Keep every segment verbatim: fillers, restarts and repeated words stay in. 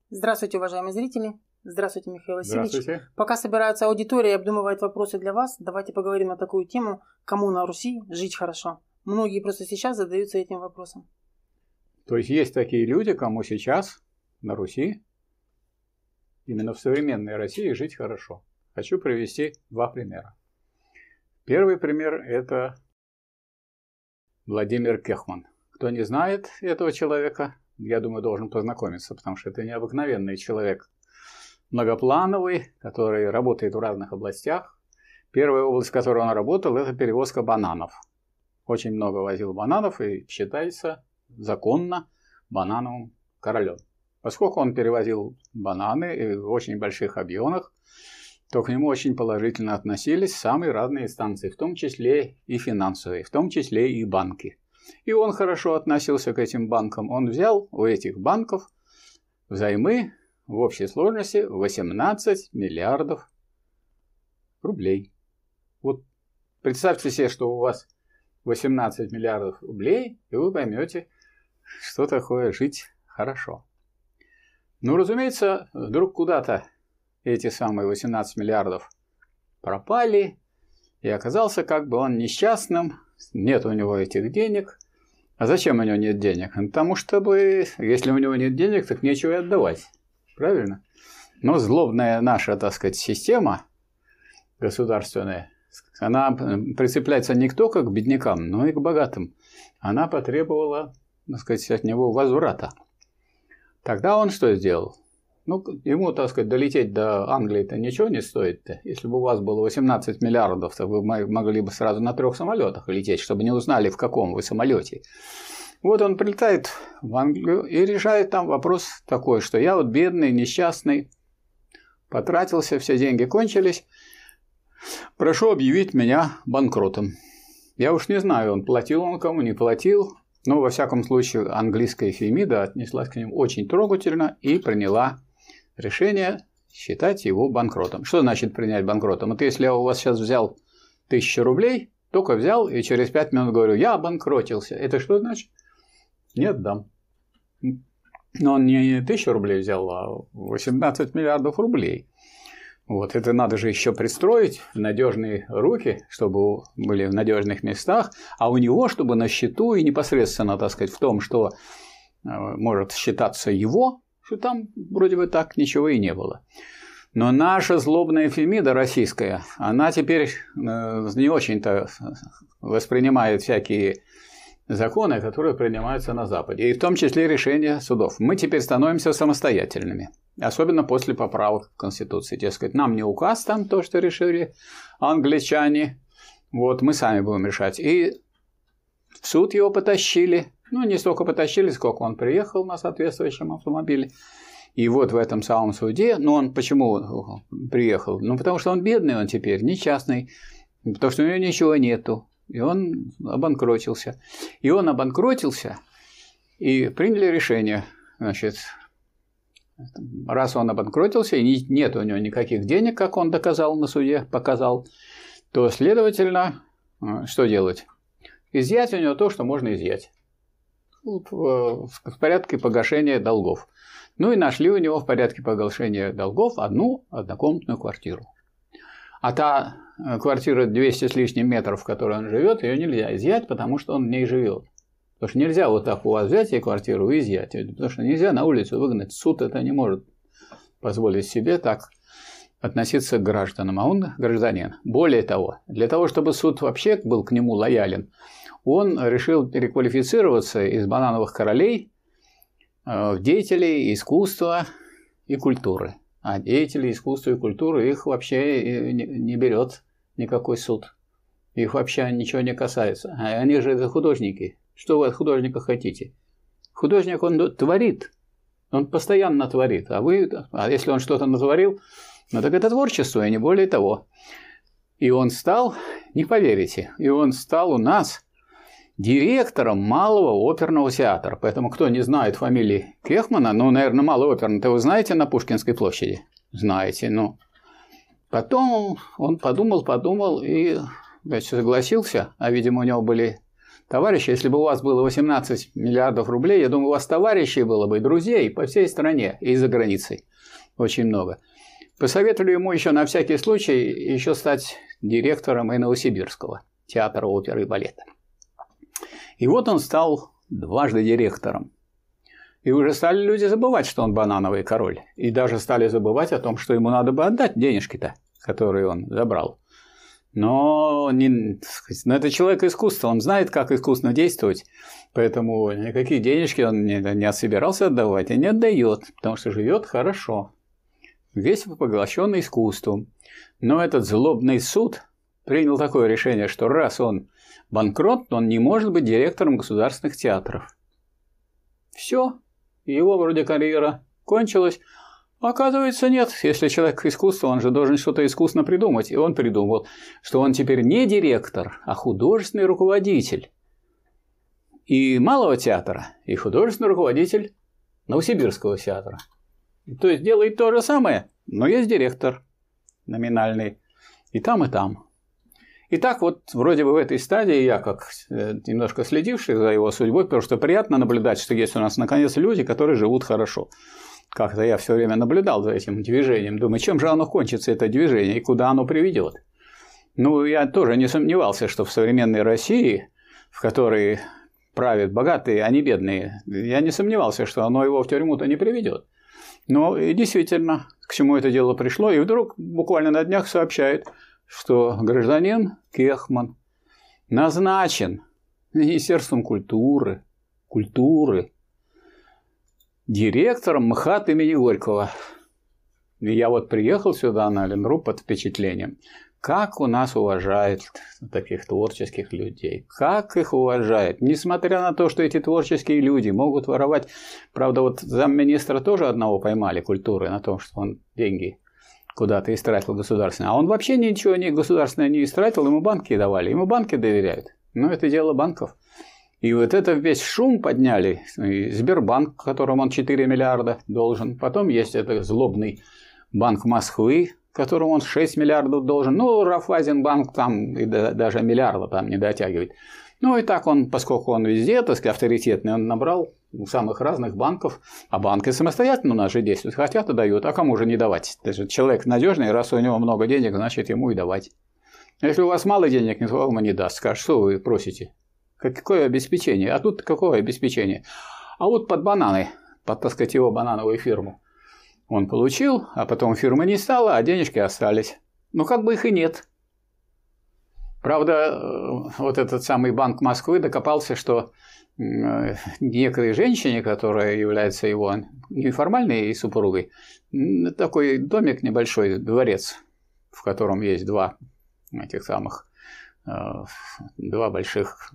Здравствуйте, уважаемые зрители. Здравствуйте, Михаил Васильевич. Здравствуйте. Пока собирается аудитория и обдумывает вопросы для вас, давайте поговорим на такую тему, кому на Руси жить хорошо. Многие просто сейчас задаются этим вопросом. То есть есть такие люди, кому сейчас на Руси, именно в современной России, жить хорошо. Хочу привести два примера. Первый пример – это Владимир Кехман. Кто не знает этого человека, я думаю, должен познакомиться, потому что это необыкновенный человек, многоплановый, который работает в разных областях. Первая область, в которой он работал, это перевозка бананов. Очень много возил бананов и считается законно банановым королем. Поскольку он перевозил бананы в очень больших объемах, то к нему очень положительно относились самые разные инстанции, в том числе и финансовые, в том числе и банки. И он хорошо относился к этим банкам. Он взял у этих банков взаймы в общей сложности восемнадцать миллиардов рублей. Вот представьте себе, что у вас восемнадцать миллиардов рублей, и вы поймете, что такое жить хорошо. Ну, разумеется, вдруг куда-то эти самые восемнадцать миллиардов пропали, и оказался как бы он несчастным, нет у него этих денег. А зачем у него нет денег? Потому что, если у него нет денег, так нечего и отдавать. Правильно? Но злобная наша, так сказать, система государственная, она прицепляется не только к беднякам, но и к богатым. Она потребовала, так сказать, от него возврата. Тогда он что сделал? Ну, ему, так сказать, долететь до Англии-то ничего не стоит-то. Если бы у вас было восемнадцать миллиардов, то вы могли бы сразу на трех самолетах лететь, чтобы не узнали, в каком вы самолете. Вот он прилетает в Англию и решает там вопрос такой, что я вот бедный, несчастный, потратился, все деньги кончились, прошу объявить меня банкротом. Я уж не знаю, он платил он кому, не платил, но во всяком случае английская Фемида отнеслась к нему очень трогательно и приняла решение считать его банкротом. Что значит принять банкротом? Это если я у вас сейчас взял тысячу рублей, только взял и через пять минут говорю, я обанкротился. Это что значит? Не отдам. Но он не тысячу рублей взял, а восемнадцать миллиардов рублей. Вот это надо же еще пристроить в надежные руки, чтобы были в надежных местах, а у него, чтобы на счету и непосредственно, так сказать, в том, что может считаться его, что там вроде бы так ничего и не было. Но наша злобная Фемида российская, она теперь не очень-то воспринимает всякие законы, которые принимаются на Западе, и в том числе решения судов. Мы теперь становимся самостоятельными, особенно после поправок в Конституции. Дескать, нам не указ там то, что решили англичане, вот мы сами будем решать. И в суд его потащили. Ну, не столько потащили, сколько он приехал на соответствующем автомобиле. И вот в этом самом суде, ну, он почему приехал? Ну, потому что он бедный, он теперь несчастный, потому что у него ничего нету. И он обанкротился. И он обанкротился, и приняли решение, значит, раз он обанкротился, и нет у него никаких денег, как он доказал на суде, показал, то, следовательно, что делать? Изъять у него то, что можно изъять. В порядке погашения долгов. Ну и нашли у него в порядке погашения долгов одну однокомнатную квартиру. А та квартира двести с лишним метров, в которой он живет, ее нельзя изъять, потому что он в ней живет. Потому что нельзя вот так у вас взять и квартиру и изъять. Потому что нельзя на улицу выгнать. Суд это не может позволить себе так относиться к гражданам. А он гражданин. Более того, для того, чтобы суд вообще был к нему лоялен, он решил переквалифицироваться из банановых королей в деятелей искусства и культуры. А деятели искусства и культуры, их вообще не берет никакой суд. Их вообще ничего не касается. А они же это художники. Что вы от художника хотите? Художник, он творит. Он постоянно творит. А вы, а если он что-то натворил, ну так это творчество, и не более того. И он стал, не поверите, и он стал у нас директором Малого оперного театра. Поэтому, кто не знает фамилии Кехмана, ну, наверное, Малый оперный-то вы знаете на Пушкинской площади? Знаете, ну. Потом он подумал, подумал и, значит, согласился, а, видимо, у него были Товарищи, если бы у вас было восемнадцать миллиардов рублей, я думаю, у вас товарищей было бы, друзей по всей стране и за границей. Очень много. Посоветовали ему еще на всякий случай еще стать директором и Новосибирского театра оперы и балета. И вот он стал дважды директором. И уже стали люди забывать, что он банановый король. И даже стали забывать о том, что ему надо бы отдать денежки-то, которые он забрал. Но не, так сказать, но это человек искусства, он знает, как искусно действовать. Поэтому никакие денежки он не, не собирался отдавать и не отдает, потому что живет хорошо. Весь поглощенный искусством. Но этот злобный суд принял такое решение, что раз он банкрот, он не может быть директором государственных театров. Все. Его вроде карьера кончилась. Оказывается, нет. Если человек искусства, он же должен что-то искусно придумать. И он придумал, что он теперь не директор, а художественный руководитель. И малого театра, и художественный руководитель Новосибирского театра. То есть делает то же самое, но есть директор номинальный. И там, и там. И так вот, вроде бы в этой стадии я, как немножко следивший за его судьбой, потому что приятно наблюдать, что есть у нас наконец люди, которые живут хорошо. Как-то я все время наблюдал за этим движением. Думаю, чем же оно кончится, это движение, и куда оно приведет. Ну, я тоже не сомневался, что в современной России, в которой правят богатые, а не бедные, я не сомневался, что оно его в тюрьму-то не приведет. Но и действительно, к чему это дело пришло, и вдруг буквально на днях сообщает, что гражданин Кехман назначен Министерством культуры, культуры директором МХАТ имени Горького. И я вот приехал сюда на Ленру под впечатлением, как у нас уважают таких творческих людей, как их уважают, несмотря на то, что эти творческие люди могут воровать. Правда, вот замминистра тоже одного поймали культуры на том, что он деньги куда-то истратил государственное. А он вообще ничего не государственное не истратил, ему банки давали, ему банки доверяют. Но это дело банков. И вот это весь шум подняли. И Сбербанк, которому он четыре миллиарда должен. Потом есть этот злобный Банк Москвы, которому он шесть миллиардов должен. Ну, Райффайзенбанк там и даже миллиарда там не дотягивает. Ну и так он, поскольку он везде, так сказать, авторитетный, он набрал у самых разных банков, а банки самостоятельно у нас же действуют, хотят и дают, а кому же не давать? Даже человек надежный, раз у него много денег, значит ему и давать. Если у вас мало денег, никто вам не даст, скажет, что вы просите? Какое обеспечение? А тут какое обеспечение? А вот под бананы, под, так сказать, его банановую фирму он получил, а потом фирмы не стало, а денежки остались. Ну как бы их и нет. Правда, вот этот самый Банк Москвы докопался, что некой женщине, которая является его неформальной супругой, такой домик небольшой, дворец, в котором есть два этих самых, два больших,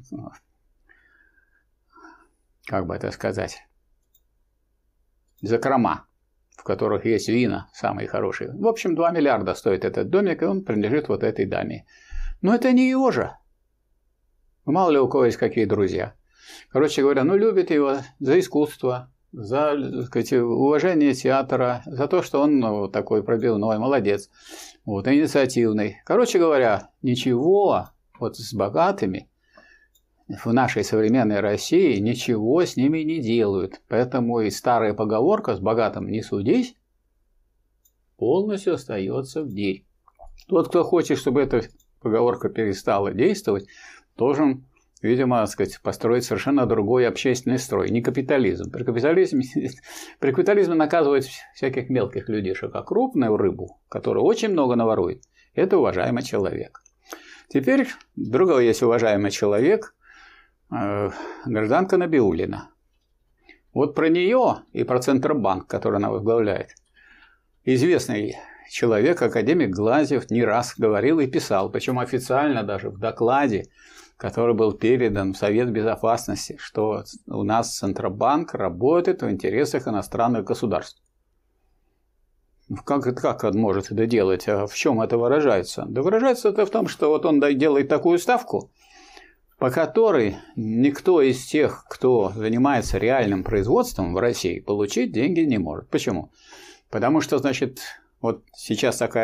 как бы это сказать, закрома, в которых есть вина самые хорошие. В общем, два миллиарда стоит этот домик, и он принадлежит вот этой даме. Но это не его же. Мало ли у кого есть какие друзья. Короче говоря, ну любит его за искусство, за, так сказать, уважение театра, за то, что он ну, такой пробивной, молодец, вот, инициативный. Короче говоря, ничего вот с богатыми в нашей современной России ничего с ними не делают. Поэтому и старая поговорка «с богатым не судись» полностью остается в деле. Тот, кто хочет, чтобы эта поговорка перестала действовать, должен, видимо, так сказать, построить совершенно другой общественный строй, не капитализм. При капитализме, при капитализме наказывают всяких мелких людишек, а крупную рыбу, которая очень много наворует, это уважаемый человек. Теперь другой есть уважаемый человек, э, гражданка Набиуллина. Вот про нее и про Центробанк, который она возглавляет, известный человек, академик Глазьев, не раз говорил и писал, причем официально даже в докладе, который был передан в Совет Безопасности, что у нас Центробанк работает в интересах иностранных государств. Как, как он может это делать? А в чем это выражается? Да выражается это в том, что вот он делает такую ставку, по которой никто из тех, кто занимается реальным производством в России, получить деньги не может. Почему? Потому что, значит, вот сейчас такая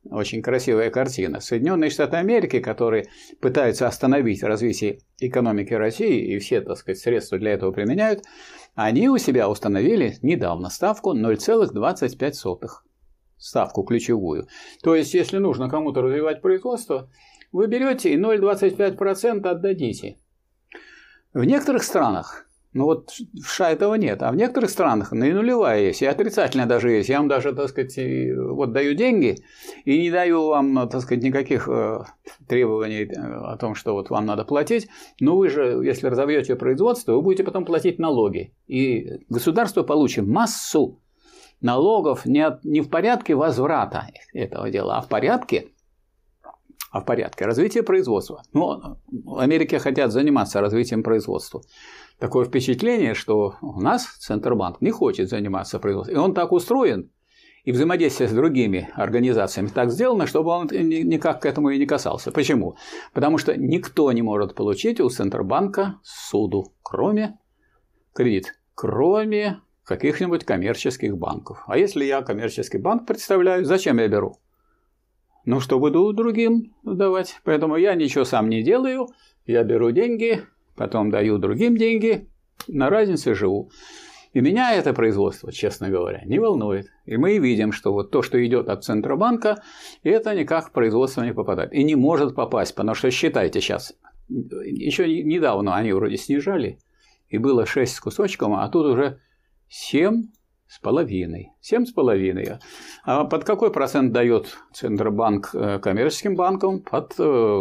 очень красивая картина. Соединенные Штаты Америки, которые пытаются остановить развитие экономики России и все, так сказать, средства для этого применяют, они у себя установили недавно ставку ноль целых двадцать пять сотых. Ставку ключевую. То есть, если нужно кому-то развивать производство, вы берете и ноль целых двадцать пять сотых процента отдадите. В некоторых странах, ну вот в США этого нет, а в некоторых странах и нулевая есть, и отрицательная даже есть. Я вам даже, так сказать, вот даю деньги и не даю вам, так сказать, никаких требований о том, что вот вам надо платить, но вы же, если разовьете производство, вы будете потом платить налоги. И государство получит массу налогов не, от, не в порядке возврата этого дела, а в порядке, а в порядке развития производства. Ну, в Америке хотят заниматься развитием производства. Такое впечатление, что у нас Центробанк не хочет заниматься производством. И он так устроен, и взаимодействие с другими организациями так сделано, чтобы он никак к этому и не касался. Почему? Потому что никто не может получить у Центробанка суду, кроме кредит, кроме каких-нибудь коммерческих банков. А если я коммерческий банк представляю, зачем я беру? Ну, что буду другим давать. Поэтому я ничего сам не делаю, я беру деньги, потом даю другим деньги, на разнице живу. И меня это производство, честно говоря, не волнует. И мы видим, что вот то, что идет от Центробанка, это никак в производство не попадает. И не может попасть, потому что считайте сейчас, еще недавно они вроде снижали, и было шесть с кусочком, а тут уже семь с половиной. семь с половиной. А под какой процент дает Центробанк коммерческим банкам? Под,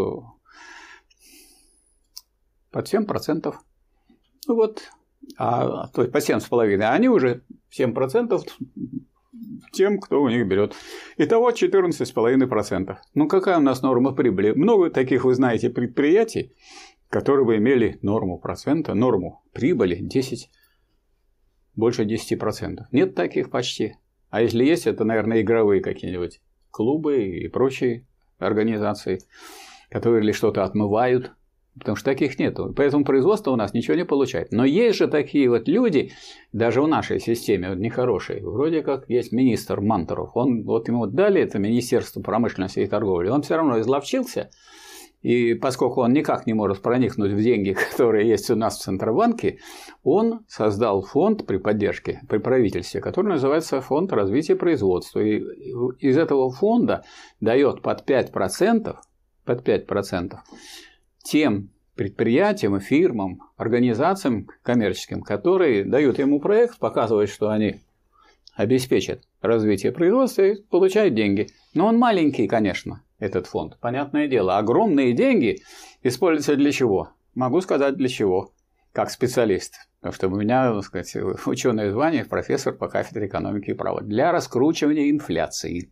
под семь процентов. Ну вот. А, то есть по семь с половиной. А они уже семь процентов тем, кто у них берет. Итого четырнадцать с половиной процентов. Ну какая у нас норма прибыли? Много таких, вы знаете, предприятий, которые бы имели норму процента, норму прибыли десять, больше десяти процентов. Нет таких почти. А если есть, это, наверное, игровые какие-нибудь клубы и прочие организации, которые или что-то отмывают. Потому что таких нету. Поэтому производство у нас ничего не получает. Но есть же такие вот люди, даже в нашей системе, вот нехорошие. Вроде как есть министр Мантуров. Он, вот ему дали это Министерство промышленности и торговли. Он все равно изловчился. И поскольку он никак не может проникнуть в деньги, которые есть у нас в Центробанке, он создал фонд при поддержке, при правительстве, который называется Фонд развития производства. И из этого фонда дает под пять процентов, под пять процентов тем предприятиям, фирмам, организациям коммерческим, которые дают ему проект, показывают, что они обеспечат развитие производства и получают деньги. Но он маленький, конечно, этот фонд, понятное дело. Огромные деньги используются для чего? Могу сказать для чего, как специалист. Потому что у меня, так сказать, ученое звание, профессор по кафедре экономики и права. Для раскручивания инфляции.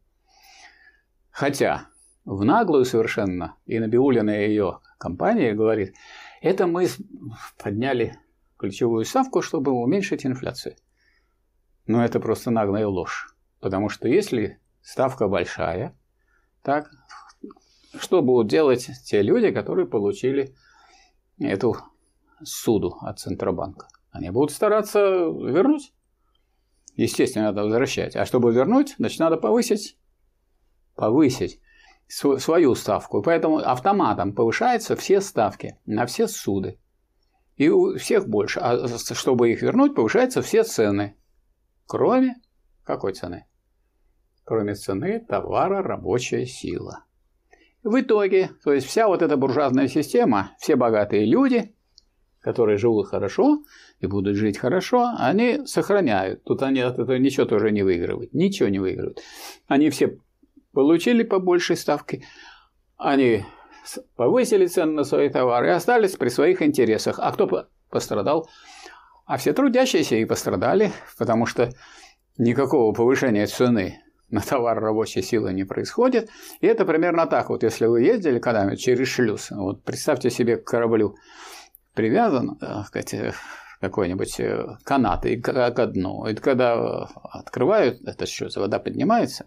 Хотя в наглую совершенно, и Набиуллина и ее компания говорит, это мы подняли ключевую ставку, чтобы уменьшить инфляцию. Но это просто наглая ложь. Потому что если ставка большая, так, что будут делать те люди, которые получили эту суду от Центробанка? Они будут стараться вернуть. Естественно, надо возвращать. А чтобы вернуть, значит, надо повысить, повысить свою ставку. Поэтому автоматом повышаются все ставки на все суды. И у всех больше. А чтобы их вернуть, повышаются все цены. Кроме какой цены? Кроме цены товара рабочая сила. В итоге, то есть вся вот эта буржуазная система, все богатые люди, которые живут хорошо и будут жить хорошо, они сохраняют. Тут они от этого ничего тоже не выигрывают. Ничего не выигрывают. Они все получили по большей ставке, они повысили цены на свои товары и остались при своих интересах. А кто пострадал? А все трудящиеся и пострадали, потому что никакого повышения цены на товар рабочей силы не происходит. И это примерно так. Вот если вы ездили когда-нибудь через шлюз, вот представьте себе, к кораблю привязан, так сказать, какой-нибудь канат и к дну. И когда открывают этот шлюз, вода поднимается,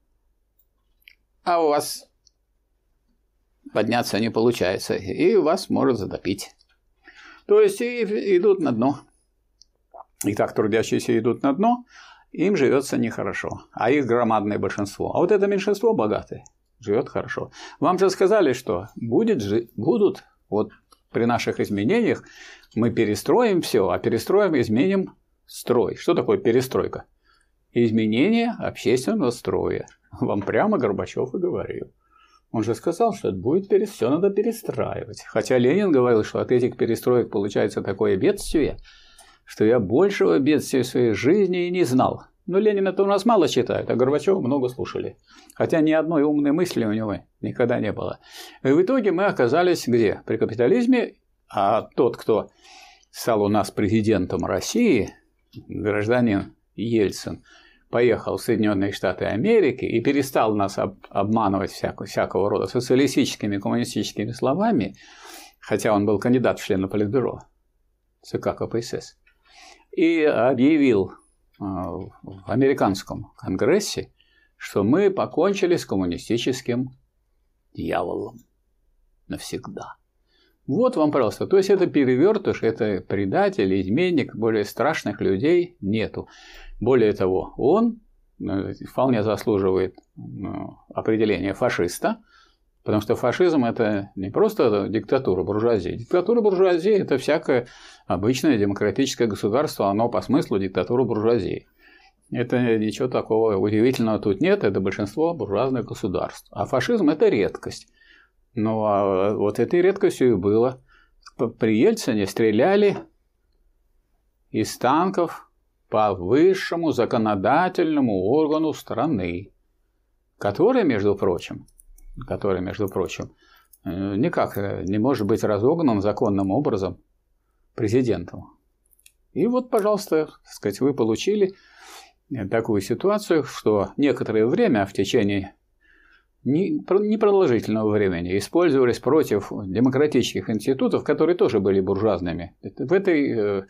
а у вас подняться не получается, и вас может затопить. То есть и идут на дно. И так трудящиеся идут на дно, им живется нехорошо, а их громадное большинство. А вот это меньшинство богатое живет хорошо. Вам же сказали, что будет, будут, вот при наших изменениях мы перестроим все, а перестроим, изменим строй. Что такое перестройка? Изменение общественного строя. Вам прямо Горбачев и говорил. Он же сказал, что это будет все надо перестраивать. Хотя Ленин говорил, что от этих перестроек получается такое бедствие, что я большего бедствия в своей жизни и не знал. Но Ленина-то у нас мало читают, а Горбачева много слушали. Хотя ни одной умной мысли у него никогда не было. И в итоге мы оказались где? При капитализме, а тот, кто стал у нас президентом России, гражданин Ельцин, поехал в Соединенные Штаты Америки и перестал нас об, обманывать всякого, всякого рода социалистическими, коммунистическими словами, хотя он был кандидат в члены Политбюро ЦК КПСС, и объявил в американском конгрессе, что мы покончили с коммунистическим дьяволом навсегда. Вот вам, пожалуйста, то есть это перевертыш, это предатель, изменник, более страшных людей нету. Более того, он вполне заслуживает определения фашиста, потому что фашизм – это не просто диктатура буржуазии. Диктатура буржуазии – это всякое обычное демократическое государство, оно по смыслу диктатура буржуазии. Это ничего такого удивительного тут нет, это большинство буржуазных государств. А фашизм – это редкость. Ну, а вот этой редкостью и было. При Ельцине стреляли из танков по высшему законодательному органу страны, который, между прочим, который, между прочим, никак не может быть разогнан законным образом президентом. И вот, пожалуйста, так сказать, вы получили такую ситуацию, что некоторое время, в течение непродолжительного времени, использовались против демократических институтов, которые тоже были буржуазными. В этой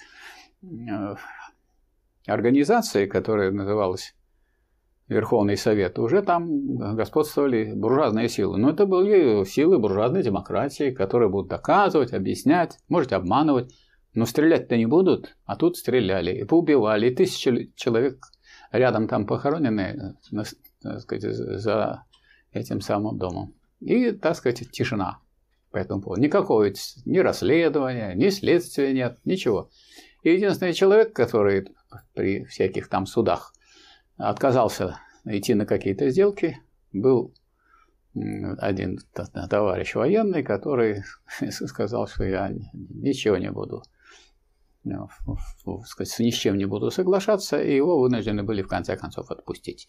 организации, которая называлась Верховный Совет, уже там господствовали буржуазные силы. Но это были силы буржуазной демократии, которые будут доказывать, объяснять, может обманывать. Но стрелять-то не будут, а тут стреляли и поубивали. И тысячи человек рядом там похоронены, так сказать, за этим самым домом. И, так сказать, тишина по этому поводу. Никакого ни расследования, ни следствия нет, ничего. И единственный человек, который при всяких там судах отказался идти на какие-то сделки, был один товарищ военный, который сказал, что я ничего не буду, сказать, ни с чем не буду соглашаться, и его вынуждены были в конце концов отпустить.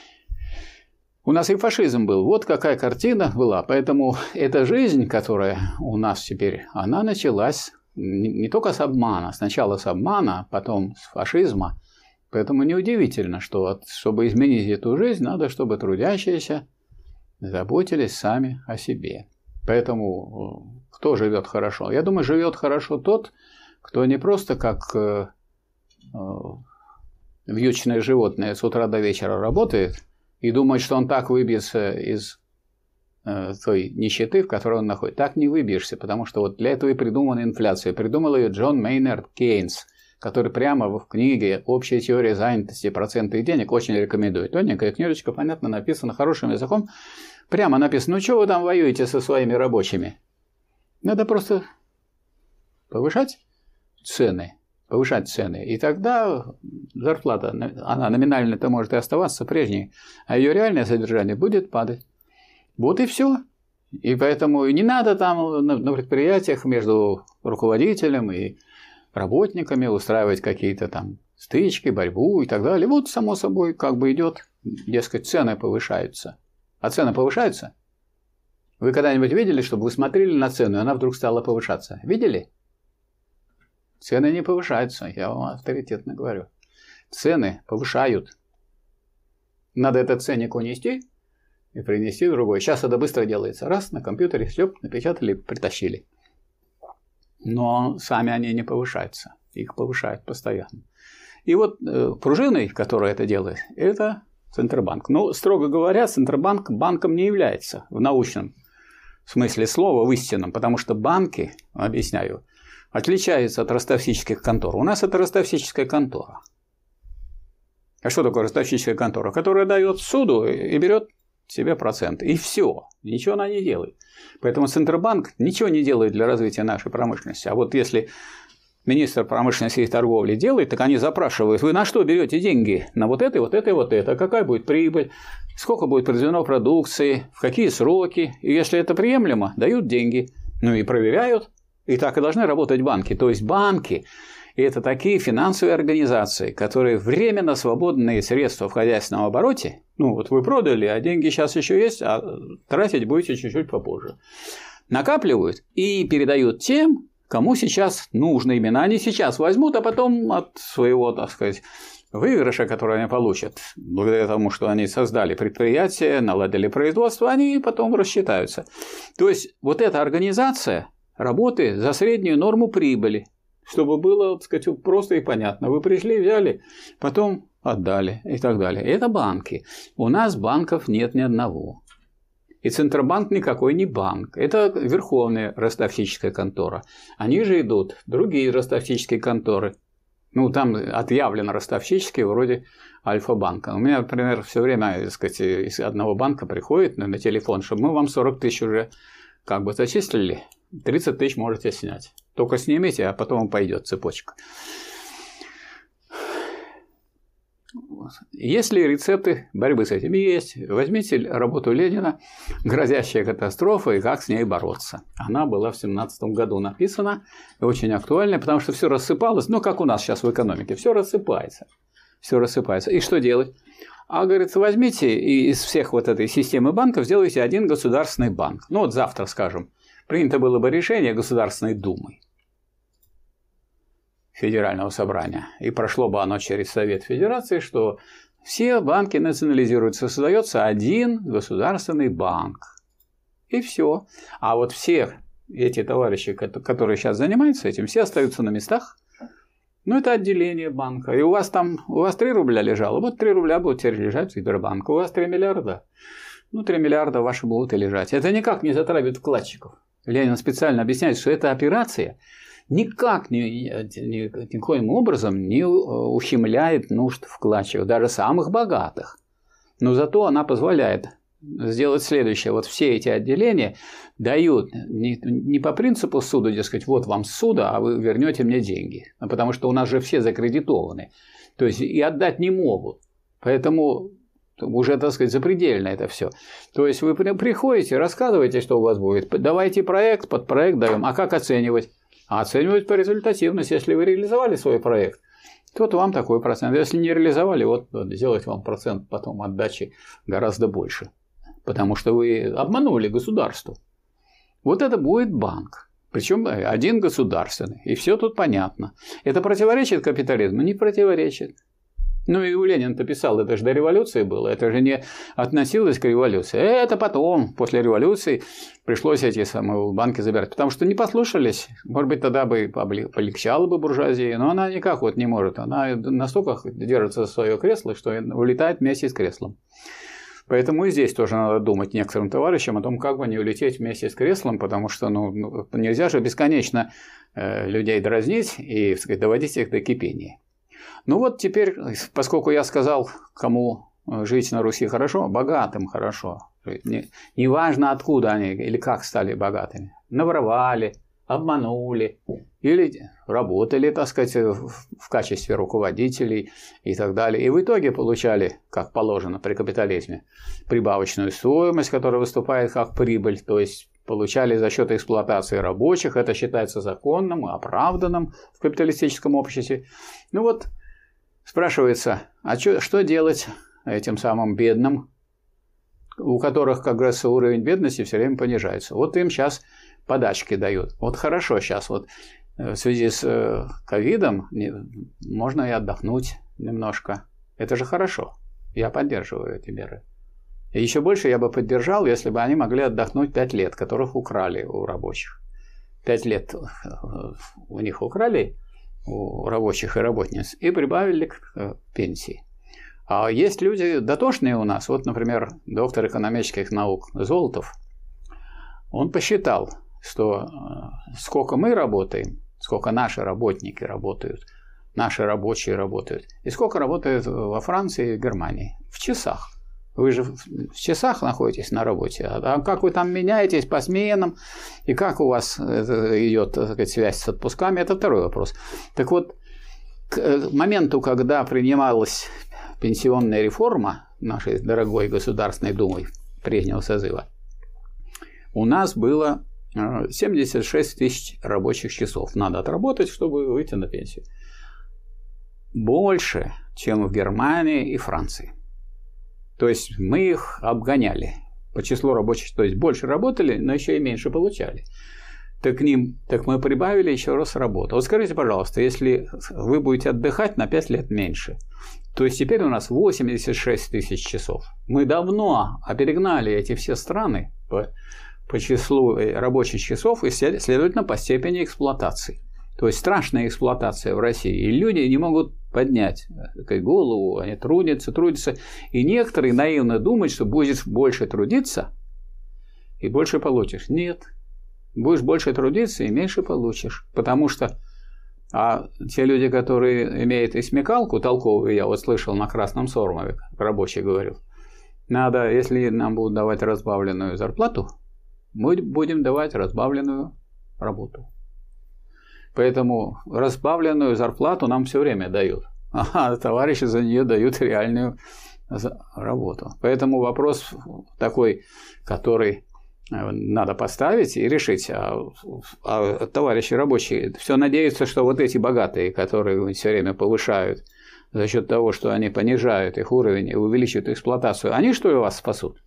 У нас и фашизм был. Вот какая картина была. Поэтому эта жизнь, которая у нас теперь, она началась не только с обмана. Сначала с обмана, потом с фашизма. Поэтому неудивительно, что чтобы изменить эту жизнь, надо, чтобы трудящиеся заботились сами о себе. Поэтому кто живет хорошо? Я думаю, живет хорошо тот, кто не просто как э, э, вьючное животное с утра до вечера работает и думает, что он так выбьется из э, той нищеты, в которой он находится. Так не выбьешься, потому что вот для этого и придумана инфляция. Придумал ее Джон Мейнард Кейнс, который прямо в книге «Общая теория занятости, проценты и денег» очень рекомендует. Тоненькая книжечка, понятно, написана хорошим языком. Прямо написано: ну что вы там воюете со своими рабочими? Надо просто повышать цены. Повышать цены. И тогда зарплата, она номинально-то может и оставаться прежней, а ее реальное содержание будет падать. Вот и все. И поэтому не надо там на предприятиях между руководителем и работниками устраивать какие-то там стычки, борьбу и так далее. Вот, само собой, как бы идет, дескать, цены повышаются. А цены повышаются? Вы когда-нибудь видели, чтобы вы смотрели на цену, и она вдруг стала повышаться? Видели? Цены не повышаются, я вам авторитетно говорю. Цены повышают. Надо этот ценник унести и принести в другой. Сейчас это быстро делается. Раз, на компьютере, шлеп, напечатали, притащили. Но сами они не повышаются. Их повышают постоянно. И вот э, пружиной, которая это делает, это Центробанк. Но, строго говоря, Центробанк банком не является в научном смысле слова, в истинном. Потому что банки, объясняю, отличаются от ростовсических контор. У нас это ростовсическая контора. А что такое ростовщическая контора? Которая дает суду и берет себе процент. И все. Ничего она не делает. Поэтому Центробанк ничего не делает для развития нашей промышленности. А вот если министр промышленности и торговли делает, так они запрашивают: вы на что берете деньги? На вот это, вот это и вот это. Какая будет прибыль? Сколько будет произведено продукции? В какие сроки? И если это приемлемо, дают деньги. Ну и проверяют. И так и должны работать банки. То есть банки – это такие финансовые организации, которые временно свободные средства в хозяйственном обороте, ну вот вы продали, а деньги сейчас еще есть, а тратить будете чуть-чуть попозже, накапливают и передают тем, кому сейчас нужно именно. Они сейчас возьмут, а потом от своего, так сказать, выигрыша, который они получат, благодаря тому, что они создали предприятие, наладили производство, они потом рассчитаются. То есть вот эта организация работает за среднюю норму прибыли. Чтобы было, так сказать, просто и понятно. Вы пришли, взяли, потом отдали и так далее. Это банки. У нас банков нет ни одного. И Центробанк никакой не банк. Это верховная ростовщическая контора. Они же идут другие ростовщические конторы. Ну, там отъявлено ростовщические, вроде Альфа-банка. У меня, например, все время, так сказать, из одного банка приходит на телефон, чтобы мы вам сорок тысяч уже как бы зачислили. тридцать тысяч можете снять. Только снимите, а потом пойдет цепочка. Есть ли рецепты борьбы с этим? Есть. Возьмите работу Ленина «Грозящая катастрофа» и как с ней бороться. Она была в семнадцатом году написана, очень актуальная, потому что все рассыпалось, ну, как у нас сейчас в экономике, все рассыпается. Все рассыпается. И что делать? А, говорится, возьмите и из всех вот этой системы банков сделайте один государственный банк. Ну, вот завтра, скажем, принято было бы решение Государственной Думы Федерального собрания, и прошло бы оно через Совет Федерации, что все банки национализируются, создается один государственный банк. И все. А вот все эти товарищи, которые сейчас занимаются этим, все остаются на местах. Ну, это отделение банка. И у вас там, у вас три рубля лежало, вот три рубля будут теперь лежать в Сбербанке. У вас три миллиарда. Ну, три миллиарда ваши будут и лежать. Это никак не затравит вкладчиков. Ленин специально объясняет, что эта операция никак ни, ни, никоим образом не ущемляет нужд вкладчиков, даже самых богатых. Но зато она позволяет сделать следующее. Вот все эти отделения дают не, не по принципу суда, дескать, вот вам суда, а вы вернете мне деньги. А потому что у нас же все закредитованы. То есть и отдать не могут. Поэтому уже, так сказать, запредельно это все. То есть вы приходите, рассказываете, что у вас будет. Давайте проект, под проект даем. А как оценивать? А оценивать по результативности. Если вы реализовали свой проект, то вам такой процент. Если не реализовали, вот сделать вам процент потом отдачи гораздо больше. Потому что вы обманули государство. Вот это будет банк. Причем один государственный. И все тут понятно. Это противоречит капитализму? Не противоречит. Ну и у Ленина-то писал, это же до революции было, это же не относилось к революции. Это потом, после революции, пришлось эти самые банки забирать. Потому что не послушались, может быть, тогда бы полегчало бы буржуазии, но она никак вот не может. Она настолько держится за свое кресло, что улетает вместе с креслом. Поэтому и здесь тоже надо думать некоторым товарищам о том, как бы не улететь вместе с креслом, потому что ну, нельзя же бесконечно э, людей дразнить и, так сказать, доводить их до кипения. Ну вот теперь, поскольку я сказал, кому жить на Руси хорошо, богатым хорошо, неважно не откуда они или как стали богатыми, наворовали, обманули или работали, так сказать, в качестве руководителей и так далее. И в итоге получали, как положено при капитализме, прибавочную стоимость, которая выступает как прибыль, то есть получали за счет эксплуатации рабочих, это считается законным, оправданным в капиталистическом обществе. Ну вот, спрашивается, а чё, что делать этим самым бедным, у которых, как говорится, уровень бедности все время понижается? Вот им сейчас подачки дают. Вот хорошо сейчас, вот в связи с ковидом можно и отдохнуть немножко. Это же хорошо. Я поддерживаю эти меры. И еще больше я бы поддержал, если бы они могли отдохнуть пять лет, которых украли у рабочих. пять лет у них украли, у рабочих и работниц, и прибавили к пенсии. А есть люди дотошные у нас. Вот, например, доктор экономических наук Золотов. Он посчитал, что сколько мы работаем, сколько наши работники работают наши рабочие работают. И сколько работают во Франции и Германии? В часах. Вы же в часах находитесь на работе. А как вы там меняетесь по сменам, и как у вас идет, так сказать, связь с отпусками, это второй вопрос. Так вот, к моменту, когда принималась пенсионная реформа нашей дорогой Государственной Думой прежнего созыва, у нас было семьдесят шесть тысяч рабочих часов. Надо отработать, чтобы выйти на пенсию. Больше, чем в Германии и Франции. То есть мы их обгоняли по числу рабочих. То есть больше работали, но еще и меньше получали. Так, к ним, так мы прибавили еще раз работу. Вот скажите, пожалуйста, если вы будете отдыхать на пять лет меньше, то есть теперь у нас восемьдесят шесть тысяч часов. Мы давно перегнали эти все страны по, по числу рабочих часов и, следовательно, по степени эксплуатации. То есть страшная эксплуатация в России. И люди не могут поднять голову, они трудятся, трудятся. И некоторые наивно думают, что будешь больше трудиться и больше получишь. Нет. Будешь больше трудиться и меньше получишь. Потому что а те люди, которые имеют и смекалку толковую, я вот слышал на Красном Сормове, как рабочий говорил, надо, если нам будут давать разбавленную зарплату, мы будем давать разбавленную работу. Поэтому разбавленную зарплату нам все время дают, а товарищи за нее дают реальную работу. Поэтому вопрос такой, который надо поставить и решить. А, а товарищи рабочие все надеются, что вот эти богатые, которые все время повышают за счет того, что они понижают их уровень и увеличивают эксплуатацию, они что ли вас спасут?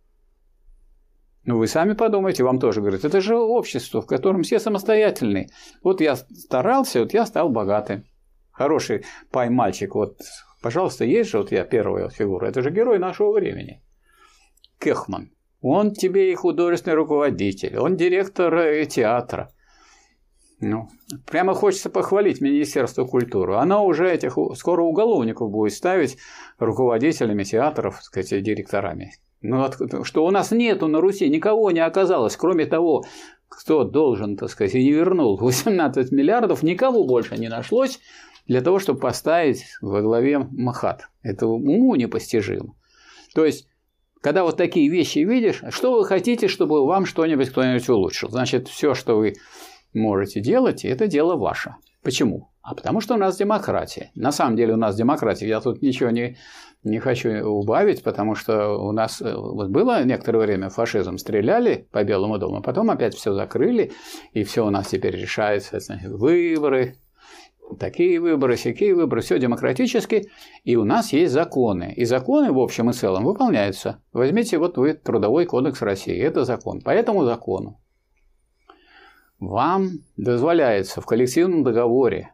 Ну, вы сами подумайте, вам тоже говорят, это же общество, в котором все самостоятельные. Вот я старался, вот я стал богатым. Хороший пай-мальчик, вот, пожалуйста, есть же, вот я первая фигура, это же герой нашего времени. Кехман. Он тебе и художественный руководитель, он директор театра. Ну, прямо хочется похвалить Министерство культуры. Оно уже этих скоро уголовников будет ставить руководителями театров, так сказать, директорами. Ну, что у нас нету на Руси, никого не оказалось, кроме того, кто должен, так сказать, и не вернул восемнадцать миллиардов, никого больше не нашлось для того, чтобы поставить во главе МХАТ. Это уму непостижимо. То есть, когда вот такие вещи видишь, что вы хотите, чтобы вам что-нибудь кто-нибудь улучшил? Значит, все, что вы можете делать, это дело ваше. Почему? А потому что у нас демократия. На самом деле у нас демократия. Я тут ничего не, не хочу убавить, потому что у нас вот было некоторое время фашизм, стреляли по Белому дому, а потом опять все закрыли, и все у нас теперь решается, значит, выборы, такие выборы, сякие выборы, все демократически, и у нас есть законы. И законы в общем и целом выполняются. Возьмите вот вы Трудовой кодекс России, это закон. По этому закону вам дозволяется в коллективном договоре,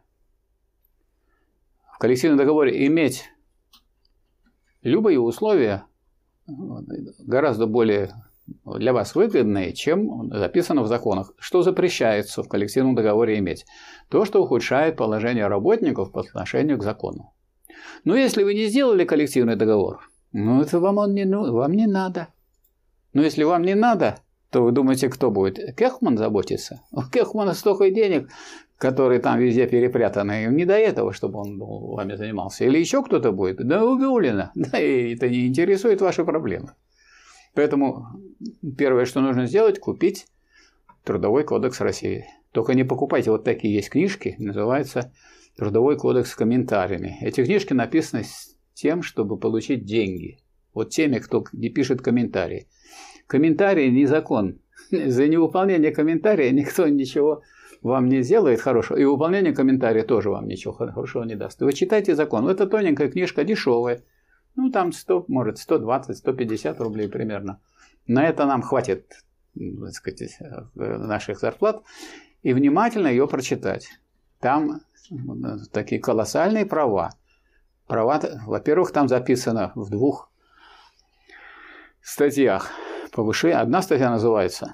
в коллективном договоре иметь любые условия гораздо более для вас выгодные, чем записано в законах. Что запрещается в коллективном договоре иметь? То, что ухудшает положение работников по отношению к закону. Но если вы не сделали коллективный договор, ну это вам, он не, вам не надо. Но если вам не надо, то вы думаете, кто будет? Кехман заботится? У Кехмана столько денег, которые там везде перепрятаны, не до этого, чтобы он вами занимался. Или еще кто-то будет? Да уволено. Да, и это не интересует ваши проблемы. Поэтому первое, что нужно сделать, купить Трудовой кодекс России. Только не покупайте, вот такие есть книжки, называется Трудовой кодекс с комментариями. Эти книжки написаны с тем, чтобы получить деньги. Вот теми, кто пишет комментарии. Комментарии не закон. За невыполнение комментария никто ничего вам не сделает хорошего. И выполнение комментария тоже вам ничего хорошего не даст. Вы читайте закон. Это тоненькая книжка, дешевая. Ну, там сто, может, сто двадцать - сто пятьдесят рублей примерно. На это нам хватит, так сказать, наших зарплат. И внимательно ее прочитать. Там такие колоссальные права. Права, во-первых, там записано в двух статьях. Повышение. Одна статья называется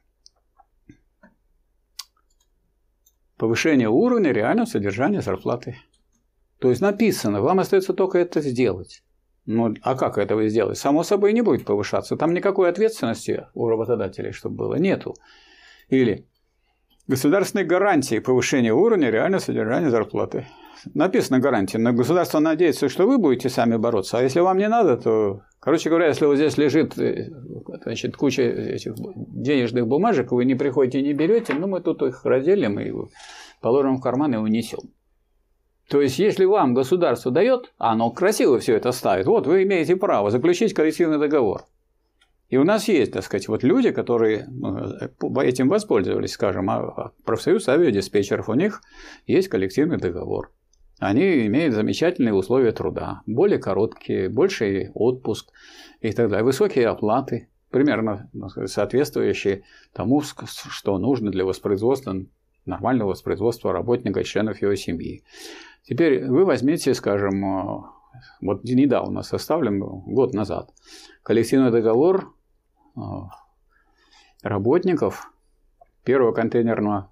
«Повышение уровня реального содержания зарплаты». То есть написано, вам остается только это сделать. Ну, а как этого сделать? Само собой не будет повышаться. Там никакой ответственности у работодателей, чтобы было, нету. Или государственные гарантии повышения уровня реального содержания зарплаты. написано гарантия, но государство надеется, что вы будете сами бороться, а если вам не надо, то, короче говоря, если вот здесь лежит, значит, куча этих денежных бумажек, вы не приходите и не берете, ну мы тут их разделим и положим в карман и унесем. То есть, если вам государство дает, оно красиво все это ставит, вот вы имеете право заключить коллективный договор. И у нас есть, так сказать, вот люди, которые этим воспользовались, скажем, а профсоюз авиадиспетчеров, у них есть коллективный договор. Они имеют замечательные условия труда, более короткие, больший отпуск и так далее, высокие оплаты, примерно соответствующие тому, что нужно для воспроизводства, нормального воспроизводства работника и членов его семьи. Теперь вы возьмите, скажем, вот недавно составлен, год назад, коллективный договор работников первого контейнерного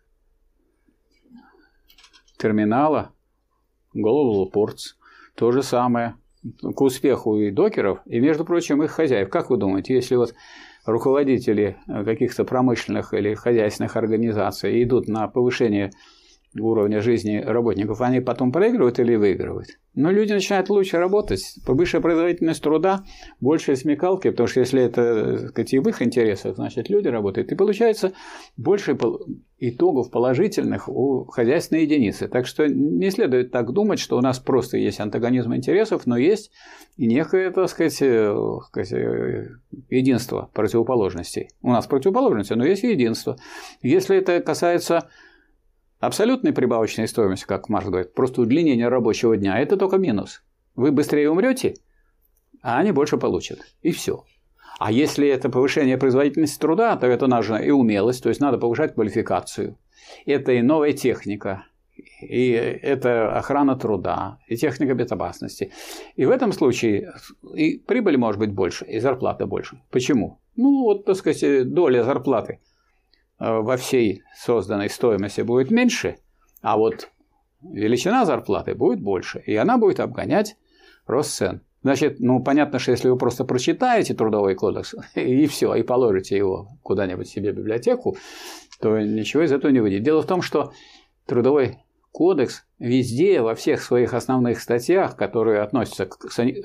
терминала Global Ports. То же самое. К успеху и докеров, и, между прочим, их хозяев. Как вы думаете, если вот руководители каких-то промышленных или хозяйственных организаций идут на повышение уровня жизни работников, они потом проигрывают или выигрывают? Но люди начинают лучше работать, повышенная производительность труда, большие смекалки, потому что если это, так сказать, и в их интересах, значит, люди работают, и получается больше итогов положительных у хозяйственной единицы. Так что не следует так думать, что у нас просто есть антагонизм интересов, но есть и некое, так сказать, единство противоположностей. У нас противоположности, но есть и единство. Если это касается абсолютной прибавочной стоимости, как Маркс говорит, просто удлинение рабочего дня, это только минус. Вы быстрее умрете, а они больше получат. И все. А если это повышение производительности труда, то это нужна и умелость, то есть надо повышать квалификацию. Это и новая техника, и это охрана труда, и техника безопасности. И в этом случае и прибыль может быть больше, и зарплата больше. Почему? Ну, вот, так сказать, доля зарплаты во всей созданной стоимости будет меньше, а вот величина зарплаты будет больше, и она будет обгонять рост цен. Значит, ну, понятно, что если вы просто прочитаете Трудовой кодекс и все, и положите его куда-нибудь себе в библиотеку, то ничего из этого не выйдет. Дело в том, что Трудовой кодекс везде, во всех своих основных статьях, которые относятся к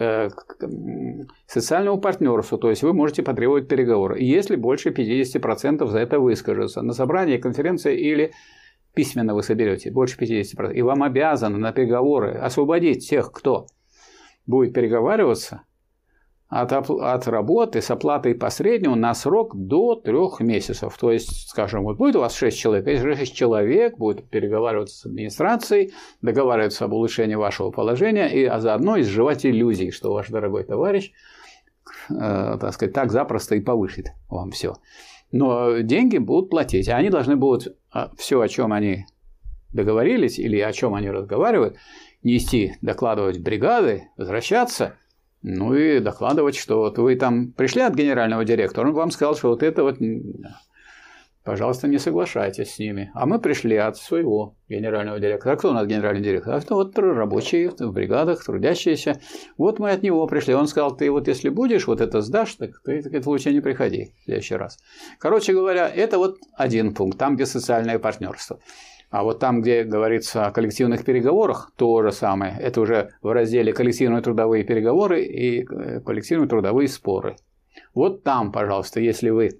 социальному партнерству, то есть вы можете потребовать переговоры, если больше пятьдесят процентов за это выскажутся на собрании, конференции или письменно вы соберете больше пятьдесят процентов, и вам обязаны на переговоры освободить тех, кто будет переговариваться от, от работы с оплатой по среднему на срок до трех месяцев. То есть, скажем, вот будет у вас шесть человек, если шесть человек будут переговариваться с администрацией, договариваться об улучшении вашего положения и а заодно изживать иллюзии, что ваш дорогой товарищ э, так сказать, так запросто и повысит вам все. Но деньги будут платить, а они должны будут все, о чем они договорились или о чем они разговаривают, нести, докладывать в бригады, возвращаться. Ну и докладывать, что вот вы там пришли от генерального директора, он вам сказал, что вот это вот, пожалуйста, не соглашайтесь с ними. А мы пришли от своего генерального директора. А кто у нас генеральный директор? А это вот рабочие в бригадах, трудящиеся. Вот мы от него пришли. Он сказал, ты вот если будешь вот это сдашь, так ты так, лучше не приходи в следующий раз. Короче говоря, это вот один пункт, там, где социальное партнерство. А вот там, где говорится о коллективных переговорах, то же самое. Это уже в разделе «Коллективные трудовые переговоры» и «Коллективные трудовые споры». Вот там, пожалуйста, если вы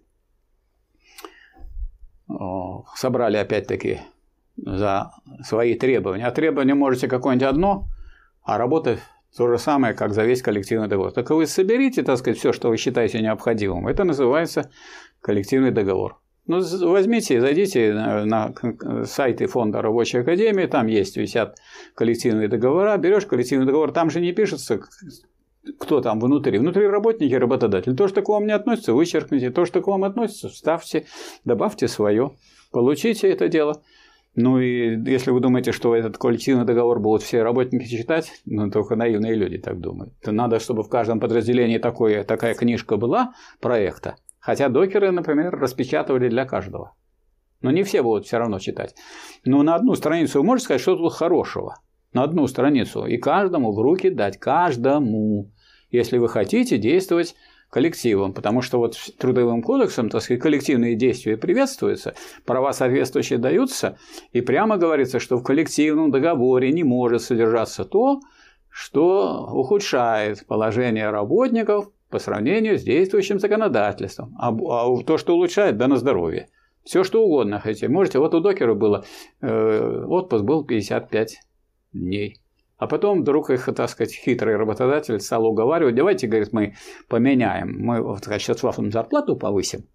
собрали опять-таки за свои требования, а требования можете какое-нибудь одно, а работа то же самое, как за весь коллективный договор. Так вы соберите, так сказать, все, что вы считаете необходимым. Это называется коллективный договор. Ну, возьмите, зайдите на, на сайты Фонда Рабочей Академии, там есть, висят коллективные договора, берешь коллективный договор, там же не пишется, кто там внутри. Внутри работники и работодатель. То, что к вам не относится, вычеркните. То, что к вам относится, вставьте, добавьте свое, получите это дело. Ну и если вы думаете, что этот коллективный договор будут все работники читать, ну только наивные люди так думают. То надо, чтобы в каждом подразделении такое, такая книжка была проекта. Хотя докеры, например, распечатывали для каждого. Но не все будут все равно читать. Но на одну страницу вы можете сказать, что тут хорошего. На одну страницу. И каждому в руки дать. Каждому. Если вы хотите действовать коллективом, потому что вот трудовым кодексом, так сказать, коллективные действия приветствуются, права соответствующие даются, и прямо говорится, что в коллективном договоре не может содержаться то, что ухудшает положение работников по сравнению с действующим законодательством, а, а то, что улучшает, да на здоровье. Все, что угодно хотите. Можете, вот у докера было, э, отпуск был пятьдесят пять дней. А потом вдруг их, так сказать, хитрый работодатель стал уговаривать, давайте, говорит, мы поменяем, мы вот, сейчас вам зарплату повысим,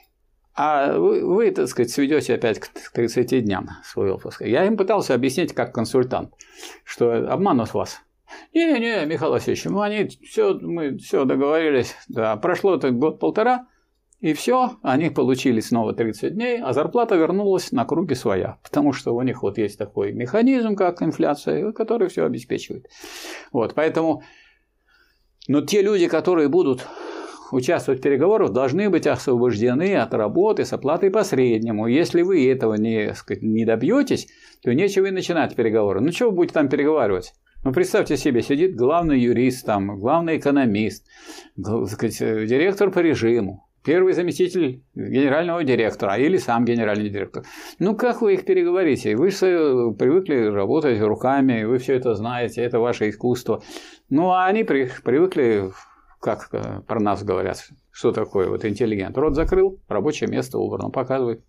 а вы, вы, так сказать, сведете опять к тридцати дням свой отпуск. Я им пытался объяснить как консультант, что обманут вас. Не-не, Михаил Васильевич, мы, они, все, мы все договорились, да, прошло год-полтора, и все, они получили снова тридцать дней, а зарплата вернулась на круги своя. Потому что у них вот есть такой механизм, как инфляция, который все обеспечивает. Вот, поэтому, но те люди, которые будут участвовать в переговорах, должны быть освобождены от работы с оплатой по среднему. Если вы этого не, сказать, не добьетесь, то нечего и начинать переговоры. Ну, что вы будете там переговаривать? Ну, представьте себе, сидит главный юрист, там, главный экономист, сказать, директор по режиму, первый заместитель генерального директора или сам генеральный директор. Ну, как вы их переговорите? Вы же привыкли работать руками, вы все это знаете, это ваше искусство. Ну, а они при, привыкли, как про нас говорят, что такое вот интеллигент. Рот закрыл, рабочее место убрано, показывает.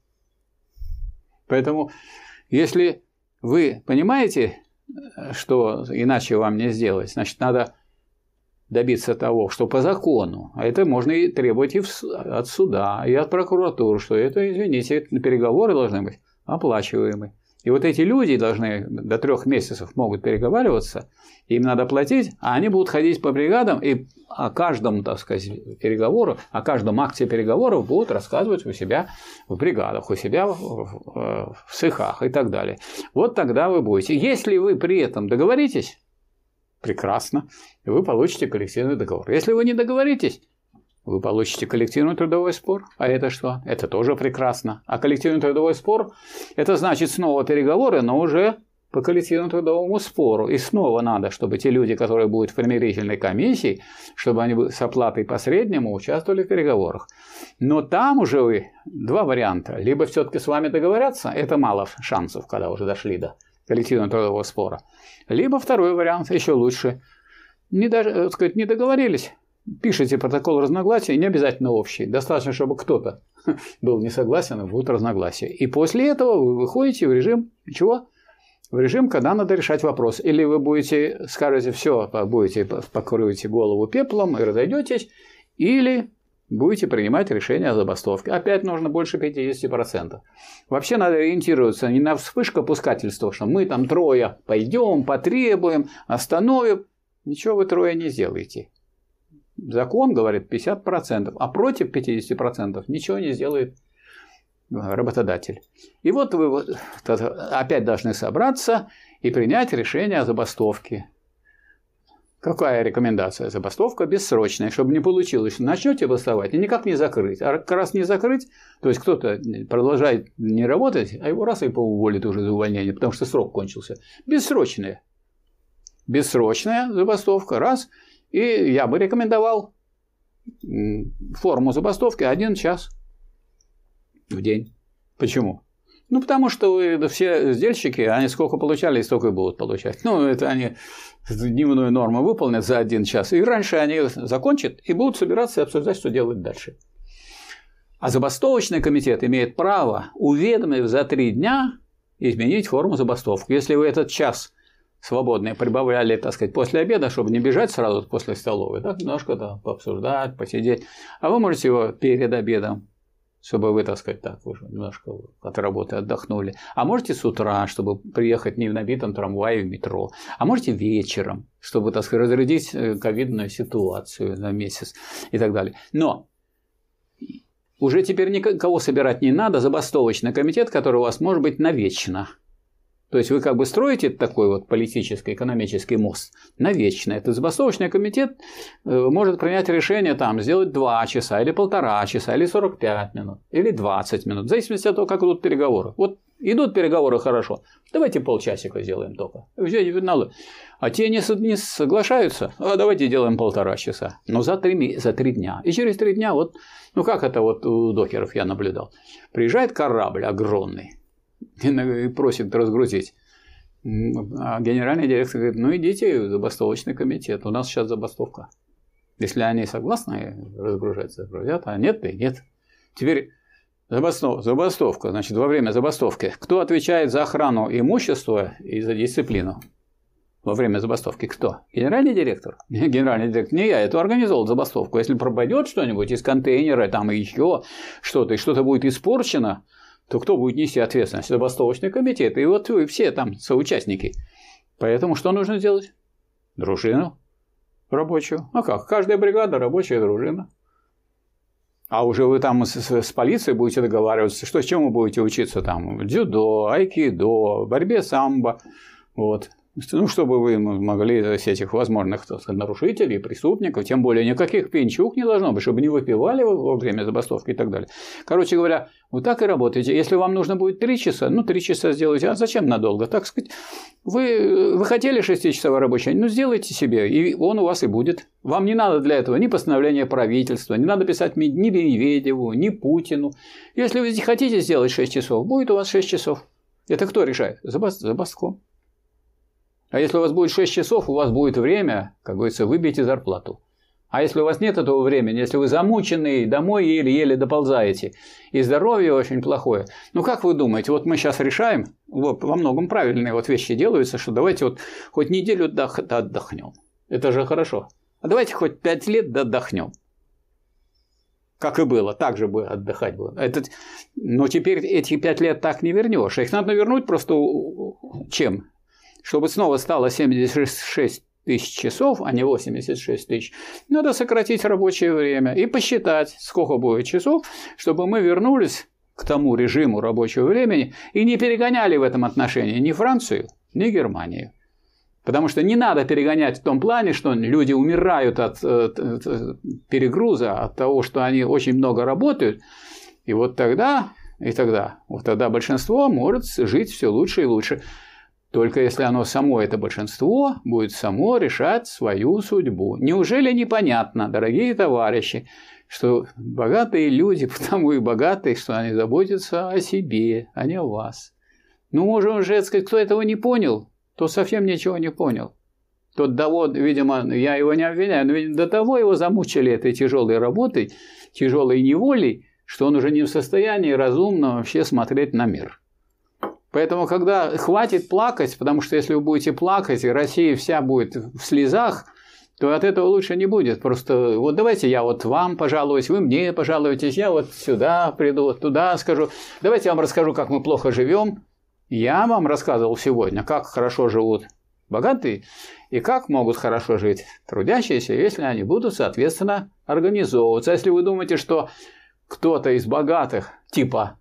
Поэтому, если вы понимаете, что иначе вам не сделать, значит, надо добиться того, что по закону, а это можно и требовать и от суда, и от прокуратуры, что это, извините, переговоры должны быть оплачиваемые. И вот эти люди должны до трех месяцев могут переговариваться, им надо платить, а они будут ходить по бригадам и о каждом, так сказать, переговору, о каждом акте переговоров будут рассказывать у себя в бригадах, у себя в, в, в цехах и так далее. Вот тогда вы будете. Если вы при этом договоритесь, прекрасно, и вы получите коллективный договор. Если вы не договоритесь, вы получите коллективный трудовой спор. А это что? Это тоже прекрасно. А коллективный трудовой спор – это значит снова переговоры, но уже по коллективному трудовому спору. И снова надо, чтобы те люди, которые будут в примирительной комиссии, чтобы они с оплатой по среднему участвовали в переговорах. Но там уже вы два варианта. Либо все-таки с вами договорятся, это мало шансов, когда уже дошли до коллективного трудового спора. Либо второй вариант, еще лучше. Не, даже, так сказать, не договорились. Пишите протокол разногласия, не обязательно общий. Достаточно, чтобы кто-то был не согласен, и будут разногласия. И после этого вы выходите в режим чего? В режим, когда надо решать вопрос. Или вы будете, скажете, все, будете, покроете голову пеплом и разойдетесь, или будете принимать решение о забастовке. Опять нужно больше пятидесяти процентов. Вообще надо ориентироваться не на вспышкопускательство, что мы там трое пойдем, потребуем, остановим. Ничего вы трое не сделаете. Закон говорит пятьдесят процентов, а против пятидесяти процентов ничего не сделает работодатель. И вот вы опять должны собраться и принять решение о забастовке. Какая рекомендация? Забастовка бессрочная, чтобы не получилось, что начнете бастовать и никак не закрыть. А как раз не закрыть, то есть кто-то продолжает не работать, а его раз и поуволит уже за увольнение, потому что срок кончился. Бессрочная. Бессрочная забастовка, раз. И я бы рекомендовал форму забастовки один час в день. Почему? Ну, потому что вы, все сдельщики, они сколько получали, столько и будут получать. Ну, это они дневную норму выполнят за один час. И раньше они закончат и будут собираться и обсуждать, что делать дальше. А забастовочный комитет имеет право, уведомив за три дня, изменить форму забастовки. Если вы этот час свободные прибавляли, так сказать, после обеда, чтобы не бежать сразу после столовой, так, немножко да, пообсуждать, посидеть. А вы можете его перед обедом, чтобы вы, так сказать, так уже немножко от работы отдохнули. А можете с утра, чтобы приехать не в набитом трамвае в метро. А можете вечером, чтобы, так сказать, разрядить ковидную ситуацию на месяц и так далее. Но уже теперь никого собирать не надо. Забастовочный комитет, который у вас может быть навечно. То есть вы как бы строите такой вот политический, экономический мост навечно. Этот забастовочный комитет может принять решение там сделать два часа, или полтора часа, или сорок пять минут, или двадцать минут, в зависимости от того, как идут переговоры. Вот идут переговоры хорошо, давайте полчасика сделаем только. А те не, не соглашаются, а давайте делаем полтора часа. Но за три, за три дня. И через три дня вот, ну как это вот у докеров я наблюдал. Приезжает корабль огромный и просит разгрузить. А генеральный директор говорит, ну идите в забастовочный комитет, у нас сейчас забастовка. Если они согласны разгружать, загрузят, а нет, и нет. Теперь забастов, забастовка, значит, во время забастовки, кто отвечает за охрану имущества и за дисциплину? Во время забастовки кто? Генеральный директор? Генеральный директор. Не я, это организовал забастовку. Если пропадет что-нибудь из контейнера, там еще что-то, и что-то будет испорчено, то кто будет нести ответственность? Забастовочный комитет. И вот вы все там соучастники. Поэтому что нужно сделать? Дружину рабочую. А как? Каждая бригада рабочая дружина. А уже вы там с, с полицией будете договариваться, что с чем вы будете учиться там? Дзюдо, айкидо, борьбе самбо. Вот. Ну, чтобы вы могли из этих возможных, так сказать, нарушителей, преступников, тем более никаких пьянчуг не должно быть, чтобы не выпивали во время забастовки и так далее. Короче говоря, вот так и работаете. Если вам нужно будет три часа, ну, три часа сделайте. А зачем надолго? Так сказать, вы, вы хотели шестичасовой рабочий день, ну, сделайте себе, и он у вас и будет. Вам не надо для этого ни постановления правительства, не надо писать ни Медведеву, ни Путину. Если вы хотите сделать шесть часов, будет у вас шесть часов. Это кто решает? Забастком. А если у вас будет шесть часов, у вас будет время, как говорится, выбейте зарплату. А если у вас нет этого времени, если вы замученный, домой еле-еле доползаете, и здоровье очень плохое, ну как вы думаете, вот мы сейчас решаем, вот, во многом правильные вот вещи делаются, что давайте вот хоть неделю отдох- отдохнем. Это же хорошо. А давайте хоть пять лет отдохнем. Как и было, так же бы отдыхать было. Это, но теперь эти пять лет так не вернешь. Их надо вернуть просто чем? Чтобы снова стало семьдесят шесть тысяч часов, а не восемьдесят шесть тысяч, надо сократить рабочее время и посчитать, сколько будет часов, чтобы мы вернулись к тому режиму рабочего времени и не перегоняли в этом отношении ни Францию, ни Германию. Потому что не надо перегонять в том плане, что люди умирают от, от, от перегруза, от того, что они очень много работают, и вот тогда, и тогда, вот тогда большинство может жить все лучше и лучше. Только если оно само, это большинство, будет само решать свою судьбу. Неужели непонятно, дорогие товарищи, что богатые люди потому и богатые, что они заботятся о себе, а не о вас? Ну, можно уже сказать, кто этого не понял, то совсем ничего не понял. Тот довод, видимо, я его не обвиняю, но видимо, до того его замучили этой тяжелой работой, тяжелой неволей, что он уже не в состоянии разумно вообще смотреть на мир. Поэтому, когда хватит плакать, потому что если вы будете плакать, и Россия вся будет в слезах, то от этого лучше не будет. Просто вот давайте я вот вам пожалуюсь, вы мне пожалуетесь, я вот сюда приду, вот туда скажу. Давайте я вам расскажу, как мы плохо живем. Я вам рассказывал сегодня, как хорошо живут богатые и как могут хорошо жить трудящиеся, если они будут, соответственно, организовываться. Если вы думаете, что кто-то из богатых, типа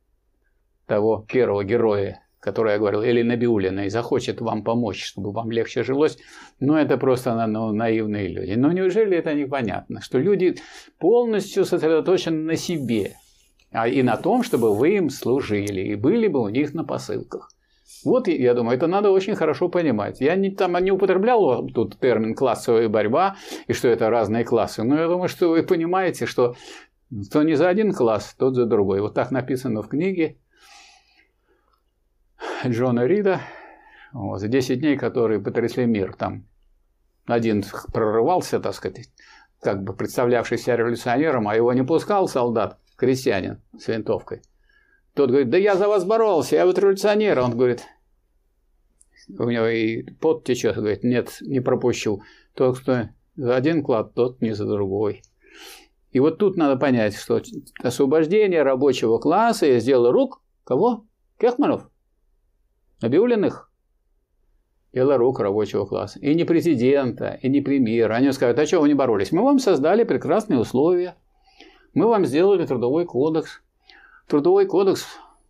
того первого героя, который я говорил, или Набиуллиной, захочет вам помочь, чтобы вам легче жилось, ну, это просто ну, наивные люди. Но неужели это непонятно, что люди полностью сосредоточены на себе, а и на том, чтобы вы им служили, и были бы у них на посылках. Вот, я думаю, это надо очень хорошо понимать. Я не, там, не употреблял тут термин «классовая борьба», и что это разные классы, но я думаю, что вы понимаете, что кто не за один класс, тот за другой. Вот так написано в книге Джона Рида, вот, десять дней, которые потрясли мир. Там один прорывался, так сказать, как бы представлявший себя революционером, а его не пускал солдат, крестьянин с винтовкой. Тот говорит, да я за вас боролся, я вот революционер. Он говорит, у него и пот течет, говорит, нет, не пропущу. Тот, кто за один клад, тот не за другой. И вот тут надо понять, что освобождение рабочего класса из дела рук кого? Кехманов? Набиуллиных? Дело рук рабочего класса. И не президента, и не премьера. Они скажут, а что вы не боролись? Мы вам создали прекрасные условия. Мы вам сделали трудовой кодекс. Трудовой кодекс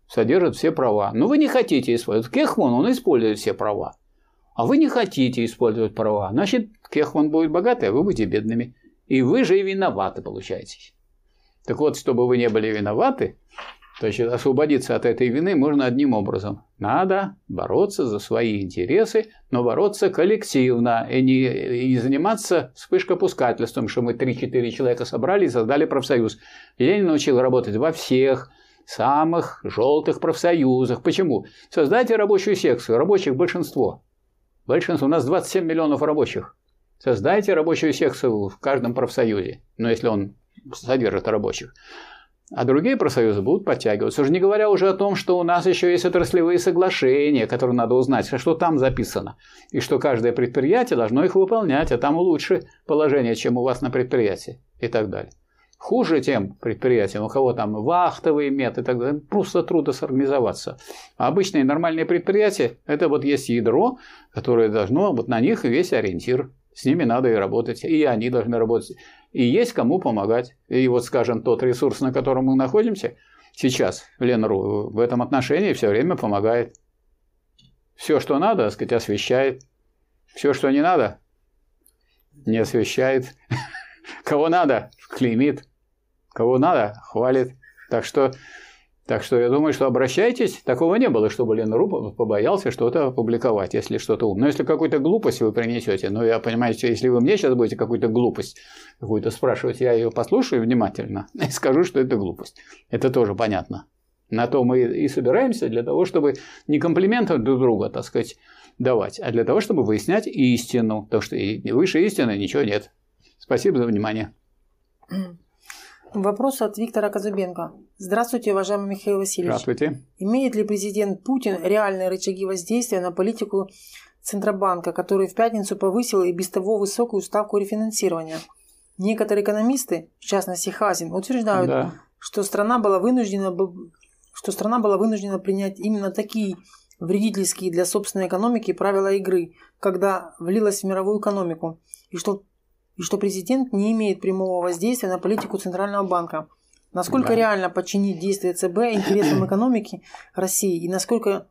содержит все права. Но вы не хотите использовать. Кехман, он использует все права. А вы не хотите использовать права. Значит, Кехман будет богатый, а вы будете бедными. И вы же и виноваты, получаетесь. Так вот, чтобы вы не были виноваты, то есть освободиться от этой вины можно одним образом. Надо бороться за свои интересы, но бороться коллективно. И не, и не заниматься вспышкопускательством, что мы три-четыре человека собрали и создали профсоюз. Ленин научил работать во всех самых желтых профсоюзах. Почему? Создайте рабочую секцию. Рабочих большинство. Большинство. У нас двадцать семь миллионов рабочих. Создайте рабочую секцию в каждом профсоюзе. Но если он содержит рабочих. А другие профсоюзы будут подтягиваться. Уже не говоря уже о том, что у нас еще есть отраслевые соглашения, которые надо узнать, что там записано. И что каждое предприятие должно их выполнять, а там лучше положение, чем у вас на предприятии. И так далее. Хуже тем предприятиям, у кого там вахтовые методы и так далее, просто трудно сорганизоваться. А обычные нормальные предприятия, это вот есть ядро, которое должно, вот на них весь ориентир. С ними надо и работать, и они должны работать. И есть кому помогать. И вот, скажем, тот ресурс, на котором мы находимся сейчас, Ленру, в этом отношении все время помогает. Все, что надо, так сказать, освещает. Все, что не надо, не освещает. Кого надо, клеймит. Кого надо, хвалит. Так что, так что я думаю, что обращайтесь. Такого не было, чтобы Ленру побоялся что-то опубликовать, если что-то умное. Но если какую-то глупость вы принесете, ну, я понимаю, что если вы мне сейчас будете какую-то глупость какую-то спрашивать, я ее послушаю внимательно и скажу, что это глупость. Это тоже понятно. На то мы и собираемся, для того, чтобы не комплименты друг друга, так сказать, давать, а для того, чтобы выяснять истину. Потому что выше истины ничего нет. Спасибо за внимание. Вопрос от Виктора Казубенко. Здравствуйте, уважаемый Михаил Васильевич. Здравствуйте. Имеет ли президент Путин реальные рычаги воздействия на политику Центробанка, который в пятницу повысил и без того высокую ставку рефинансирования? Некоторые экономисты, в частности Хазин, утверждают, да. что, страна была вынуждена, что страна была вынуждена принять именно такие вредительские для собственной экономики правила игры, когда влилась в мировую экономику, и что и что президент не имеет прямого воздействия на политику Центрального банка. Насколько да. реально подчинить действия ЦБ интересам экономики России и насколько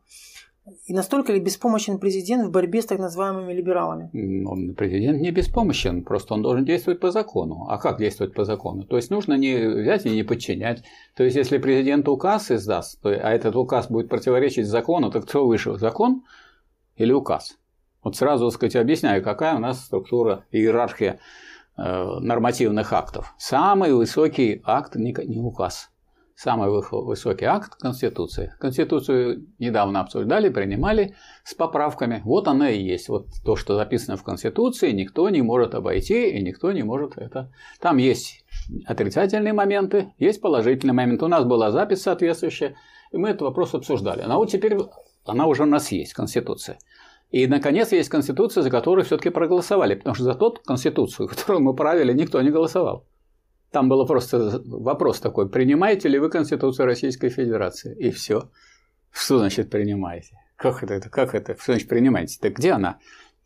и настолько ли беспомощен президент в борьбе с так называемыми либералами? Он, президент не беспомощен, просто он должен действовать по закону. А как действовать по закону? То есть нужно не взять и не подчинять. То есть если президент указ издаст, то, а этот указ будет противоречить закону, так кто выше, закон или указ? Вот сразу, так сказать, объясняю, какая у нас структура, иерархия э, нормативных актов. Самый высокий акт не, не указ. Самый высокий акт – Конституция. Конституцию недавно обсуждали, принимали с поправками. Вот она и есть. Вот то, что записано в Конституции, никто не может обойти, и никто не может это. Там есть отрицательные моменты, есть положительные моменты. У нас была запись соответствующая, и мы этот вопрос обсуждали. А вот теперь она уже у нас есть, Конституция. И, наконец, есть Конституция, за которую все-таки проголосовали, потому что за тот Конституцию, которую мы правили, никто не голосовал. Там был просто вопрос такой, принимаете ли вы Конституцию Российской Федерации? И все. Что значит принимаете? Как это? Как это? Что значит принимаете? Так где она?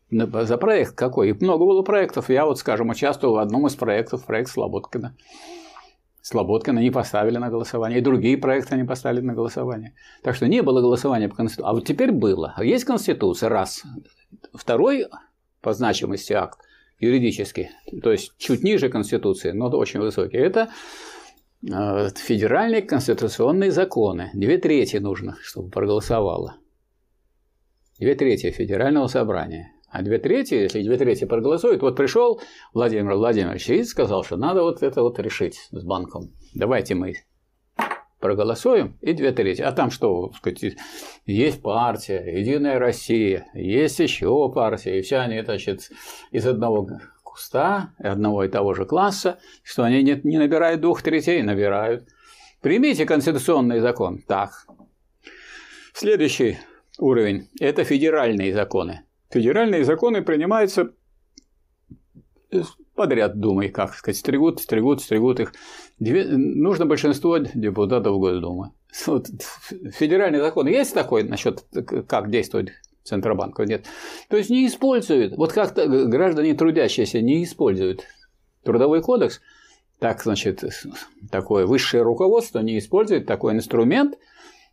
За проект какой? И много было проектов. Я вот, скажем, участвовал в одном из проектов, проект Слободкина. Слободкина не поставили на голосование, и другие проекты не поставили на голосование. Так что не было голосования по Конституции. А вот теперь было. Есть Конституция, раз. Второй по значимости акт юридический, то есть чуть ниже Конституции, но очень высокий, это федеральные конституционные законы. Две трети нужно, чтобы проголосовало. Две трети федерального собрания. А две трети, если две трети проголосуют, вот пришел Владимир Владимирович и сказал, что надо вот это вот решить с банком. Давайте мы проголосуем, и две трети. А там что, сказать, есть партия, Единая Россия, есть еще партия, и все они, значит, из одного куста, одного и того же класса, что они не, не набирают двух третей, набирают. Примите конституционный закон. Так. Следующий уровень – это федеральные законы. Федеральные законы принимаются подряд, думай, как сказать, стригут, стригут, стригут их. Нужно большинство депутатов Госдумы. Вот, федеральный закон есть такой насчет, как действует Центробанк? Нет. То есть не используют. Вот как граждане трудящиеся не используют Трудовой кодекс, так, значит, такое высшее руководство не использует такой инструмент,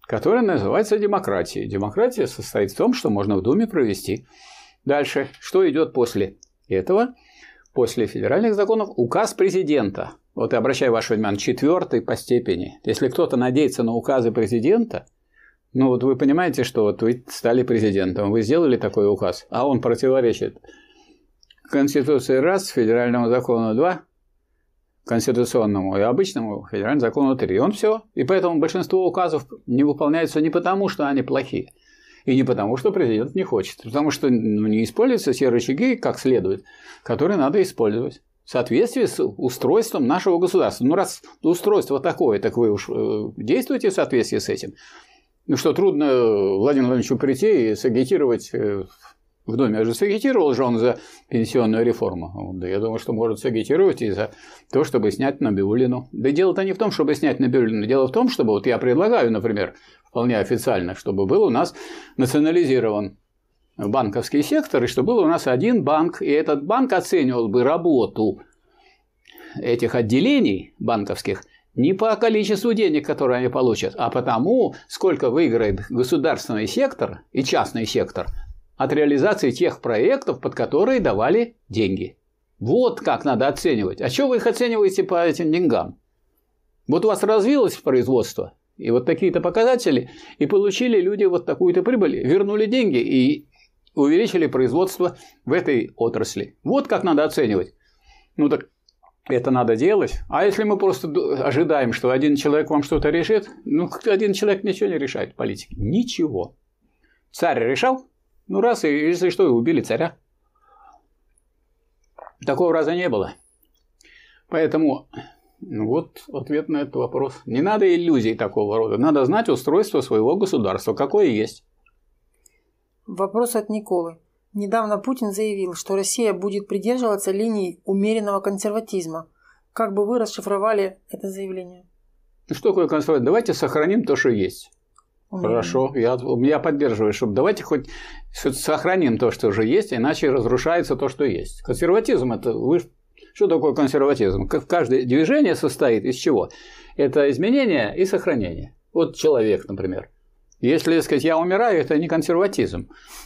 которая называется демократией. Демократия состоит в том, что можно в Думе провести. Дальше, что идет после этого? После федеральных законов указ президента. Вот я обращаю ваше внимание, четвертый по степени. Если кто-то надеется на указы президента, ну вот вы понимаете, что вот вы стали президентом, вы сделали такой указ, а он противоречит Конституции раз, федеральному закону два, конституционному и обычному федеральному закону три. И он все. И поэтому большинство указов не выполняется не потому, что они плохие, и не потому, что президент не хочет, потому что ну, не используются те рычаги, как следует, которые надо использовать в соответствии с устройством нашего государства. Ну, раз устройство такое, так вы уж действуете в соответствии с этим. Ну что, трудно Владимиру Владимировичу прийти и сагитировать в Думе. Я же сагитировал же он за пенсионную реформу. Да я думаю, что может сагитировать и за то, чтобы снять Набиуллину. Да дело-то не в том, чтобы снять Набиуллину. Дело в том, чтобы вот я предлагаю, например, вполне официально, чтобы был у нас национализирован банковский сектор, и чтобы был у нас один банк, и этот банк оценивал бы работу этих отделений банковских не по количеству денег, которые они получат, а по тому, сколько выиграет государственный сектор и частный сектор от реализации тех проектов, под которые давали деньги. Вот как надо оценивать. А что вы их оцениваете по этим деньгам? Вот у вас развилось производство, и вот такие-то показатели, и получили люди вот такую-то прибыль, вернули деньги и увеличили производство в этой отрасли. Вот как надо оценивать. Ну так это надо делать. А если мы просто ожидаем, что один человек вам что-то решит, ну один человек ничего не решает в политике. Ничего. Царь решал? Ну раз, и если что, и убили царя. Такого раза не было. Поэтому ну, вот ответ на этот вопрос. Не надо иллюзий такого рода. Надо знать устройство своего государства, какое есть. Вопрос от Николы. Недавно Путин заявил, что Россия будет придерживаться линии умеренного консерватизма. Как бы вы расшифровали это заявление? Что такое консерватизм? Давайте сохраним то, что есть. Умеренно. Хорошо, я, я поддерживаю, чтобы давайте хоть сохраним то, что уже есть, иначе разрушается то, что есть. Консерватизм – это вы... Что такое консерватизм? Каждое движение состоит из чего? Это изменение и сохранение. Вот человек, например. Если, так сказать, я умираю, это не консерватизм.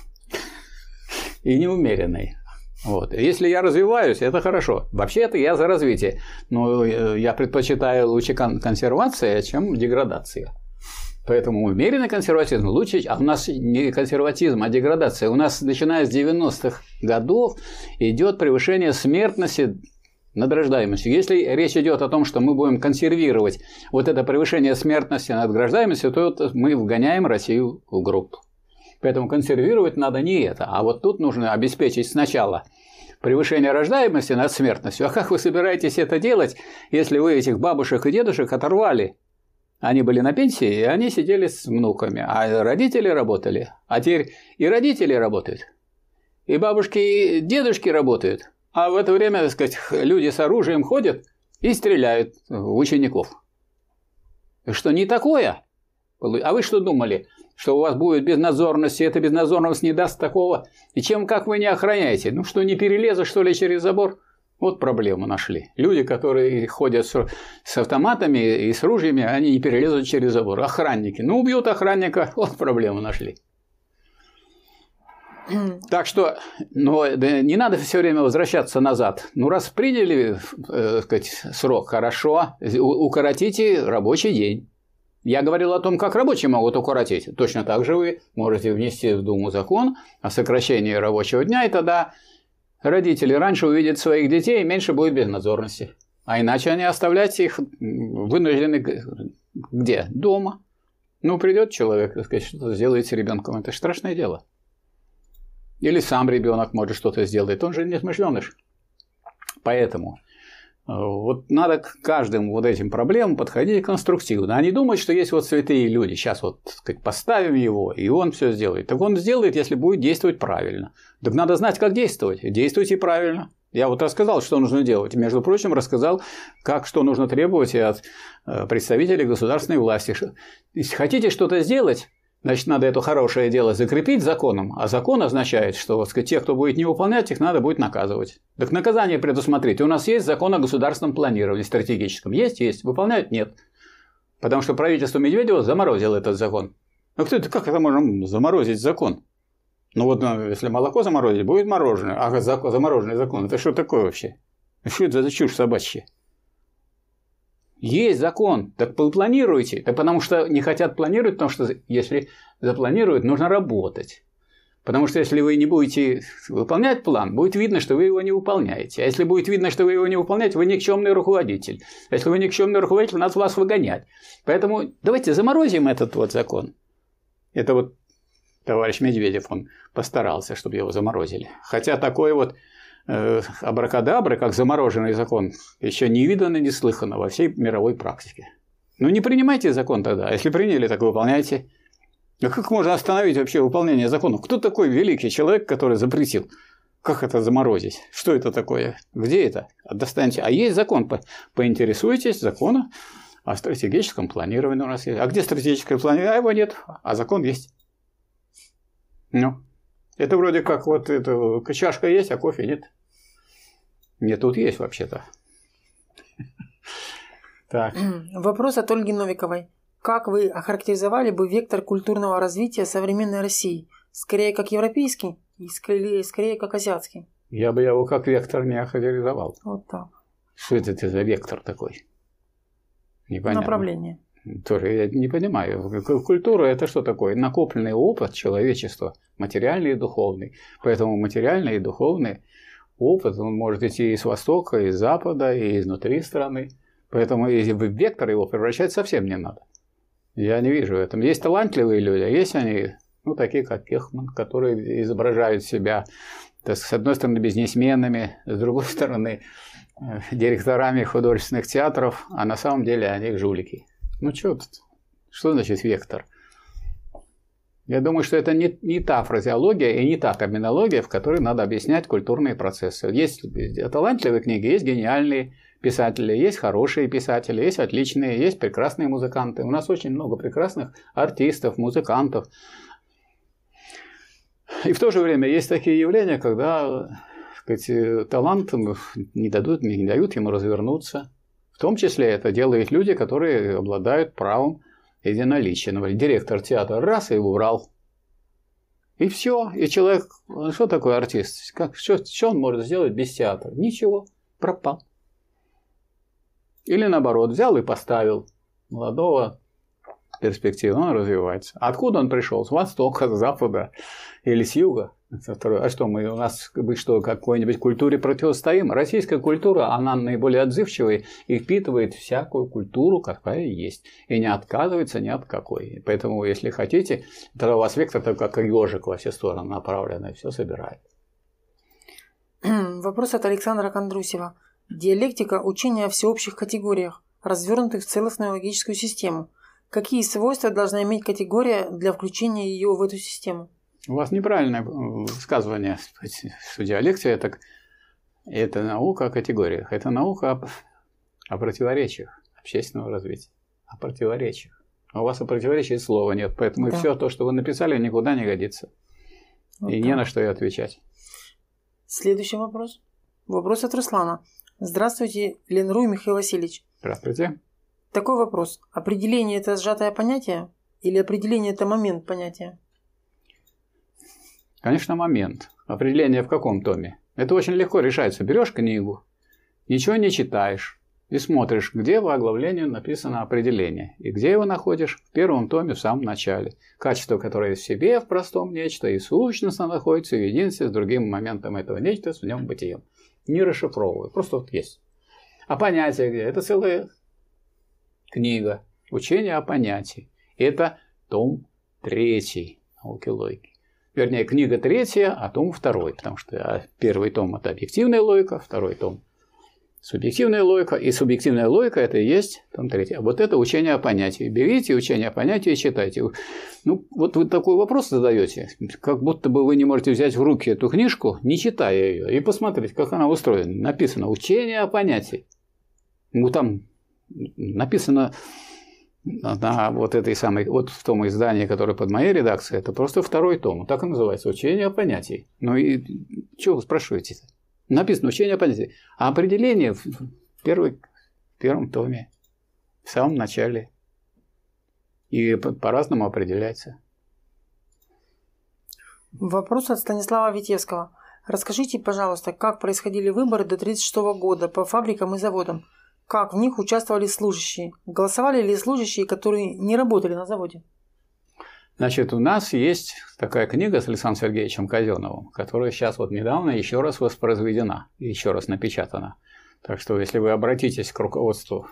И не умеренный. Вот. Если я развиваюсь, это хорошо. Вообще-то я за развитие. Но я предпочитаю лучше консервация, чем деградация. Поэтому умеренный консерватизм лучше. А у нас не консерватизм, а деградация. У нас, начиная с девяностых годов, идет превышение смертности над рождаемостью. Если речь идет о том, что мы будем консервировать вот это превышение смертности над рождаемостью, то мы вгоняем Россию в гроб. Поэтому консервировать надо не это, а вот тут нужно обеспечить сначала превышение рождаемости над смертностью. А как вы собираетесь это делать, если вы этих бабушек и дедушек оторвали? Они были на пенсии, и они сидели с внуками, а родители работали. А теперь и родители работают, и бабушки, и дедушки работают. А в это время, так сказать, люди с оружием ходят и стреляют в учеников. Что не такое? А вы что думали? Что у вас будет безнадзорность, и эта безнадзорность не даст такого? И чем, как вы не охраняете? Ну что, не перелезу, что ли, через забор? Вот проблему нашли. Люди, которые ходят с, с автоматами и с ружьями, они не перелезут через забор. Охранники. Ну, убьют охранника, вот проблему нашли. Так что, ну, не надо все время возвращаться назад. Ну, раз приняли, э, сказать, срок, хорошо, укоротите рабочий день. Я говорил о том, как рабочие могут укоротить. Точно так же вы можете внести в Думу закон о сокращении рабочего дня, и тогда родители раньше увидят своих детей, и меньше будет безнадзорности. А иначе они оставлять их вынуждены где? Дома. Ну, придет человек, так сказать, что-то сделает с ребенком. Это страшное дело. Или сам ребенок может что-то сделать. Он же не смышленыш. Поэтому вот надо к каждым вот этим проблемам подходить конструктивно, а не думать, что есть вот святые люди. Сейчас вот, так сказать, поставим его, и он все сделает. Так он сделает, если будет действовать правильно. Так надо знать, как действовать. Действуйте правильно. Я вот рассказал, что нужно делать. Между прочим, рассказал, как, что нужно требовать от представителей государственной власти. Если хотите что-то сделать, значит, надо это хорошее дело закрепить законом, а закон означает, что, так сказать, те, кто будет не выполнять, их надо будет наказывать. Так наказание предусмотрите. У нас есть закон о государственном планировании стратегическом. Есть? Есть. Выполняют? Нет. Потому что правительство Медведева заморозило этот закон. Ну кто это, как это можно заморозить закон? Ну вот, если молоко заморозить, будет мороженое. А замороженный закон, это что такое вообще? Что это за чушь собачья? Есть закон, так планируйте. Так потому что не хотят планировать, потому что если запланируют, нужно работать. Потому что если вы не будете выполнять план, будет видно, что вы его не выполняете. А если будет видно, что вы его не выполняете, вы никчемный руководитель. А если вы никчемный руководитель, надо вас выгонять. Поэтому давайте заморозим этот вот закон. Это вот товарищ Медведев, он постарался, чтобы его заморозили. Хотя такой вот э, абракадабры, как замороженный закон, еще не видано, не слыхано во всей мировой практике. Ну не принимайте закон тогда. А если приняли, так выполняйте. А как можно остановить вообще выполнение законов? Кто такой великий человек, который запретил? Как это заморозить? Что это такое? Где это? Достаньте. А есть закон. Поинтересуйтесь законом о стратегическом планировании у нас есть. А где стратегическое планирование? А его нет. А закон есть. Ну, это вроде как вот это, чашка есть, а кофе нет. Нет, тут есть вообще-то. Так. Вопрос от Ольги Новиковой. Как вы охарактеризовали бы вектор культурного развития современной России? Скорее как европейский и скорее, скорее как азиатский? Я бы его как вектор не охарактеризовал. Вот так. Что это за вектор такой? Непонятно. Направление. Тоже я не понимаю. Культура – это что такое? Накопленный опыт человечества, материальный и духовный. Поэтому материальный и духовный опыт, он может идти и с востока, и с запада, и изнутри страны. Поэтому в вектор его превращать совсем не надо. Я не вижу в этом. Есть талантливые люди, а есть они, ну, такие как Кехман, которые изображают себя, так, с одной стороны, бизнесменами, с другой стороны, директорами художественных театров, а на самом деле они жулики. Ну, что тут? Что значит вектор? Я думаю, что это не, не та фразеология и не та терминология, в которой надо объяснять культурные процессы. Есть талантливые книги, есть гениальные писатели, есть хорошие писатели, есть отличные, есть прекрасные музыканты. У нас очень много прекрасных артистов, музыкантов. И в то же время есть такие явления, когда, так сказать, талант не дадут, не дают ему развернуться. В том числе это делают люди, которые обладают правом единоличия. Например, директор театра раз и убрал. И все. И человек, что такое артист? Как, что, что он может сделать без театра? Ничего. Пропал. Или наоборот, взял и поставил молодого перспективы, он развивается. Откуда он пришел? С востока, с запада или с юга? А что, мы у нас мы что, какой-нибудь культуре противостоим? Российская культура, она наиболее отзывчивая и впитывает всякую культуру, какая есть. И не отказывается ни от какой. Поэтому, если хотите, тогда у вас вектор такой, как ежик во все стороны направленный, все собирает. Вопрос от Александра Кондрусева. Диалектика – учение о всеобщих категориях, развернутых в целостную логическую систему. Какие свойства должна иметь категория для включения ее в эту систему? У вас неправильное высказывание, что диалектика это, – это наука о категориях. Это наука о, о противоречиях общественного развития. О противоречиях. А у вас о противоречии слова нет, поэтому да. Все то, что вы написали, никуда не годится. Вот и так. Не на что и отвечать. Следующий вопрос. Вопрос от Руслана. Здравствуйте, Ленруй Михаил Васильевич. Здравствуйте. Такой вопрос. Определение – это сжатое понятие или определение – это момент понятия? Конечно, момент. Определение в каком томе? Это очень легко решается. Берешь книгу, ничего не читаешь и смотришь, где в оглавлении написано определение. И где его находишь? В первом томе, в самом начале. Качество, которое в себе, в простом нечто, и сущностно находится в единстве с другим моментом этого нечто, с в нем бытием. Не расшифровываю, просто вот есть. А понятие где? Это целая книга. Учение о понятии. Это том третий науки логики. Вернее, книга третья, а том второй. Потому что первый том – это объективная логика, второй том – субъективная логика. И субъективная логика – это и есть том третий. А вот это учение о понятии. Берите учение о понятии и читайте. Ну, вот вы такой вопрос задаете, как будто бы вы не можете взять в руки эту книжку, не читая ее, и посмотреть, как она устроена. Написано «Учение о понятии». Ну, там написано на вот этой самой, вот в том издании, которое под моей редакцией, это просто второй том. Так и называется «Учение о понятии». Ну и чего вы спрашиваете-то? Написано «Учение о понятии». А определение в, первой, в первом томе, в самом начале. И по-разному определяется. Вопрос от Станислава Витевского. Расскажите, пожалуйста, как происходили выборы до тридцать шестого года по фабрикам и заводам? Как в них участвовали служащие? Голосовали ли служащие, которые не работали на заводе? Значит, у нас есть такая книга с Александром Сергеевичем Казеновым, которая сейчас вот недавно еще раз воспроизведена, еще раз напечатана. Так что, если вы обратитесь к руководству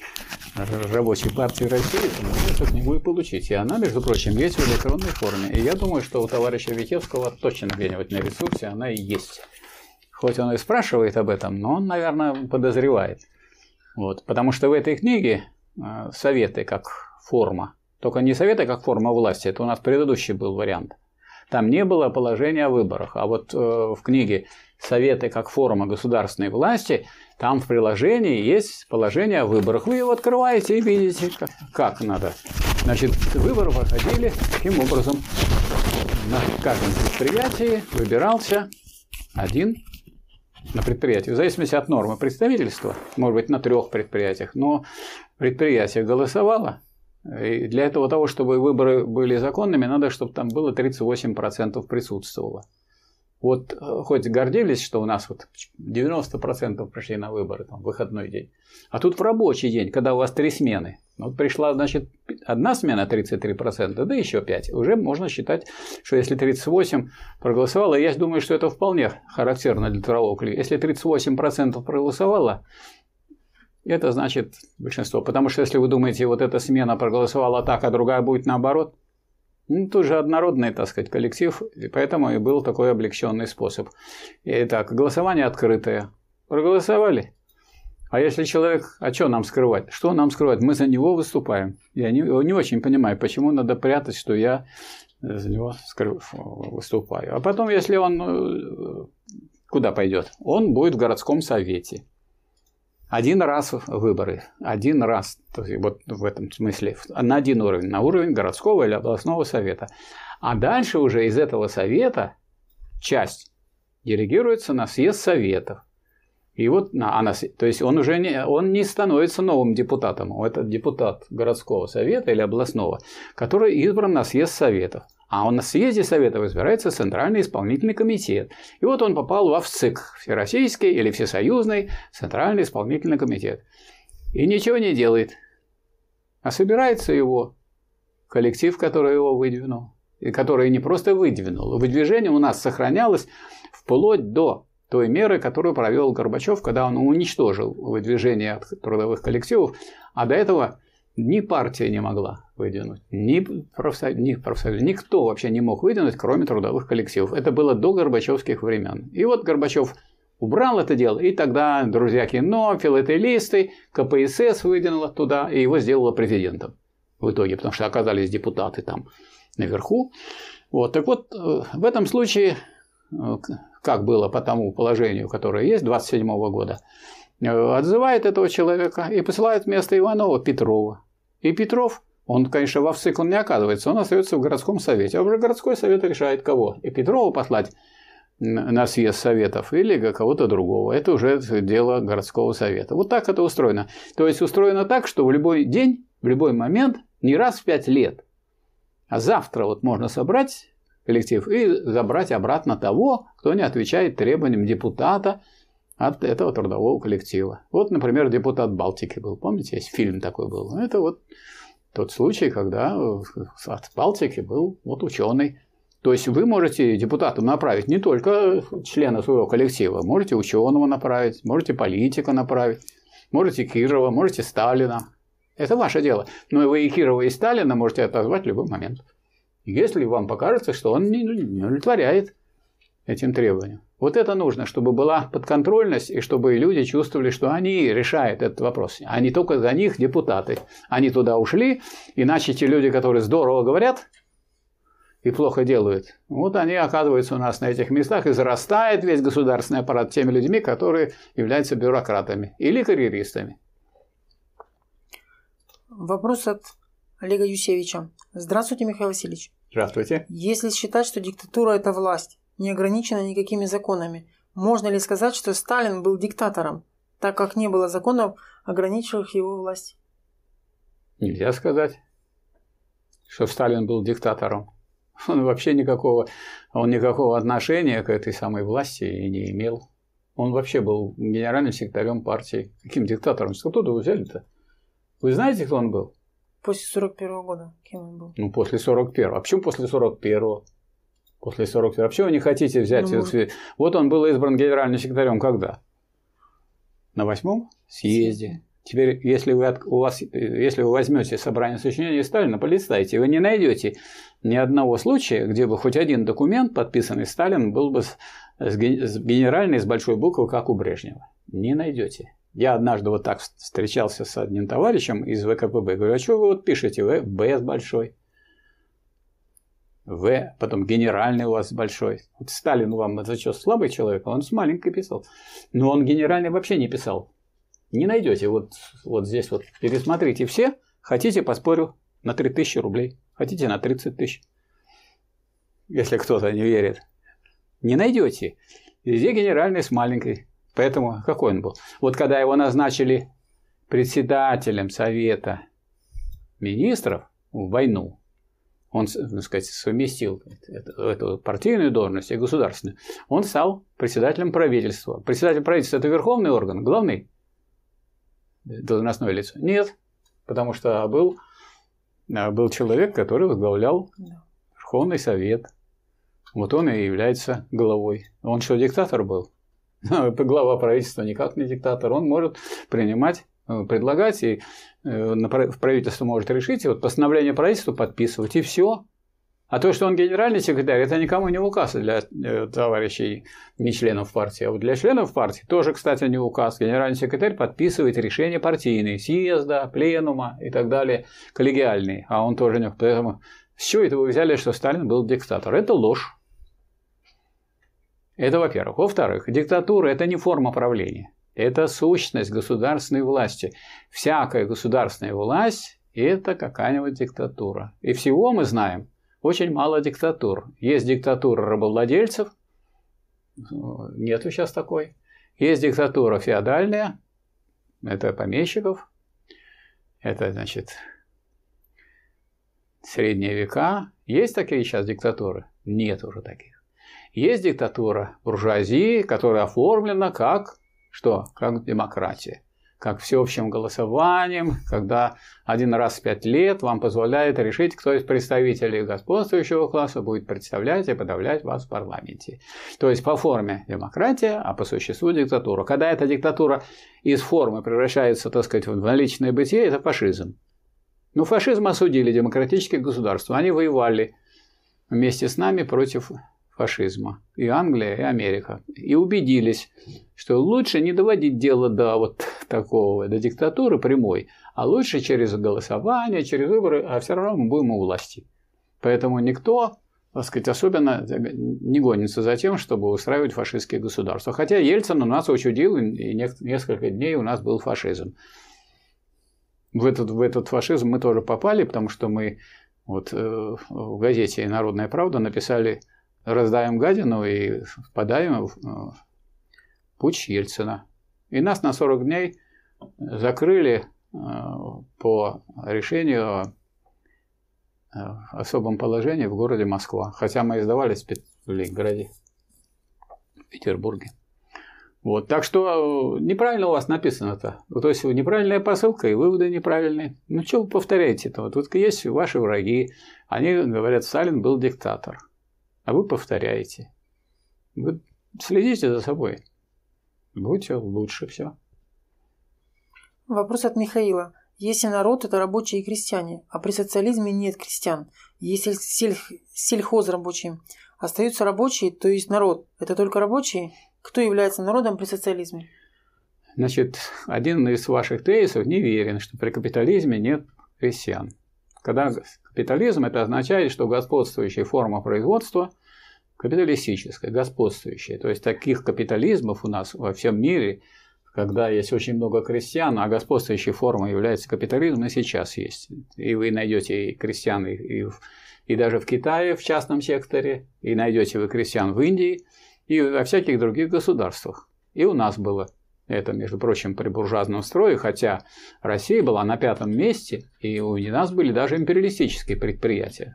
Рабочей партии России, то можете эту книгу и получить. И она, между прочим, есть в электронной форме. И я думаю, что у товарища Витевского точно где-нибудь на ресурсе она и есть. Хоть он и спрашивает об этом, но он, наверное, подозревает. Вот. Потому что в этой книге советы как форма, только не советы как форма власти, это у нас предыдущий был вариант. Там не было положения о выборах. А вот э, в книге «Советы как форма государственной власти» там в приложении есть положение о выборах. Вы его открываете и видите, как, как надо. Значит, выборы проходили таким образом. На каждом предприятии выбирался один на предприятии. В зависимости от нормы представительства, может быть, на трех предприятиях, но предприятие голосовало. И для этого того, чтобы выборы были законными, надо, чтобы там было тридцать восемь процентов присутствовало. Вот хоть гордились, что у нас вот девяносто процентов пришли на выборы, там, в выходной день. А тут в рабочий день, когда у вас три смены. Вот пришла, значит, одна смена тридцать три процента, да еще пять. Уже можно считать, что если тридцать восемь процентов проголосовало, я думаю, что это вполне характерно для трудового коллектива. Если тридцать восемь процентов проголосовало, это значит большинство. Потому что если вы думаете, вот эта смена проголосовала так, а другая будет наоборот, ну, тут же однородный, так сказать, коллектив, и поэтому и был такой облегченный способ. Итак, голосование открытое. Проголосовали. А если человек, а что нам скрывать? Что нам скрывать? Мы за него выступаем. Я не, не очень понимаю, почему надо прятать, что я за него выступаю. А потом, если он куда пойдет? Он будет в городском совете. Один раз выборы, один раз, то есть вот в этом смысле, на один уровень, на уровень городского или областного совета. А дальше уже из этого совета часть делегируется на съезд советов. И вот, а на, то есть он уже не, он не становится новым депутатом, это депутат городского совета или областного, который избран на съезд советов. А он на съезде советов избирается Центральный исполнительный комитет. И вот он попал во ВЦИК, Всероссийский или Всесоюзный Центральный исполнительный комитет. И ничего не делает. А собирается его коллектив, который его выдвинул. И который не просто выдвинул. Выдвижение у нас сохранялось вплоть до той меры, которую провел Горбачев, когда он уничтожил выдвижение от трудовых коллективов. А до этого ни партия не могла выдвинуть, ни профсоюз, ни профсоюз, никто вообще не мог выдвинуть, кроме трудовых коллективов. Это было до горбачевских времен. И вот Горбачев убрал это дело, и тогда друзья кино, филателисты, ка пэ эс эс выдвинула туда, и его сделала президентом в итоге, потому что оказались депутаты там наверху. Вот, так вот, в этом случае, как было по тому положению, которое есть, двадцать седьмого года, отзывает этого человека и посылает вместо Иванова Петрова. И Петров, он, конечно, во ВЦИК он не оказывается, он остается в городском совете. А уже городской совет решает кого? И Петрова послать на съезд советов или кого-то другого. Это уже дело городского совета. Вот так это устроено. То есть устроено так, что в любой день, в любой момент, не раз в пять лет, а завтра вот можно собрать коллектив и забрать обратно того, кто не отвечает требованиям депутата от этого трудового коллектива. Вот, например, депутат Балтики был. Помните, есть фильм такой был. Это вот тот случай, когда от Балтики был вот ученый. То есть вы можете депутатам направить не только члена своего коллектива, можете ученого направить, можете политика направить, можете Кирова, можете Сталина. Это ваше дело. Но вы и Кирова, и Сталина можете отозвать в любой момент. Если вам покажется, что он не удовлетворяет этим требованиям. Вот это нужно, чтобы была подконтрольность, и чтобы люди чувствовали, что они решают этот вопрос. А не только за них депутаты. Они туда ушли, иначе те люди, которые здорово говорят и плохо делают, вот они оказываются у нас на этих местах, и зарастает весь государственный аппарат теми людьми, которые являются бюрократами или карьеристами. Вопрос от Олега Юсевича. Здравствуйте, Михаил Васильевич. Здравствуйте. Если считать, что диктатура – это власть, не ограничена никакими законами, можно ли сказать, что Сталин был диктатором, так как не было законов, ограничивших его власть? Нельзя сказать. что Сталин был диктатором. Он вообще никакого, он никакого отношения к этой самой власти и не имел. Он вообще был генеральным секретарем партии. Каким диктатором? Откуда вы взяли-то? Вы знаете, кто он был? После сорок первого года кем он был? Ну, после сорок первого. А почему после сорок первого? После сорок первого. А почему вы не хотите взять... Ну, может... Вот он был избран генеральным секретарем когда? На восьмом съезде. Теперь, если вы, у вас, если вы возьмете собрание сочинений Сталина, полистайте, вы не найдете ни одного случая, где бы хоть один документ, подписанный Сталином, был бы с, с генеральной с большой буквы, как у Брежнева. Не найдете. Я однажды вот так встречался с одним товарищем из ВКПБ. Говорю, а что вы вот пишете? В, Б с большой. В, потом генеральный у вас большой. Вот Сталин вам, это что, слабый человек? Он с маленькой писал. Но он генеральный вообще не писал. Не найдете. Вот, вот здесь вот пересмотрите все. Хотите, поспорю, на три тысячи рублей. Хотите, на тридцать тысяч. Если кто-то не верит. Не найдете. Везде генеральный с маленькой. Поэтому какой он был? Вот когда его назначили председателем Совета Министров в войну, он, так сказать, совместил эту, эту партийную должность и государственную, он стал председателем правительства. Председатель правительства – это верховный орган, главный должностное лицо? Нет, потому что был, был человек, который возглавлял Верховный Совет. Вот он и является главой. Он что, диктатор был? Глава правительства никак не диктатор. Он может принимать, предлагать, и в правительство может решить, и вот постановление правительства подписывать, и все. А то, что он генеральный секретарь, это никому не указ для товарищей, не членов партии. А вот для членов партии тоже, кстати, не указ. Генеральный секретарь подписывает решения партийные, съезда, пленума и так далее, коллегиальные. А он тоже не... Поэтому с чего это вы взяли, что Сталин был диктатор? Это ложь. Это во-первых. Во-вторых, диктатура – это не форма правления. Это сущность государственной власти. Всякая государственная власть – это какая-нибудь диктатура. И всего мы знаем очень мало диктатур. Есть диктатура рабовладельцев, нету сейчас такой. Есть диктатура феодальная, это помещиков, это, значит, средние века. Есть такие сейчас диктатуры? Нет уже таких. Есть диктатура буржуазии, которая оформлена как, что? Как демократия. Как всеобщим голосованием, когда один раз в пять лет вам позволяет решить, кто из представителей господствующего класса будет представлять и подавлять вас в парламенте. То есть по форме демократия, а по существу диктатура. Когда эта диктатура из формы превращается, так сказать, в наличное бытие, это фашизм. Ну, фашизм осудили демократические государства. Они воевали вместе с нами против фашизма. И Англия, и Америка. И убедились, что лучше не доводить дело до вот такого, до диктатуры прямой, а лучше через голосование, через выборы, а все равно мы будем у власти. Поэтому никто, так сказать, особенно не гонится за тем, чтобы устраивать фашистские государства. Хотя Ельцин у нас учудил, и несколько дней у нас был фашизм. В этот, в этот фашизм мы тоже попали, потому что мы вот, э, в газете «Народная правда» написали «Раздаем гадину и впадаем в путч Ельцина». И нас на сорок дней закрыли по решению о особом положении в городе Москва. Хотя мы издавались в Ленинграде, в Петербурге. Вот. Так что неправильно у вас написано-то. То есть неправильная посылка и выводы неправильные. Ну что вы повторяете-то? Вот тут есть ваши враги. Они говорят, Сталин был диктатор. А вы повторяете. Вы следите за собой. Будьте лучше, все. Вопрос от Михаила. Если народ – это рабочие и крестьяне, а при социализме нет крестьян, если сель... сельхозрабочие остаются рабочие, то есть народ – это только рабочие? Кто является народом при социализме? Значит, один из ваших тезисов неверен, что при капитализме нет крестьян. Когда капитализм, это означает, что господствующая форма производства капиталистическая, господствующая. То есть таких капитализмов у нас во всем мире, когда есть очень много крестьян, а господствующей формой является капитализм, и сейчас есть. И вы найдете и крестьян, и, и, и даже в Китае, в частном секторе, и найдете вы крестьян в Индии, и во всяких других государствах. И у нас было Это, между прочим, при буржуазном строе, хотя Россия была на пятом месте, и у нас были даже империалистические предприятия.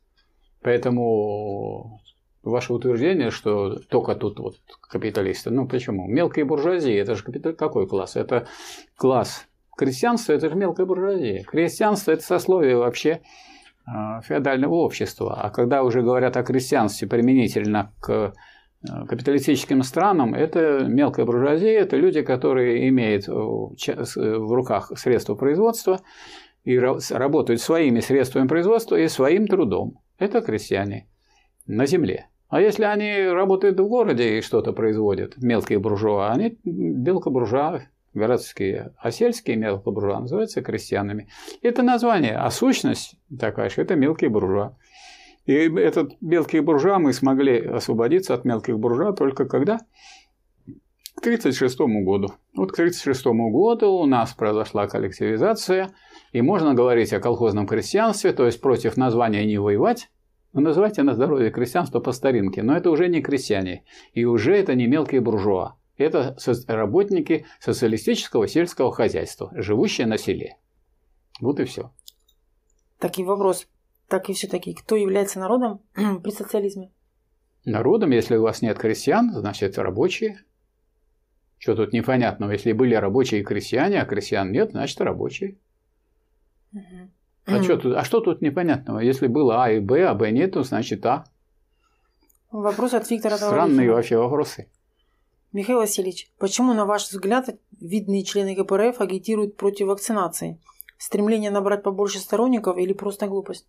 Поэтому ваше утверждение, что только тут вот капиталисты, ну почему? Мелкая буржуазия, это же капитал... какой класс? Это класс крестьянства, это же мелкая буржуазия. Крестьянство – это сословие вообще феодального общества. А когда уже говорят о крестьянстве применительно к капиталистическим странам, это мелкая буржуазия, это люди, которые имеют в руках средства производства и работают своими средствами производства и своим трудом. Это крестьяне на земле. А если они работают в городе и что-то производят, мелкие буржуа, они мелкобуржуа, городские, а сельские мелкобуржуа называются крестьянами. Это название, а сущность такая же, это мелкие буржуа. И этот мелкие буржуа мы смогли освободиться от мелких буржуа только когда? К тридцать шестому году. Вот к тридцать шестому году у нас произошла коллективизация, и можно говорить о колхозном крестьянстве, то есть против названия не воевать, но называйте на здоровье крестьянство по старинке. Но это уже не крестьяне, и уже это не мелкие буржуа. Это работники социалистического сельского хозяйства, живущие на селе. Вот и все. Такой вопрос. Так и все-таки, кто является народом при социализме? Народом, если у вас нет крестьян, значит рабочие. Что тут непонятного? Если были рабочие и крестьяне, а крестьян нет, значит рабочие. Угу. А, что тут, а что тут непонятного? Если было А и Б, а Б нет, то значит А. Вопрос от Виктора. Странные вообще вопросы. Михаил Васильевич, почему, на ваш взгляд, видные члены ка пэ эр эф агитируют против вакцинации? Стремление набрать побольше сторонников или просто глупость?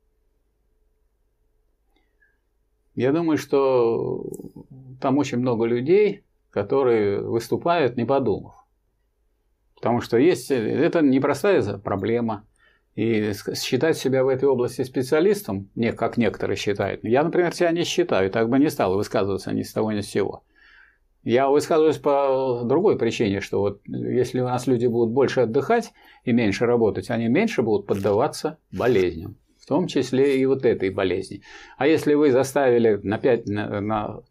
Я думаю, что там очень много людей, которые выступают, не подумав. Потому что есть, это непростая проблема. И считать себя в этой области специалистом, не как некоторые считают. Я, например, себя не считаю, так бы не стал высказываться ни с того ни с сего. Я высказываюсь по другой причине, что вот если у нас люди будут больше отдыхать и меньше работать, они меньше будут поддаваться болезням, в том числе и вот этой болезни. А если вы заставили на, пять, на, на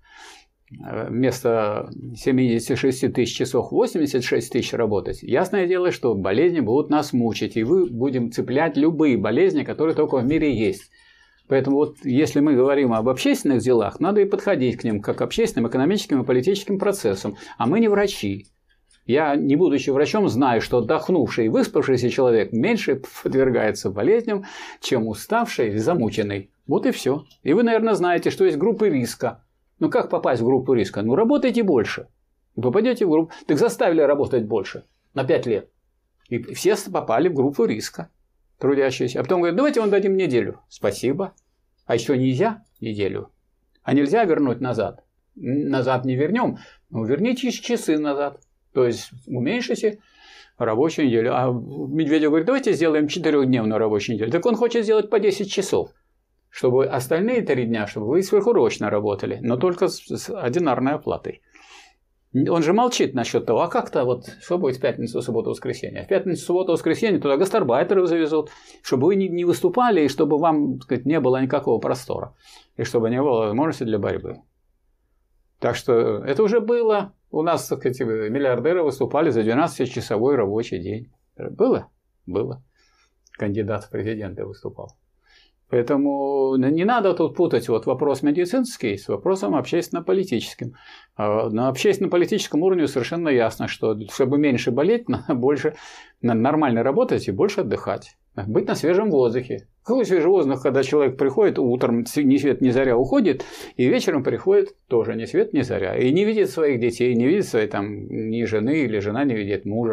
вместо семидесяти шести тысяч часов восемьдесят шесть тысяч работать, ясное дело, что болезни будут нас мучить, и вы будем цеплять любые болезни, которые только в мире есть. Поэтому вот если мы говорим об общественных делах, надо и подходить к ним как к общественным, экономическим и политическим процессам. А мы не врачи. Я, не будучи врачом, знаю, что отдохнувший и выспавшийся человек меньше подвергается болезням, чем уставший и замученный. Вот и все. И вы, наверное, знаете, что есть группы риска. Ну как попасть в группу риска? Ну работайте больше. Попадете в группу. Так заставили работать больше на пять лет. И все попали в группу риска. Трудящиеся. А потом говорят, давайте вам дадим неделю. Спасибо. А еще нельзя неделю. А нельзя вернуть назад. Назад не вернем. Ну, верните часы назад. То есть уменьшите рабочую неделю. А Медведев говорит, давайте сделаем четырехдневную рабочую неделю. Так он хочет сделать по десять часов. Чтобы остальные три дня, чтобы вы сверхурочно работали. Но только с одинарной оплатой. Он же молчит насчет того, а как-то вот, что будет в пятницу, субботу, воскресенье. В пятницу, субботу, воскресенье туда гастарбайтеров завезут, чтобы вы не выступали, и чтобы вам, так сказать, не было никакого простора. И чтобы не было возможности для борьбы. Так что это уже было. У нас, так сказать, миллиардеры выступали за двенадцатичасовой рабочий день. Было? Было. Кандидат в президенты выступал. Поэтому не надо тут путать вот вопрос медицинский с вопросом общественно-политическим. На общественно-политическом уровне совершенно ясно, что чтобы меньше болеть, надо больше надо нормально работать и больше отдыхать. Быть на свежем воздухе. Какой свежий воздух, когда человек приходит, утром ни свет ни заря уходит, и вечером приходит тоже ни свет ни заря. И не видит своих детей, не видит своей там, ни жены, или жена не видит мужа.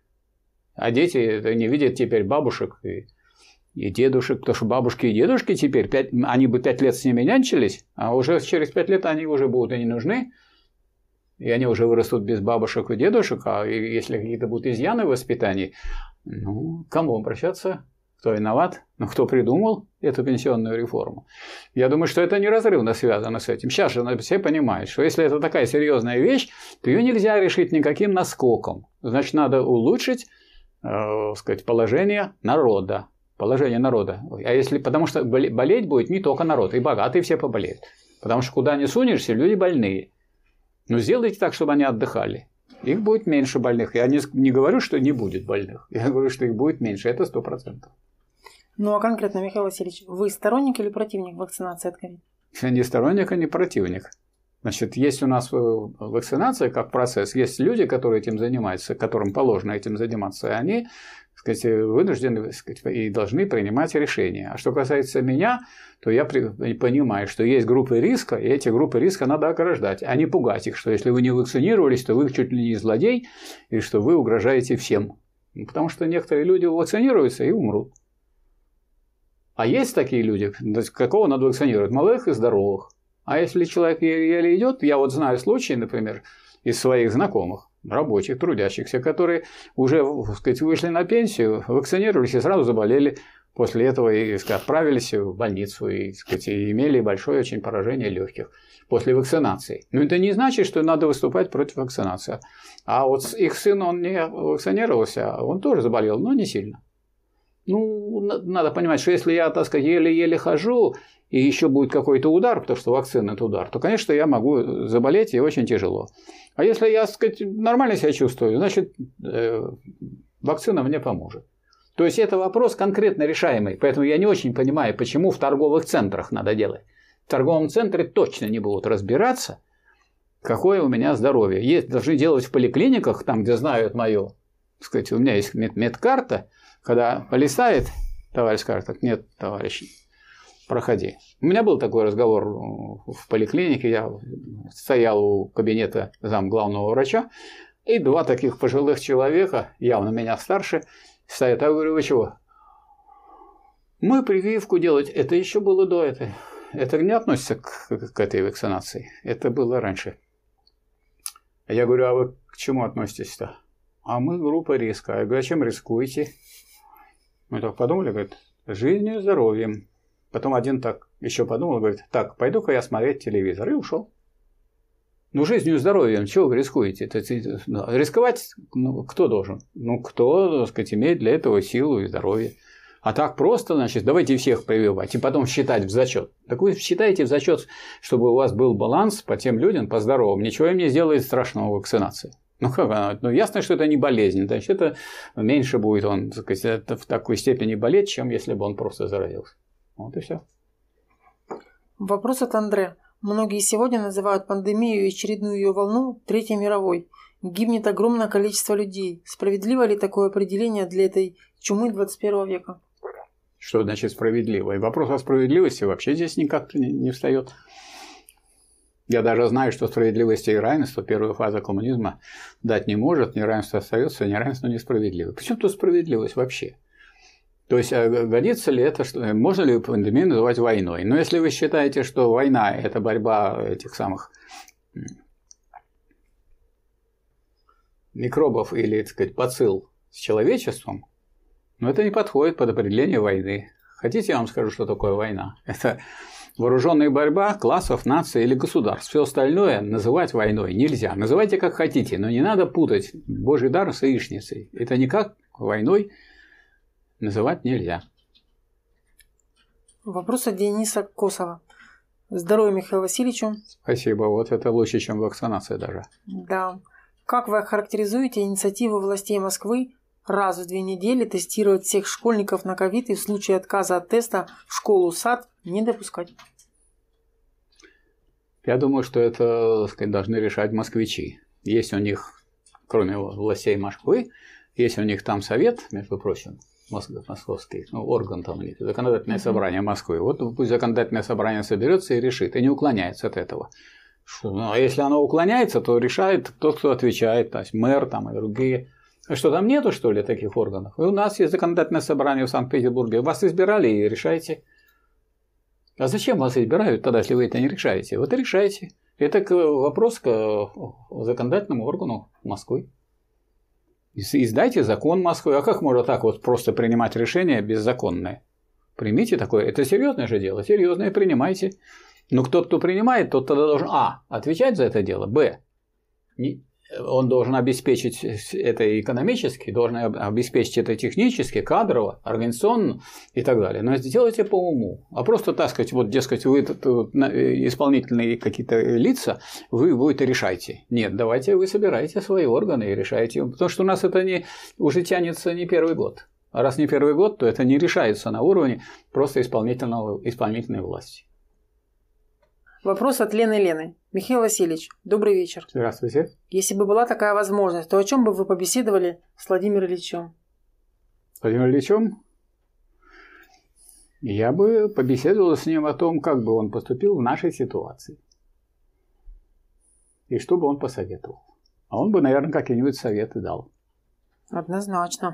А дети не видят теперь бабушек и И дедушек, потому что бабушки и дедушки теперь, пять, они бы пять лет с ними нянчились, а уже через пять лет они уже будут и не нужны, и они уже вырастут без бабушек и дедушек, а если какие-то будут изъяны в воспитании, ну, к кому обращаться? Кто виноват? Ну, кто придумал эту пенсионную реформу? Я думаю, что это неразрывно связано с этим. Сейчас же все понимают, что если это такая серьезная вещь, то ее нельзя решить никаким наскоком. Значит, надо улучшить, э, сказать, положение народа. Положение народа. А если, потому что болеть будет не только народ, и богатые все поболеют. Потому что куда ни сунешься, люди больные. Но сделайте так, чтобы они отдыхали. их будет меньше больных. Я не, не говорю, что не будет больных. Я говорю, что их будет меньше. Это сто процентов. Ну а конкретно, Михаил Васильевич, вы сторонник или противник вакцинации от ковида? Я не сторонник, а не противник. Значит, есть у нас вакцинация как процесс, есть люди, которые этим занимаются, которым положено этим заниматься, и они, так сказать, вынуждены, так сказать, и должны принимать решения. А что касается меня, то я понимаю, что есть группы риска, и эти группы риска надо ограждать, а не пугать их, что если вы не вакцинировались, то вы чуть ли не злодей, и что вы угрожаете всем. Потому что некоторые люди вакцинируются и умрут. А есть такие люди, какого надо вакцинировать? Молодых и здоровых. А если человек еле идет, я вот знаю случаи, например, из своих знакомых, рабочих, трудящихся, которые уже, так сказать, вышли на пенсию, вакцинировались и сразу заболели. После этого и, так сказать, отправились в больницу и, так сказать, и имели большое очень поражение легких после вакцинации. Но это не значит, что надо выступать против вакцинации. А вот их сын, он не вакцинировался, он тоже заболел, но не сильно. Ну, надо понимать, что если я, так сказать, еле-еле хожу, и еще будет какой-то удар, потому что вакцина – это удар, то, конечно, я могу заболеть, и очень тяжело. А если я, так сказать, нормально себя чувствую, значит, э, вакцина мне поможет. То есть, это вопрос конкретно решаемый, поэтому я не очень понимаю, почему в торговых центрах надо делать. В торговом центре точно не будут разбираться, какое у меня здоровье. Есть, должны делать в поликлиниках, там, где знают мое, так сказать, у меня есть мед- медкарта, когда полистает товарищ карта, нет, товарищ, проходи. У меня был такой разговор в поликлинике, я стоял у кабинета зам главного врача, и два таких пожилых человека, явно меня старше, стоят. Я говорю, вы чего? Мы прививку делать, это еще было до этой. Это не относится к, к этой вакцинации, это было раньше. Я говорю, а вы к чему относитесь-то? А мы группа риска. Я говорю, а чем рискуете? Мы так подумали, говорит, жизнью и здоровьем. Потом один так еще подумал, говорит, так, пойду-ка я смотреть телевизор. И ушел. Ну, жизнью и здоровьем, чего вы рискуете? Это, рисковать ну, кто должен? Ну, кто, так сказать, имеет для этого силу и здоровье. А так просто, значит, давайте всех прививать и потом считать в зачет. Так вы считаете в зачет, чтобы у вас был баланс по тем людям, по здоровым. Ничего им не сделает страшного вакцинации. Ну, как она? Ну, ясно, что это не болезнь. Значит, это меньше будет он, так сказать, в такой степени болеть, чем если бы он просто заразился. Вот и все. Вопрос от Андре. Многие сегодня называют пандемию и очередную ее волну Третьей мировой. Гибнет огромное количество людей. Справедливо ли такое определение для этой чумы двадцать первого века? Что значит справедливо? И вопрос о справедливости вообще здесь никак не, не встает. Я даже знаю, что справедливости и равенства первая фаза коммунизма дать не может, неравенство остается, неравенство несправедливо. Почему тут справедливость вообще? То есть, годится ли это, что, можно ли пандемию называть войной? Но если вы считаете, что война – это борьба этих самых микробов или, так сказать, бацилл с человечеством, но это не подходит под определение войны. Хотите, я вам скажу, что такое война? Это вооруженная борьба классов, наций или государств. Все остальное называть войной нельзя. Называйте как хотите, но не надо путать Божий дар с яичницей. Это никак войной называть нельзя. Вопрос от Дениса Косова. Здоровья Михаилу Васильевичу. Спасибо. Вот это лучше, чем вакцинация даже. Да. Как вы охарактеризуете инициативу властей Москвы раз в две недели тестировать всех школьников на ковид и в случае отказа от теста в школу, сад не допускать? Я думаю, что это, так сказать, должны решать москвичи. Есть у них, кроме властей Москвы, есть у них там совет, между прочим, московский, ну, орган там у них, законодательное собрание Москвы. Вот пусть законодательное собрание соберется и решит, и не уклоняется от этого. Что, ну, а если оно уклоняется, то решает тот, кто отвечает, то есть мэр там и другие. А что, там нету, что ли, таких органов? И у нас есть законодательное собрание в Санкт-Петербурге. Вас избирали и решаете. А зачем вас избирают тогда, если вы это не решаете? Вот и решаете. Это вопрос к законодательному органу Москвы. Издайте закон Москвы. А как можно так вот просто принимать решения беззаконные? Примите такое. Это серьезное же дело. Серьезное принимайте. Но кто, кто принимает, тот тогда должен а. отвечать за это дело, б. Не, он должен обеспечить это экономически, должен обеспечить это технически, кадрово, организационно и так далее. Но сделайте по уму. А просто, так сказать, вот, дескать, вы исполнительные какие-то лица, вы будете решайте. Нет, давайте вы собираете свои органы и решаете. Потому что у нас это не, уже тянется не первый год. А раз не первый год, то это не решается на уровне просто исполнительного, исполнительной власти. Вопрос от Лены Лены. Михаил Васильевич, добрый вечер. Здравствуйте. Если бы была такая возможность, то о чем бы вы побеседовали с Владимиром Ильичем? С Владимиром Ильичем? Я бы побеседовал с ним о том, как бы он поступил в нашей ситуации. И что бы он посоветовал. А он бы, наверное, какие-нибудь советы дал. Однозначно.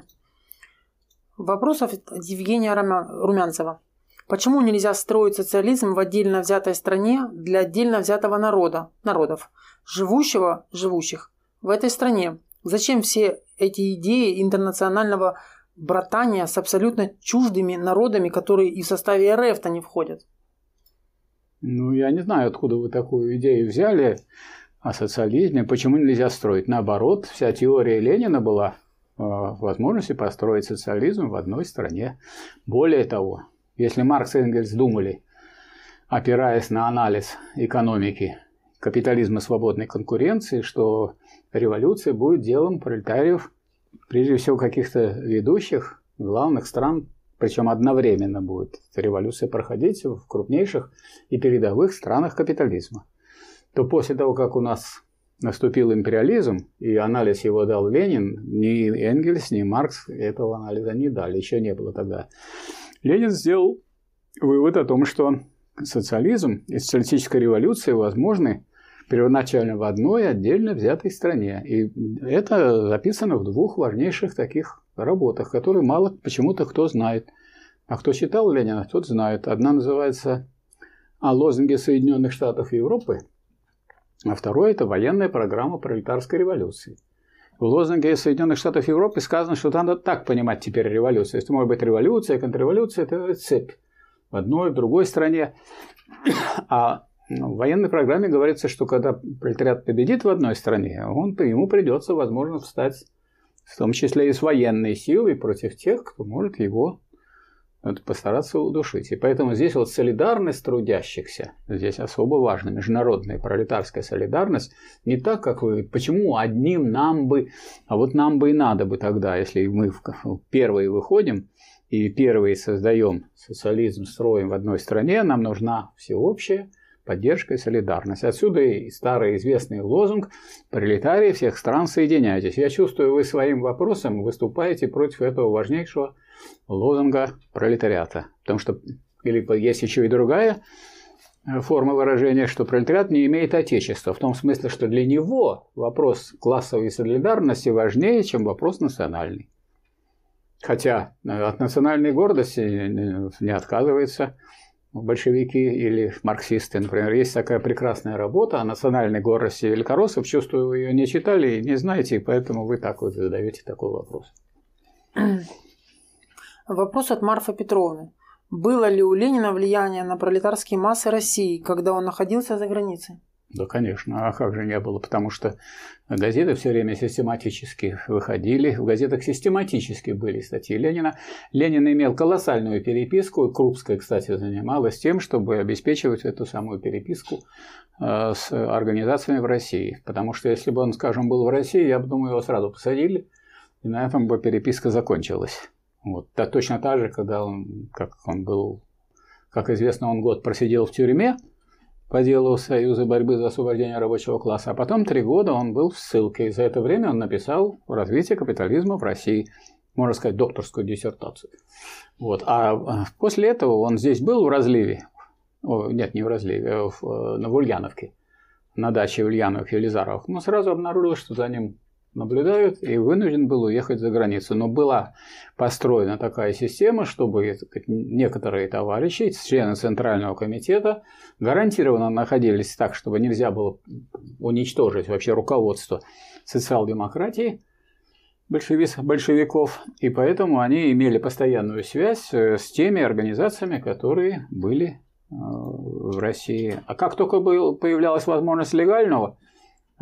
Вопрос от Евгения Румянцева. Почему нельзя строить социализм в отдельно взятой стране для отдельно взятого народа, народов, живущего, живущих в этой стране? Зачем все эти идеи интернационального братания с абсолютно чуждыми народами, которые и в составе эр эф-то не входят? Ну, я не знаю, откуда вы такую идею взяли о социализме. Почему нельзя строить? Наоборот, вся теория Ленина была э, возможности построить социализм в одной стране. Более того, если Маркс и Энгельс думали, опираясь на анализ экономики капитализма свободной конкуренции, что революция будет делом пролетариев, прежде всего каких-то ведущих главных стран, причем одновременно будет эта революция проходить в крупнейших и передовых странах капитализма, то после того, как у нас наступил империализм, и анализ его дал Ленин, ни Энгельс, ни Маркс этого анализа не дали, еще не было тогда. Ленин сделал вывод о том, что социализм и социалистическая революция возможны первоначально в одной отдельно взятой стране. И это записано в двух важнейших таких работах, которые мало почему-то кто знает. А кто читал Ленина, тот знает. Одна называется «О лозунге Соединенных Штатов Европы», а второе – это военная программа пролетарской революции. В лозунге Соединенных Штатов Европы сказано, что надо так понимать теперь революцию. Если может быть революция, контрреволюция – это цепь в одной, в другой стране. А в военной программе говорится, что когда пролетариат победит в одной стране, он, ему придется, возможно, встать, в том числе и с военной силой, против тех, кто может его постараться удушить. И поэтому здесь вот солидарность трудящихся, здесь особо важна, международная пролетарская солидарность, не так, как вы, почему одним нам бы, а вот нам бы и надо бы тогда, если мы первые выходим и первые создаем социализм, строим в одной стране, нам нужна всеобщая поддержка и солидарность. Отсюда и старый известный лозунг «Пролетарии всех стран, соединяйтесь». Я чувствую, вы своим вопросом выступаете против этого важнейшего лозунга пролетариата. Потому что или есть еще и другая форма выражения, что пролетариат не имеет отечества. В том смысле, что для него вопрос классовой солидарности важнее, чем вопрос национальный. Хотя от национальной гордости не отказывается большевики или марксисты. Например, есть такая прекрасная работа о национальной гордости великороссов. Чувствую, вы ее не читали и не знаете, и поэтому вы так вот задаете такой вопрос. Вопрос от Марфы Петровны. Было ли у Ленина влияние на пролетарские массы России, когда он находился за границей? Да, конечно. А как же не было? Потому что газеты все время систематически выходили. В газетах систематически были статьи Ленина. Ленин имел колоссальную переписку. Крупская, кстати, занималась тем, чтобы обеспечивать эту самую переписку с организациями в России. Потому что если бы он, скажем, был в России, я бы думаю, его сразу посадили, и на этом бы переписка закончилась. Вот. Да, точно так же, когда он, как он был, как известно, он год просидел в тюрьме по делу Союза борьбы за освобождение рабочего класса, а потом три года он был в ссылке. И за это время он написал «Развитие капитализма в России», можно сказать, докторскую диссертацию. Вот. А после этого он здесь был в разливе, о, нет, не в разливе, в, на Ульяновке, на даче в Ульяновке, в Елизаровых, но сразу обнаружил, что за ним наблюдают, и вынужден был уехать за границу. Но была построена такая система, чтобы некоторые товарищи, члены Центрального комитета, гарантированно находились так, чтобы нельзя было уничтожить вообще руководство социал-демократии большевиков, и поэтому они имели постоянную связь с теми организациями, которые были в России. А как только появлялась возможность легального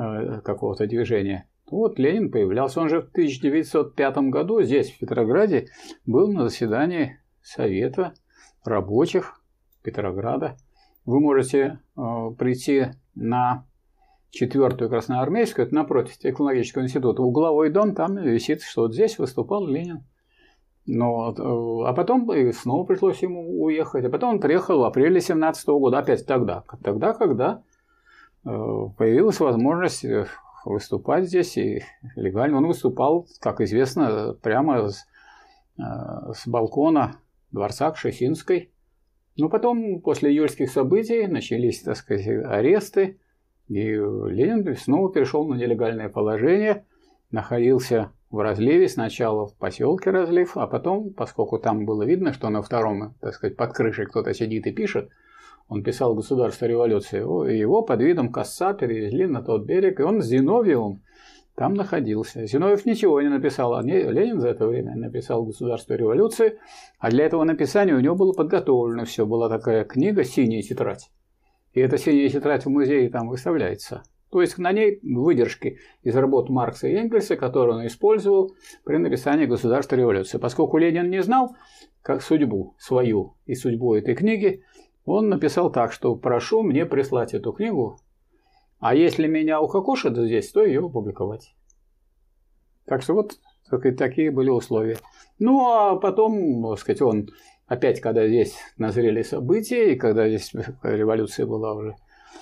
э, какого-то движения. Вот Ленин появлялся. Он же в тысяча девятьсот пятом году здесь, в Петрограде, был на заседании Совета рабочих Петрограда. Вы можете э, прийти на четвертую Красноармейскую, это напротив технологического института, угловой дом, там висит, что вот здесь выступал Ленин. Но, э, а потом снова пришлось ему уехать. А потом он приехал в апреле семнадцатого года, опять тогда, тогда, когда э, появилась возможность выступать здесь и легально. Он выступал, как известно, прямо с, э, с балкона дворца Кшесинской. Но потом, после июльских событий, начались, так сказать, аресты, и Ленин снова перешел на нелегальное положение, находился в Разливе, сначала в поселке Разлив, а потом, поскольку там было видно, что на втором, так сказать, под крышей кто-то сидит и пишет, он писал «Государство революции», его под видом косца перевезли на тот берег, и он с Зиновьевым там находился. Зиновьев ничего не написал, а Ленин за это время написал «Государство революции», а для этого написания у него было подготовлено все. Была такая книга «Синяя тетрадь». И эта синяя тетрадь в музее там выставляется. То есть на ней выдержки из работ Маркса и Энгельса, которые он использовал при написании «Государства революции». Поскольку Ленин не знал как судьбу свою и судьбу этой книги, он написал так, что прошу мне прислать эту книгу, а если меня укокошат здесь, то ее опубликовать. Так что вот так сказать, такие были условия. Ну, а потом, так сказать, он опять, когда здесь назрели события, и когда здесь революция была уже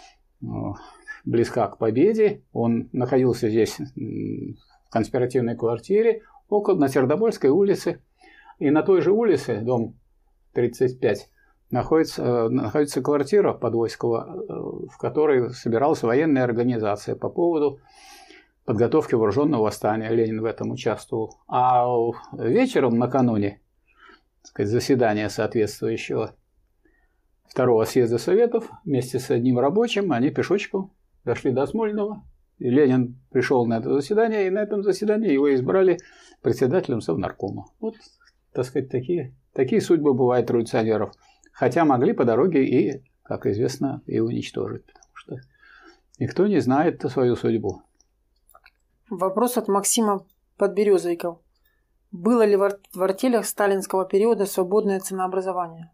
близка к победе, он находился здесь в конспиративной квартире около, на Сердобольской улице. И на той же улице, дом тридцать пять, находится, находится квартира Подвойского, в которой собиралась военная организация по поводу подготовки вооруженного восстания. Ленин в этом участвовал. А вечером накануне, так сказать, заседания соответствующего второго съезда Советов вместе с одним рабочим они пешочком дошли до Смольного. И Ленин пришел на это заседание, и на этом заседании его избрали председателем Совнаркома. Вот, так сказать, такие, такие судьбы бывают революционеров. Хотя могли по дороге и, как известно, и уничтожить, потому что никто не знает свою судьбу. Вопрос от Максима Подберезовиков. Было ли в артелях сталинского периода свободное ценообразование?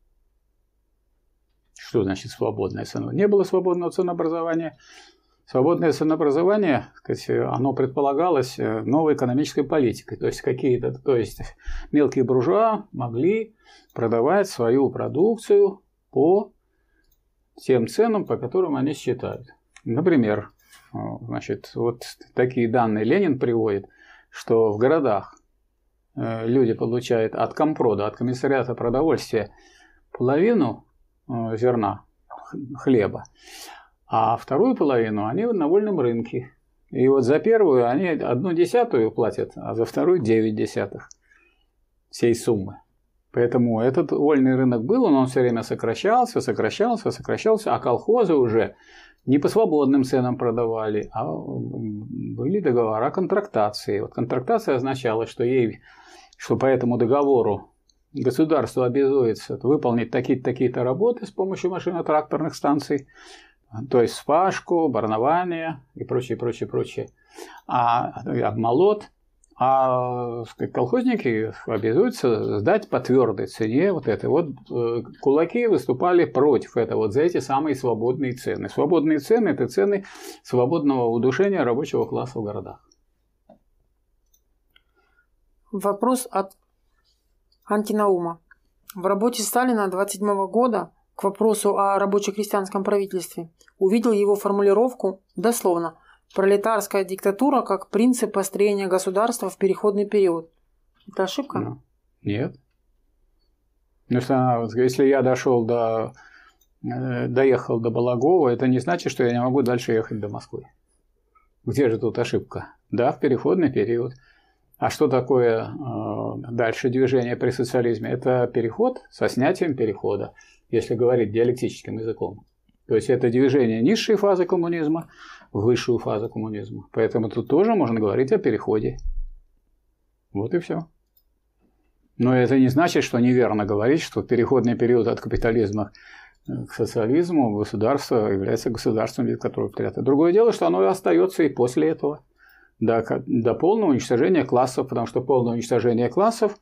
Что значит свободное ценообразование? Не было свободного ценообразования. Свободное ценообразование, оно предполагалось новой экономической политикой. То есть какие-то, то есть мелкие буржуа могли продавать свою продукцию по тем ценам, по которым они считают. Например, значит, вот такие данные Ленин приводит, что в городах люди получают от компрода, от комиссариата продовольствия половину зерна, хлеба, а вторую половину они на вольном рынке. И вот за первую они одну десятую платят, а за вторую девять десятых всей суммы. Поэтому этот вольный рынок был, он все время сокращался, сокращался, сокращался, а колхозы уже не по свободным ценам продавали, а были договора контрактации. Вот контрактация означала, что ей, что по этому договору государство обязуется выполнить такие-то такие-то работы с помощью машино-тракторных станций, то есть вспашку, барнование и прочее, прочее, прочее. А обмолот, а колхозники обязуются сдать по твердой цене вот это. Вот кулаки выступали против этого, вот за эти самые свободные цены. Свободные цены – это цены свободного удушения рабочего класса в городах. Вопрос от Антинаума. В работе Сталина двадцать седьмого года к вопросу о рабоче-крестьянском правительстве увидел его формулировку дословно «пролетарская диктатура как принцип построения государства в переходный период». Это ошибка? Ну, нет. Потому что если я дошел до, доехал до Балагова, это не значит, что я не могу дальше ехать до Москвы. Где же тут ошибка? Да, в переходный период. А что такое э, дальше движение при социализме? Это переход со снятием перехода, если говорить диалектическим языком. То есть это движение низшей фазы коммунизма в высшую фазу коммунизма. Поэтому тут тоже можно говорить о переходе. Вот и все. Но это не значит, что неверно говорить, что переходный период от капитализма к социализму, государство является государством диктатуры пролетариата. Другое дело, что оно и остается и после этого, до, до полного уничтожения классов, потому что полное уничтожение классов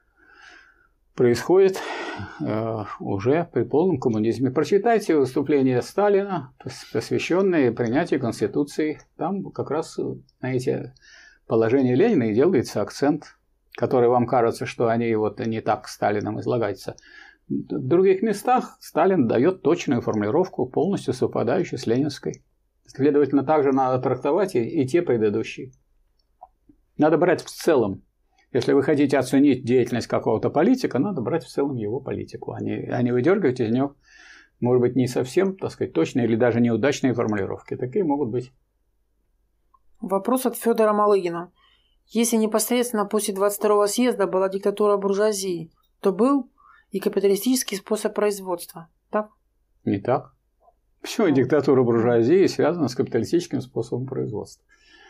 происходит э, уже при полном коммунизме. Прочитайте выступление Сталина, посвященные принятию Конституции. Там как раз на эти положения Ленина и делается акцент, который вам кажется, что они вот не так Сталином излагаются. В других местах Сталин дает точную формулировку, полностью совпадающую с ленинской. Следовательно, также надо трактовать и, и те предыдущие. Надо брать в целом. Если вы хотите оценить деятельность какого-то политика, надо брать в целом его политику, а не, а не выдергивать из него, может быть, не совсем, так сказать, точные или даже неудачные формулировки. Такие могут быть. Вопрос от Федора Малыгина. Если непосредственно после двадцать второго съезда была диктатура буржуазии, то был и капиталистический способ производства, так? Не так. Почему диктатура буржуазии связана с капиталистическим способом производства?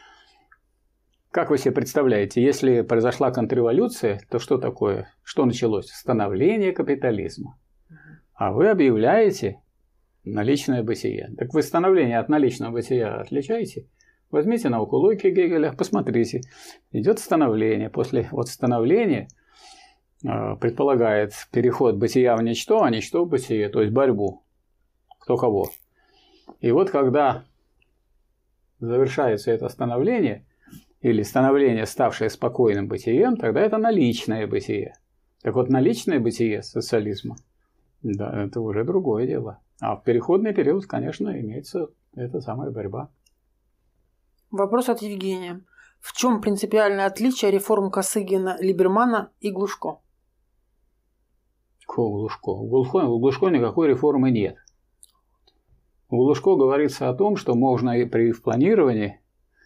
Как вы себе представляете, если произошла контрреволюция, то что такое? Что началось? Становление капитализма. А вы объявляете наличное бытие. Так вы становление от наличного бытия отличаете? Возьмите науку логики Гегеля, посмотрите. Идет становление. После вот становления э, предполагает переход бытия в ничто, а ничто в бытие, то есть борьбу. Кто кого. И вот когда завершается это становление, или становление, ставшее спокойным бытием, тогда это наличное бытие. Так вот, наличное бытие социализма, да, это уже другое дело. А в переходный период, конечно, имеется эта самая борьба. Вопрос от Евгения. В чем принципиальное отличие реформ Косыгина, Либермана и Глушко? Какого Глушко? У Глушко, у Глушко никакой реформы нет. У Глушко говорится о том, что можно и при планировании.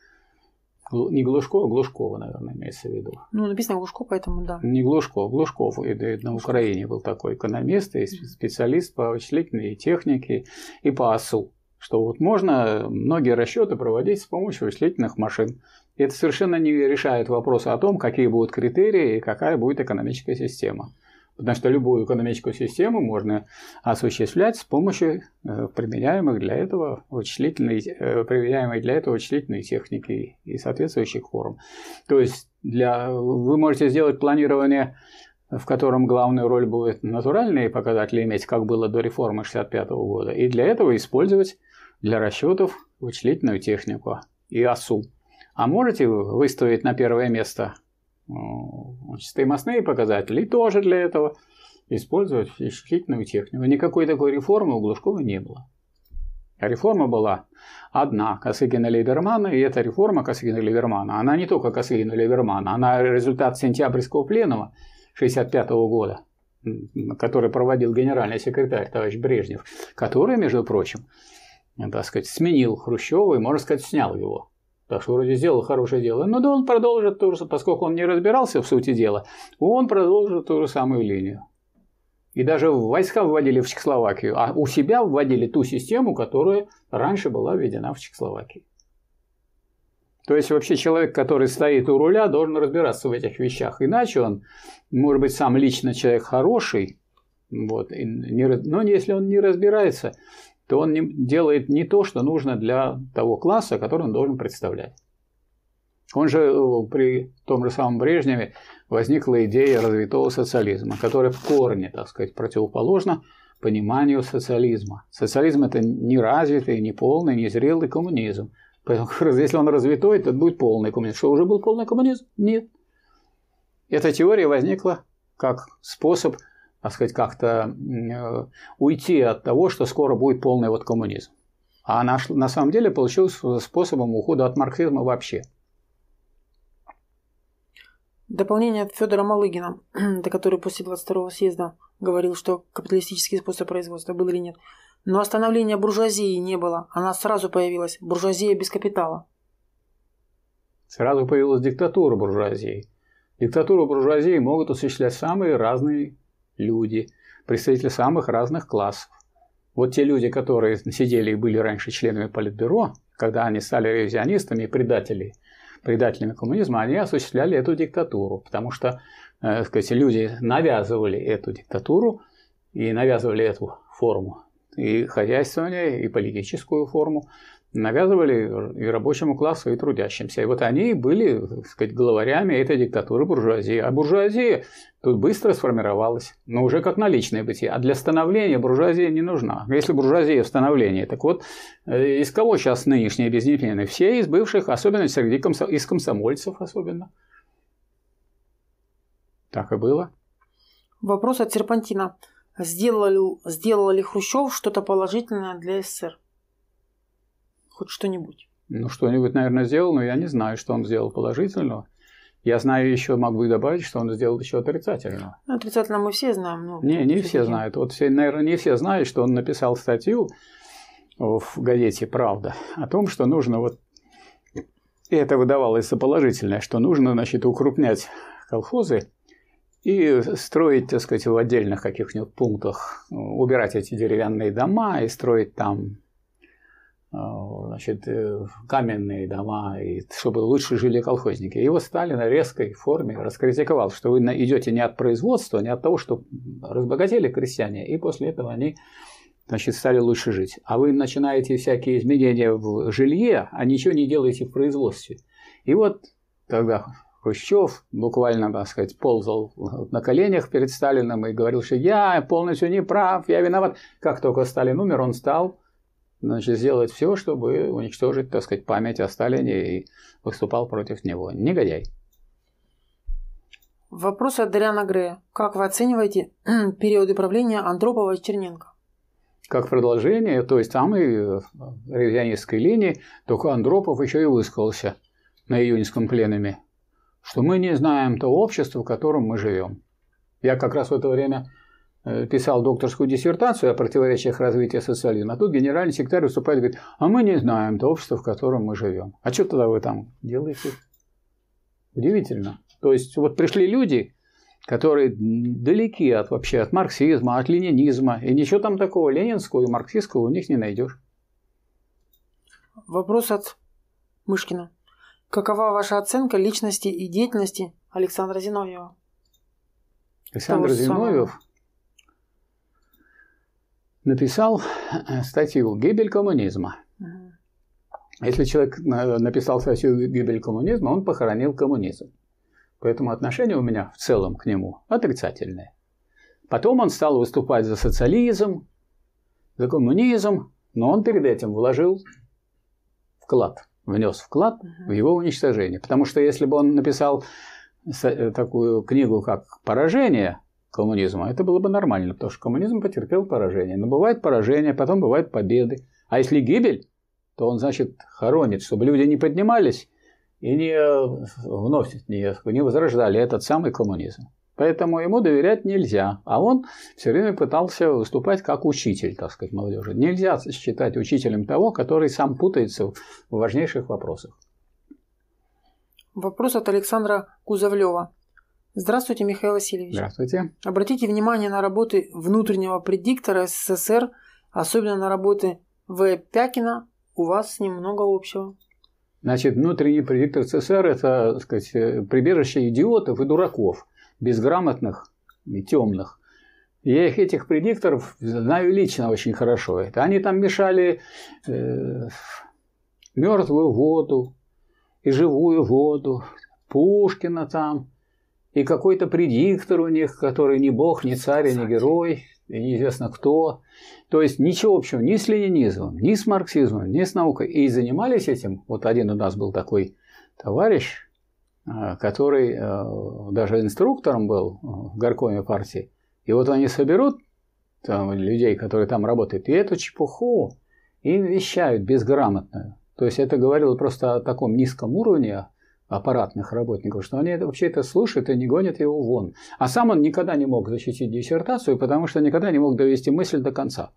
Не Глушко, а Глушкова, наверное, имеется в виду. Ну, написано Глушко, поэтому да. Не Глушко, Глушков. И на Украине был такой экономист и специалист по вычислительной технике и по ОСУ. Что вот можно многие расчеты проводить с помощью вычислительных машин. И это совершенно не решает вопроса о том, какие будут критерии и какая будет экономическая система. Потому что любую экономическую систему можно осуществлять с помощью применяемых для этого вычислительной, применяемой для этого вычислительной техники и соответствующих форм. То есть для, вы можете сделать планирование, в котором главную роль будет натуральные показатели иметь, как было до реформы шестьдесят пятого года, и для этого использовать для расчетов вычислительную технику и ОСУ. А можете выставить на первое место стоимостные показатели, и тоже для этого использовать вычислительную технику. Никакой такой реформы у Глушкова не было. А реформа была одна, Косыгина-Либермана, и эта реформа Косыгина-Либермана, она не только Косыгина-Либермана, она результат сентябрьского пленума шестьдесят пятого года, который проводил генеральный секретарь товарищ Брежнев, который, между прочим, так сказать, сменил Хрущева и, можно сказать, снял его. Так что вроде сделал хорошее дело. Но да он продолжит то же, поскольку он не разбирался в сути дела, он продолжит ту же самую линию. И даже войска вводили в Чехословакию, а у себя вводили ту систему, которая раньше была введена в Чехословакии. То есть вообще человек, который стоит у руля, должен разбираться в этих вещах. Иначе он, может быть, сам лично человек хороший, вот, и не, но если он не разбирается, то он не, делает не то, что нужно для того класса, который он должен представлять. Он же при том же самом Брежневе возникла идея развитого социализма, которая в корне, так сказать, противоположна пониманию социализма. Социализм – это не развитый, не полный, не зрелый коммунизм. Поэтому, если он развитой, то это будет полный коммунизм. Что, уже был полный коммунизм? Нет. Эта теория возникла как способ, так сказать, как-то э, уйти от того, что скоро будет полный вот коммунизм. А она на самом деле получилась способом ухода от марксизма вообще. Дополнение от Федора Малыгина, который после двадцать второго съезда говорил, что капиталистический способ производства был или нет. Но остановления буржуазии не было. Она сразу появилась. Буржуазия без капитала. Сразу появилась диктатура буржуазии. Диктатуру буржуазии могут осуществлять самые разные люди, представители самых разных классов. Вот те люди, которые сидели и были раньше членами Политбюро, когда они стали ревизионистами и предателями, предателями коммунизма, они осуществляли эту диктатуру, потому что, э, сказать, люди навязывали эту диктатуру и навязывали эту форму и хозяйствование, и политическую форму навязывали и рабочему классу, и трудящимся. И вот они были, так сказать, главарями этой диктатуры буржуазии. А буржуазия тут быстро сформировалась, но уже как наличное бытие. А для становления буржуазия не нужна. Если буржуазия в становлении, так вот, из кого сейчас нынешние безнепленные? Все из бывших, особенно среди комсо... из комсомольцев особенно. Так и было. Вопрос от Серпантина. Сделал ли, сделал ли Хрущев что-то положительное для СССР? Хоть что-нибудь? Ну, что-нибудь, наверное, сделал, но я не знаю, что он сделал положительного. Я знаю еще, могу добавить, что он сделал еще отрицательного. Ну, отрицательно мы все знаем. Но не, не все знают. Вот все, наверное, не все знают, что он написал статью в газете «Правда» о том, что нужно вот... И это выдавалось за положительное, что нужно, значит, укрупнять колхозы и строить, так сказать, в отдельных каких-нибудь пунктах, убирать эти деревянные дома и строить там, значит, каменные дома, и чтобы лучше жили колхозники. Его Сталин в резкой форме раскритиковал, что вы идете не от производства, не от того, что разбогатели крестьяне, и после этого они, значит, стали лучше жить. А вы начинаете всякие изменения в жилье, а ничего не делаете в производстве. И вот тогда Хрущев буквально, так сказать, ползал на коленях перед Сталином и говорил, что я полностью не прав, я виноват. Как только Сталин умер, он стал, значит, сделать все, чтобы уничтожить, так сказать, память о Сталине, и выступал против него. Негодяй. Вопрос от Дариана Грея. Как вы оцениваете периоды правления Андропова и Черненко? Как продолжение той самой ревизионистской линии, только Андропов еще и высказался на июньском пленуме, что мы не знаем то общество, в котором мы живем. Я как раз в это время писал докторскую диссертацию о противоречиях развития социализма, а тут генеральный секретарь выступает и говорит, а мы не знаем то общество, в котором мы живем. А что тогда вы там делаете? Удивительно. То есть вот пришли люди, которые далеки от, вообще от марксизма, от ленинизма, и ничего там такого ленинского и марксистского у них не найдешь. Вопрос от Мышкина. Какова ваша оценка личности и деятельности Александра Зиновьева? Александр Зиновьев написал статью «Гибель коммунизма». Угу. Если человек написал статью «Гибель коммунизма», он похоронил коммунизм. Поэтому отношение у меня в целом к нему отрицательное. Потом он стал выступать за социализм, за коммунизм, но он перед этим вложил вклад, внес вклад угу. в его уничтожение. Потому что если бы он написал такую книгу, как «Поражение коммунизма», это было бы нормально, потому что коммунизм потерпел поражение. Но бывает поражение, потом бывают победы. А если гибель, то он, значит, хоронит, чтобы люди не поднимались и не вновь не, не возрождали этот самый коммунизм. Поэтому ему доверять нельзя. А он все время пытался выступать как учитель, так сказать, молодежи. Нельзя считать учителем того, который сам путается в важнейших вопросах. Вопрос от Александра Кузовлева. Здравствуйте, Михаил Васильевич. Здравствуйте. Обратите внимание на работы внутреннего предиктора СССР, особенно на работы В. Пякина. У вас с ним много общего. Значит, внутренний предиктор СССР – это, так сказать, прибежище идиотов и дураков, безграмотных и темных. Я их, этих предикторов знаю лично очень хорошо. Это они там мешали э, мертвую воду и живую воду, Пушкина там, и какой-то предиктор у них, который ни бог, ни царь, ни герой, и неизвестно кто. То есть ничего общего ни с ленинизмом, ни с марксизмом, ни с наукой. И занимались этим. Вот один у нас был такой товарищ, который даже инструктором был в горкоме партии. И вот они соберут там людей, которые там работают, и эту чепуху им вещают безграмотную. То есть это говорило просто о таком низком уровне аппаратных работников, что они это, вообще это слушают и не гонят его вон. А сам он никогда не мог защитить диссертацию, потому что никогда не мог довести мысль до конца.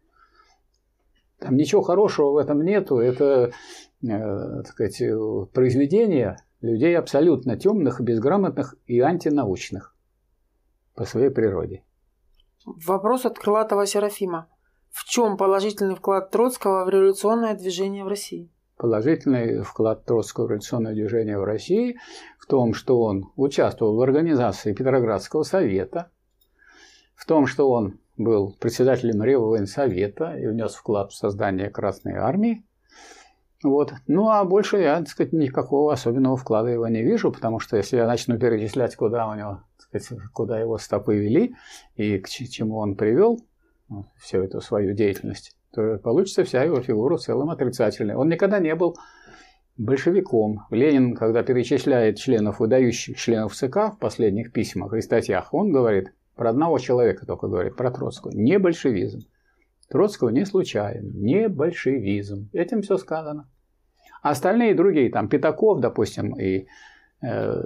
Там ничего хорошего в этом нету. Это, э, так сказать, произведение людей абсолютно темных, безграмотных и антинаучных по своей природе. Вопрос от Крылатого Серафима. В чем положительный вклад Троцкого в революционное движение в России? Положительный вклад Троцкого в революционное движение в России в том, что он участвовал в организации Петроградского совета, в том, что он был председателем Реввоенсовета и внес вклад в создание Красной Армии. Вот. Ну, а больше я, так сказать, никакого особенного вклада его не вижу, потому что если я начну перечислять, куда у него, так сказать, куда его стопы вели и к чему он привел всю эту свою деятельность, то получится вся его фигура в целом отрицательной. Он никогда не был большевиком. Ленин, когда перечисляет членов, выдающих членов ЦК в последних письмах и статьях, он говорит про одного человека только говорит, про Троцкого. Не большевизм. Троцкого не случайно. Не большевизм. Этим все сказано. А остальные другие, там Пятаков, допустим, и э,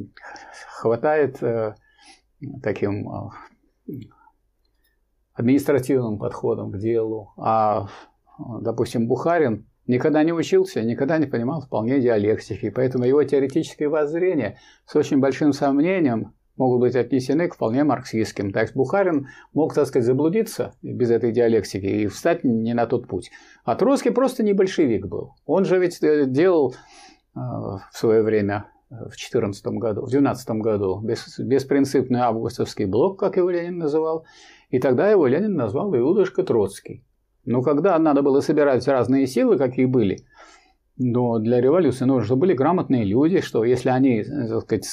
хватает э, таким э, административным подходом к делу. А, допустим, Бухарин никогда не учился, никогда не понимал вполне диалектики. Поэтому его теоретические воззрения с очень большим сомнением могут быть отнесены к вполне марксистским. Так что Бухарин мог, так сказать, заблудиться без этой диалектики и встать не на тот путь. А Троцкий просто не большевик был. Он же ведь делал э, в свое время, в четырнадцатом году, в двенадцатом году, бес, беспринципный августовский блок, как его Ленин называл. И тогда его Ленин назвал Иудушка Троцкий. Но когда надо было собирать разные силы, какие были, но для революции нужно, чтобы были грамотные люди, что если они, так сказать,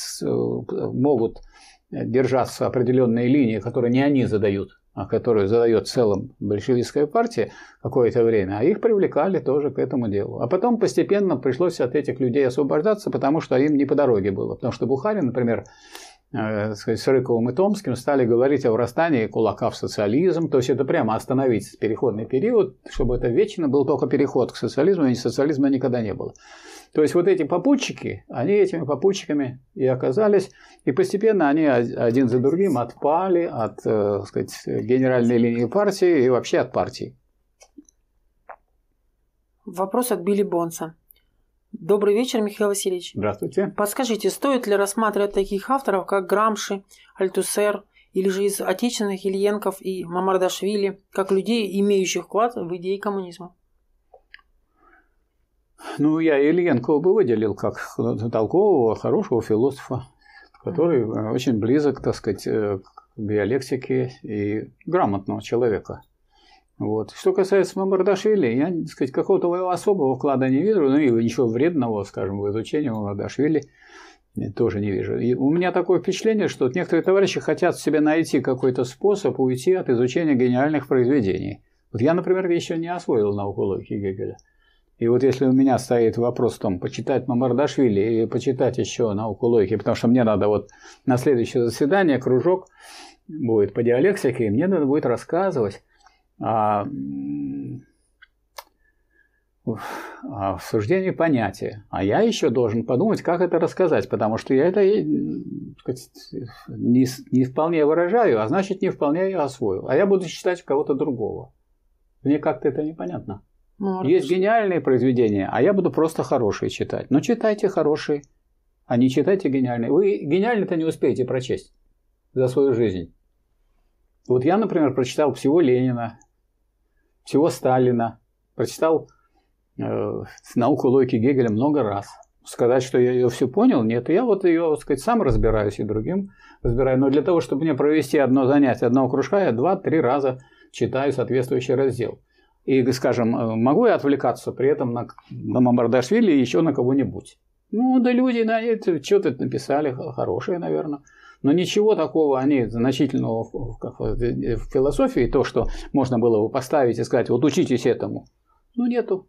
могут держаться определенные линии, которые не они задают, а которые задает в целом большевистская партия какое-то время, а их привлекали тоже к этому делу. А потом постепенно пришлось от этих людей освобождаться, потому что им не по дороге было. Потому что Бухарин, например, э, сказать, с Рыковым и Томским стали говорить о врастании кулака в социализм, то есть это прямо остановить переходный период, чтобы это вечно был только переход к социализму, и социализма никогда не было. То есть вот эти попутчики, они этими попутчиками и оказались, и постепенно они один за другим отпали от, так сказать, генеральной линии партии и вообще от партии. Вопрос от Билли Бонса. Добрый вечер, Михаил Васильевич. Здравствуйте. Подскажите, стоит ли рассматривать таких авторов, как Грамши, Альтусер, или же из отечественных Ильенков и Мамардашвили, как людей, имеющих вклад в идеи коммунизма? Ну, я Ильенкова бы выделил как толкового, хорошего философа, который очень близок, так сказать, к диалектике и грамотного человека. Вот. Что касается Мамардашвили, я, так сказать, какого-то особого вклада не вижу, ну и ничего вредного, скажем, в изучении Мамардашвили тоже не вижу. И у меня такое впечатление, что некоторые товарищи хотят себе найти какой-то способ уйти от изучения гениальных произведений. Вот я, например, еще не освоил науку логики Гегеля. И вот если у меня стоит вопрос в том, почитать Мамардашвили или почитать еще науку логики, потому что мне надо вот на следующее заседание кружок будет по диалектике, и мне надо будет рассказывать о, о суждении понятия. А я еще должен подумать, как это рассказать, потому что я это, так сказать, не, не вполне выражаю, а значит, не вполне я освоил. А я буду читать кого-то другого. Мне как-то это непонятно. Ну, есть гениальные произведения, а я буду просто хорошие читать. Но читайте хорошие, а не читайте гениальные. Вы гениальные-то не успеете прочесть за свою жизнь. Вот я, например, прочитал всего Ленина, всего Сталина, прочитал э, науку логики Гегеля много раз. Сказать, что я ее все понял, нет. Я вот ее, так сказать, сам разбираюсь и другим разбираю. Но для того, чтобы мне провести одно занятие, одного кружка, я два-три раза читаю соответствующий раздел. И, скажем, могу я отвлекаться при этом на, на Мамардашвили и еще на кого-нибудь? Ну, да люди на это что-то написали хорошее, наверное. Но ничего такого они значительного в, в, в философии, то, что можно было бы поставить и сказать, вот учитесь этому, ну, нету.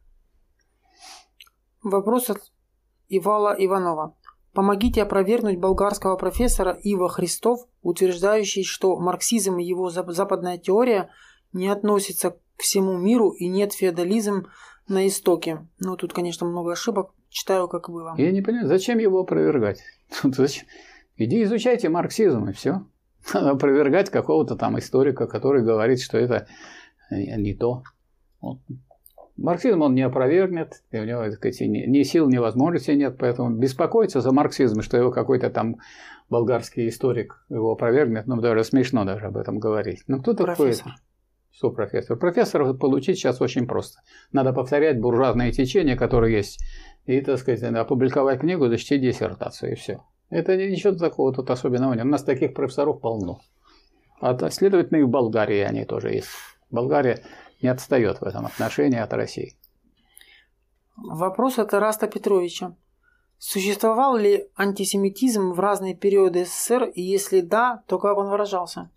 Вопрос от Ивала Иванова. Помогите опровергнуть болгарского профессора Ива Христов, утверждающий, что марксизм и его западная теория не относятся к всему миру и нет феодализм на истоке. Ну, тут, конечно, много ошибок. Читаю, как было. Я не понимаю, зачем его опровергать? Зачем? Иди изучайте марксизм, и все. Опровергать какого-то там историка, который говорит, что это не то. Вот. Марксизм он не опровергнет, и у него, так сказать, ни сил, ни возможностей нет, поэтому беспокоиться за марксизм, что его какой-то там болгарский историк его опровергнет, ну, даже смешно даже об этом говорить. Ну, кто такой? Что профессор? Профессора получить сейчас очень просто. Надо повторять буржуазные течения, которые есть, и, так сказать, опубликовать книгу, защитить диссертацию, и все. Это ничего такого тут особенного нет. У нас таких профессоров полно. А, следовательно, и в Болгарии они тоже есть. Болгария не отстает в этом отношении от России. Вопрос от Ираста Петровича. Существовал ли антисемитизм в разные периоды СССР, и если да, то как он выражался?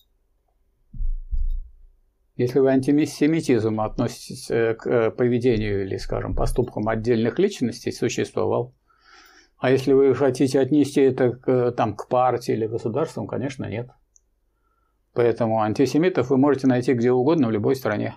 Если вы антисемитизм относитесь к поведению или, скажем, поступкам отдельных личностей, существовал. А если вы хотите отнести это к, там, к партии или государству, конечно, нет. Поэтому антисемитов вы можете найти где угодно в любой стране.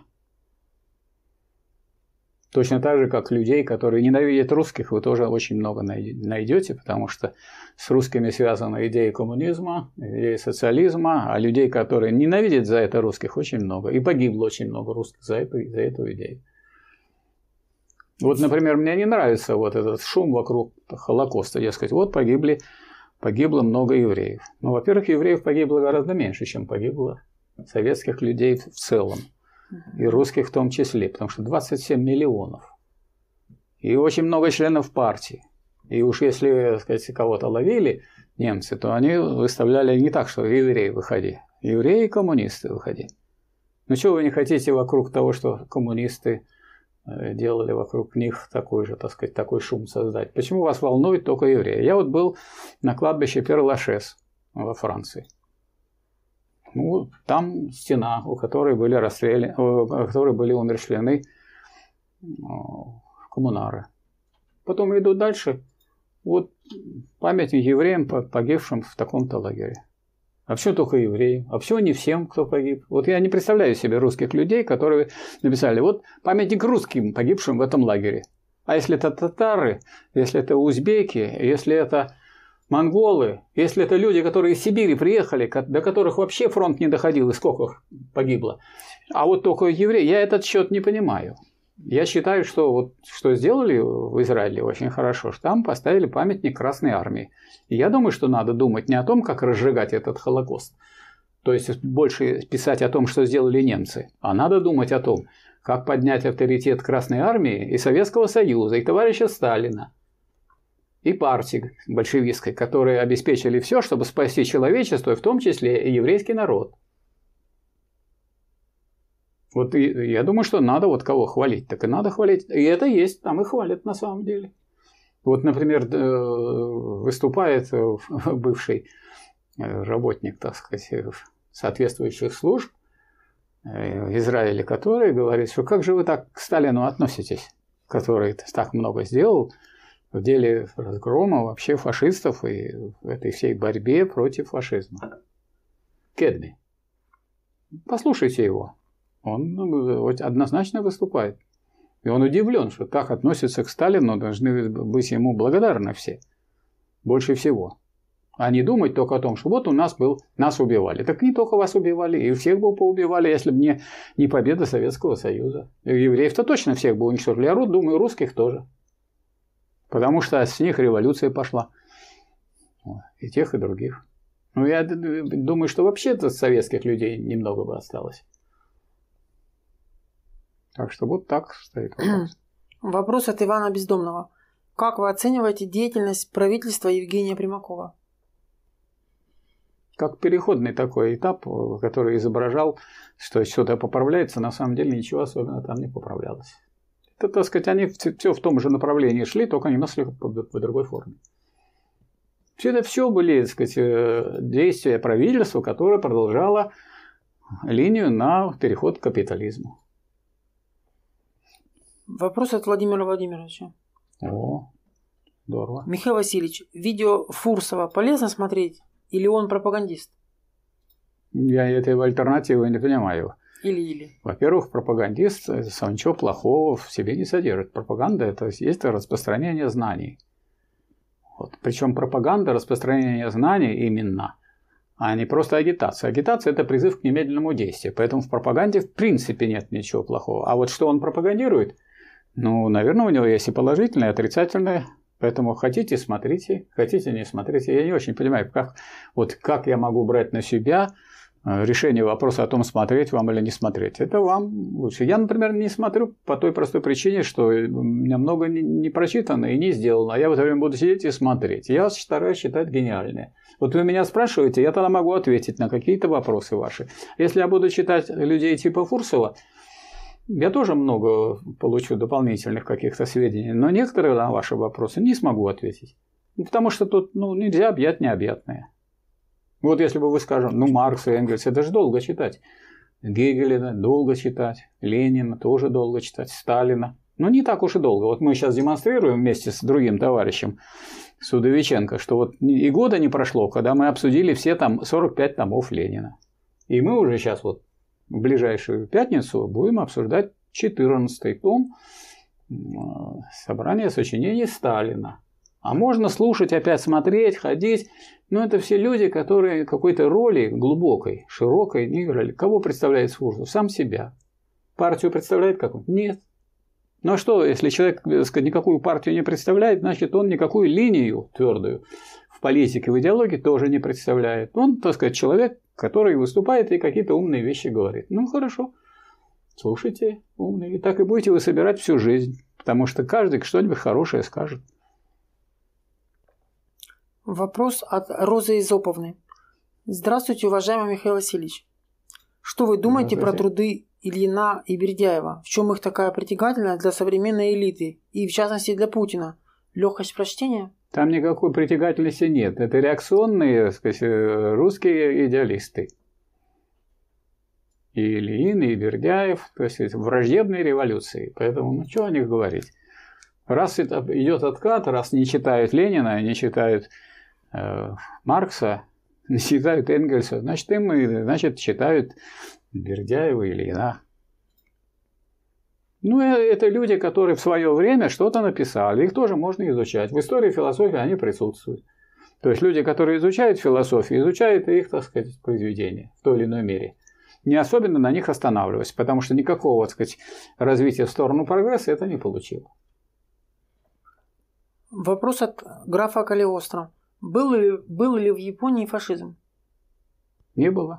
Точно так же, как людей, которые ненавидят русских, вы тоже очень много найдете, потому что с русскими связана идея коммунизма, идея социализма, а людей, которые ненавидят за это русских, очень много. И погибло очень много русских за эту, за эту идею. Вот, например, мне не нравится вот этот шум вокруг Холокоста. Дескать, вот погибли, погибло много евреев. Ну, во-первых, евреев погибло гораздо меньше, чем погибло советских людей в целом. И русских в том числе, потому что двадцать семь миллионов. И очень много членов партии. И уж если, так сказать, кого-то ловили немцы, то они выставляли не так, что евреи выходи. Евреи и коммунисты выходи. Ну что вы не хотите вокруг того, что коммунисты делали вокруг них такой же, так сказать, такой шум создать? Почему вас волнует только евреи? Я вот был на кладбище Пер-Лашез во Франции. Ну, там стена, у которой были расстреляны, у которой были умерщвлены коммунары. Потом идут дальше. Вот памятник евреям, погибшим в таком-то лагере. А почему только евреи? А почему не всем, кто погиб? Вот я не представляю себе русских людей, которые написали, вот памятник русским, погибшим в этом лагере. А если это татары, если это узбеки, если это монголы, если это люди, которые из Сибири приехали, до которых вообще фронт не доходил, и сколько их погибло. А вот только евреи, я этот счет не понимаю. Я считаю, что вот что сделали в Израиле очень хорошо, что там поставили памятник Красной Армии. И я думаю, что надо думать не о том, как разжигать этот Холокост, то есть больше писать о том, что сделали немцы, а надо думать о том, как поднять авторитет Красной Армии и Советского Союза, и товарища Сталина, и партии большевистской, которые обеспечили все, чтобы спасти человечество, в том числе и еврейский народ. Вот и, я думаю, что надо вот кого хвалить, так и надо хвалить. И это есть, там и хвалят на самом деле. Вот, например, выступает бывший работник, так сказать, соответствующих служб Израиля, который говорит, что как же вы так к Сталину относитесь, который так много сделал в деле разгрома вообще фашистов и в этой всей борьбе против фашизма. Кедми. Послушайте его. Он однозначно выступает. И он удивлен, что так относятся к Сталину, должны быть ему благодарны все. Больше всего. А не думать только о том, что вот у нас был, нас убивали. Так не только вас убивали, и всех бы поубивали, если бы не, не победа Советского Союза. И евреев-то точно всех бы уничтожили. Я думаю, русских тоже. Потому что с них революция пошла. И тех, и других. Ну, я думаю, что вообще-то советских людей немного бы осталось. Так что вот так стоит вопрос. Вопрос от Ивана Бездомного. Как вы оцениваете деятельность правительства Евгения Примакова? Как переходный такой этап, который изображал, что что-то поправляется, на самом деле ничего особенно там не поправлялось. Это, так сказать, они все в том же направлении шли, только немножко по другой форме. Все это все были, так сказать, действия правительства, которое продолжало линию на переход к капитализму. Вопрос от Владимира Владимировича. О, здорово. Михаил Васильевич, видео Фурсова полезно смотреть или он пропагандист? Я этой альтернативы не понимаю. Или-или. Во-первых, пропагандист ничего плохого в себе не содержит. Пропаганда – это есть распространение знаний. Вот. Причем пропаганда – распространение знаний именно, а не просто агитация. Агитация – это призыв к немедленному действию. Поэтому в пропаганде в принципе нет ничего плохого. А вот что он пропагандирует, ну, наверное, у него есть и положительное, и отрицательное. Поэтому хотите – смотрите, хотите – не смотрите. Я не очень понимаю, как, вот как я могу брать на себя решение вопроса о том, смотреть вам или не смотреть. Это вам лучше. Я, например, не смотрю по той простой причине, что у меня много не прочитано и не сделано. А я в это время буду сидеть и смотреть. Я стараюсь считать гениальное. Вот вы меня спрашиваете, я тогда могу ответить на какие-то вопросы ваши. Если я буду читать людей типа Фурсова, я тоже много получу дополнительных каких-то сведений, но некоторые на ваши вопросы не смогу ответить. Потому что тут ну, нельзя объять необъятное. Вот если бы вы скажете, ну, Маркс и Энгельс, это же долго читать. Гегеля долго читать, Ленина тоже долго читать, Сталина. Ну, не так уж и долго. Вот мы сейчас демонстрируем вместе с другим товарищем, с Удовиченко, что вот и года не прошло, когда мы обсудили все там сорок пять томов Ленина. И мы уже сейчас вот в ближайшую пятницу будем обсуждать четырнадцатый том собрания сочинений Сталина. А можно слушать, опять смотреть, ходить. Но это все люди, которые какой-то роли глубокой, широкой не играли. Кого представляет Фурсов? Сам себя. Партию представляет какую? Нет. Ну а что, если человек, так сказать, никакую партию не представляет, значит, он никакую линию твердую в политике, в идеологии тоже не представляет. Он, так сказать, человек, который выступает и какие-то умные вещи говорит. Ну хорошо, слушайте умные. И так и будете вы собирать всю жизнь. Потому что каждый что-нибудь хорошее скажет. Вопрос от Розы Изоповны. Здравствуйте, уважаемый Михаил Васильевич. Что вы думаете про труды Ильина и Бердяева? В чем их такая притягательность для современной элиты и, в частности, для Путина? Легкость прочтения? Там никакой притягательности нет. Это реакционные, так сказать, русские идеалисты. И Ильин, и Бердяев, то есть враждебные революции. Поэтому, ну, что о них говорить? Раз это идет откат, раз не читают Ленина, не читают э, Маркса, не читают Энгельса, значит, им, значит, читают Бердяева и Ильина. Ну, это люди, которые в свое время что-то написали, их тоже можно изучать. В истории философии они присутствуют. То есть люди, которые изучают философию, изучают их, так сказать, произведения в той или иной мере. Не особенно на них останавливаясь, потому что никакого, так сказать, развития в сторону прогресса это не получило. Вопрос от графа Калиостро. Был ли, был ли в Японии фашизм? Не было.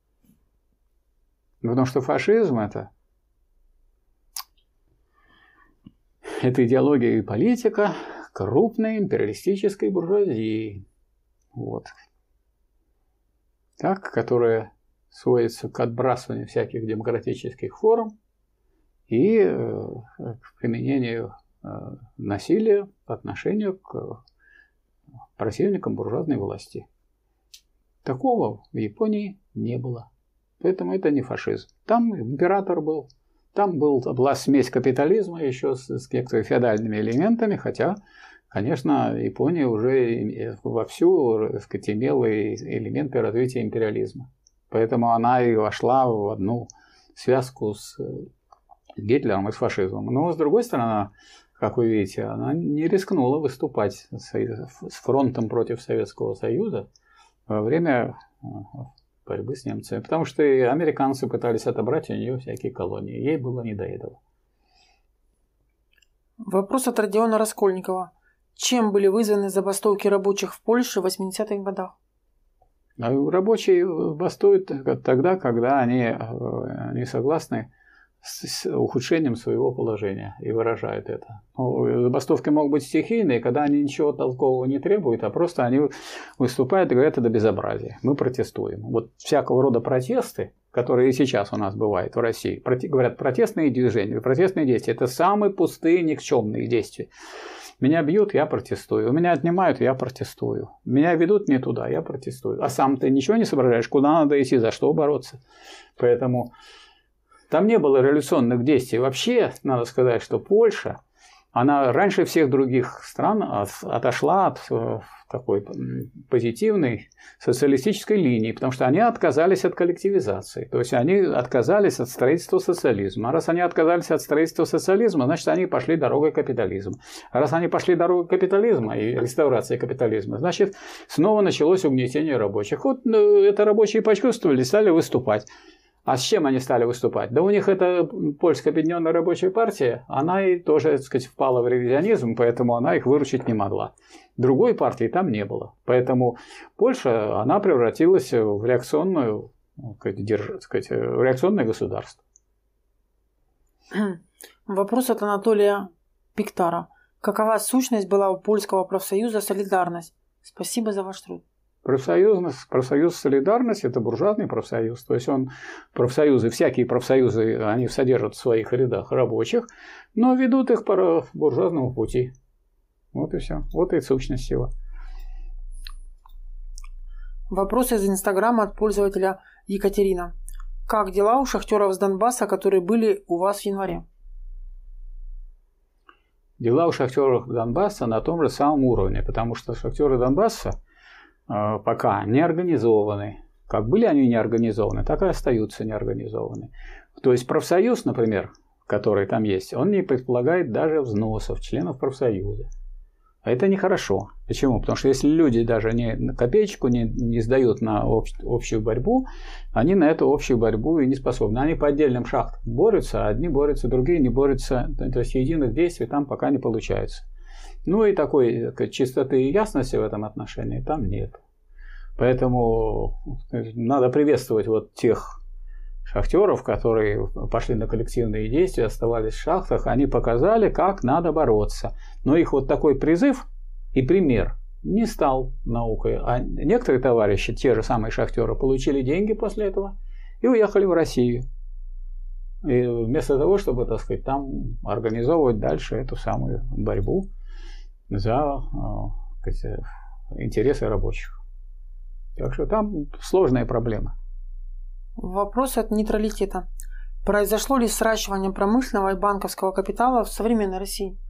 Потому что фашизм это, это идеология и политика крупной империалистической буржуазии. Вот. Так, которая сводится к отбрасыванию всяких демократических форм и э, к применению э, насилия по отношению к противникам буржуазной власти. Такого в Японии не было. Поэтому это не фашизм. Там император был, там был, была смесь капитализма еще с, с какими-то феодальными элементами, хотя, конечно, Япония уже вовсю, так сказать, имела элементы развития империализма. Поэтому она и вошла в одну связку с Гитлером и с фашизмом. Но, с другой стороны, как вы видите, она не рискнула выступать с фронтом против Советского Союза во время борьбы с немцами. Потому что и американцы пытались отобрать у нее всякие колонии. Ей было не до этого. Вопрос от Родиона Раскольникова. Чем были вызваны забастовки рабочих в Польше в восьмидесятых годах? Рабочие бастуют тогда, когда они не согласны с ухудшением своего положения и выражают это. Ну, забастовки могут быть стихийные, когда они ничего толкового не требуют, а просто они выступают и говорят, это безобразие. Мы протестуем. Вот всякого рода протесты, которые и сейчас у нас бывают в России, говорят, протестные движения, протестные действия – это самые пустые, никчемные действия. Меня бьют, я протестую. У меня отнимают, я протестую. Меня ведут не туда, я протестую. А сам ты ничего не соображаешь, куда надо идти, за что бороться. Поэтому там не было революционных действий. Вообще, надо сказать, что Польша, она раньше всех других стран отошла от такой позитивной социалистической линии, потому что они отказались от коллективизации. То есть они отказались от строительства социализма. А раз они отказались от строительства социализма, значит, они пошли дорогой капитализма. А раз они пошли дорогой капитализма и реставрации капитализма, значит, снова началось угнетение рабочих. Вот это рабочие почувствовали, стали выступать. А с чем они стали выступать? Да у них эта Польская объединенная рабочая партия, она и тоже, так сказать, впала в ревизионизм, поэтому она их выручить не могла. Другой партии там не было. Поэтому Польша, она превратилась в реакционную держ, сказать, реакционное государство. Вопрос от Анатолия Пиктара. Какова сущность была у польского профсоюза «Солидарность»? Спасибо за ваш труд. Профсоюз, профсоюз «Солидарность» – это буржуазный профсоюз. То есть он, профсоюзы, всякие профсоюзы, они содержат в своих рядах рабочих, но ведут их по буржуазному пути. Вот и все. Вот и сущность его. Вопрос из Инстаграма от пользователя Екатерина. Как дела у шахтеров с Донбасса, которые были у вас в январе? Дела у шахтеров Донбасса на том же самом уровне, потому что шахтеры Донбасса э, пока не организованы. Как были они не организованы, так и остаются неорганизованы. То есть профсоюз, например, который там есть, он не предполагает даже взносов членов профсоюза. А это нехорошо. Почему? Потому что если люди даже не копеечку не, не сдают на общ, общую борьбу, они на эту общую борьбу и не способны. Они по отдельным шахтам борются, а одни борются, другие не борются. То есть единых действий там пока не получается. Ну и такой чистоты и ясности в этом отношении там нет. Поэтому надо приветствовать вот тех шахтеров, которые пошли на коллективные действия, оставались в шахтах, они показали, как надо бороться. Но их вот такой призыв и пример не стал наукой. А некоторые товарищи, те же самые шахтеры, получили деньги после этого и уехали в Россию. И вместо того, чтобы, так сказать, там организовывать дальше эту самую борьбу за, так сказать, интересы рабочих. Так что там сложная проблема. Вопрос от нейтралитета. Произошло ли сращивание промышленного и банковского капитала в современной России?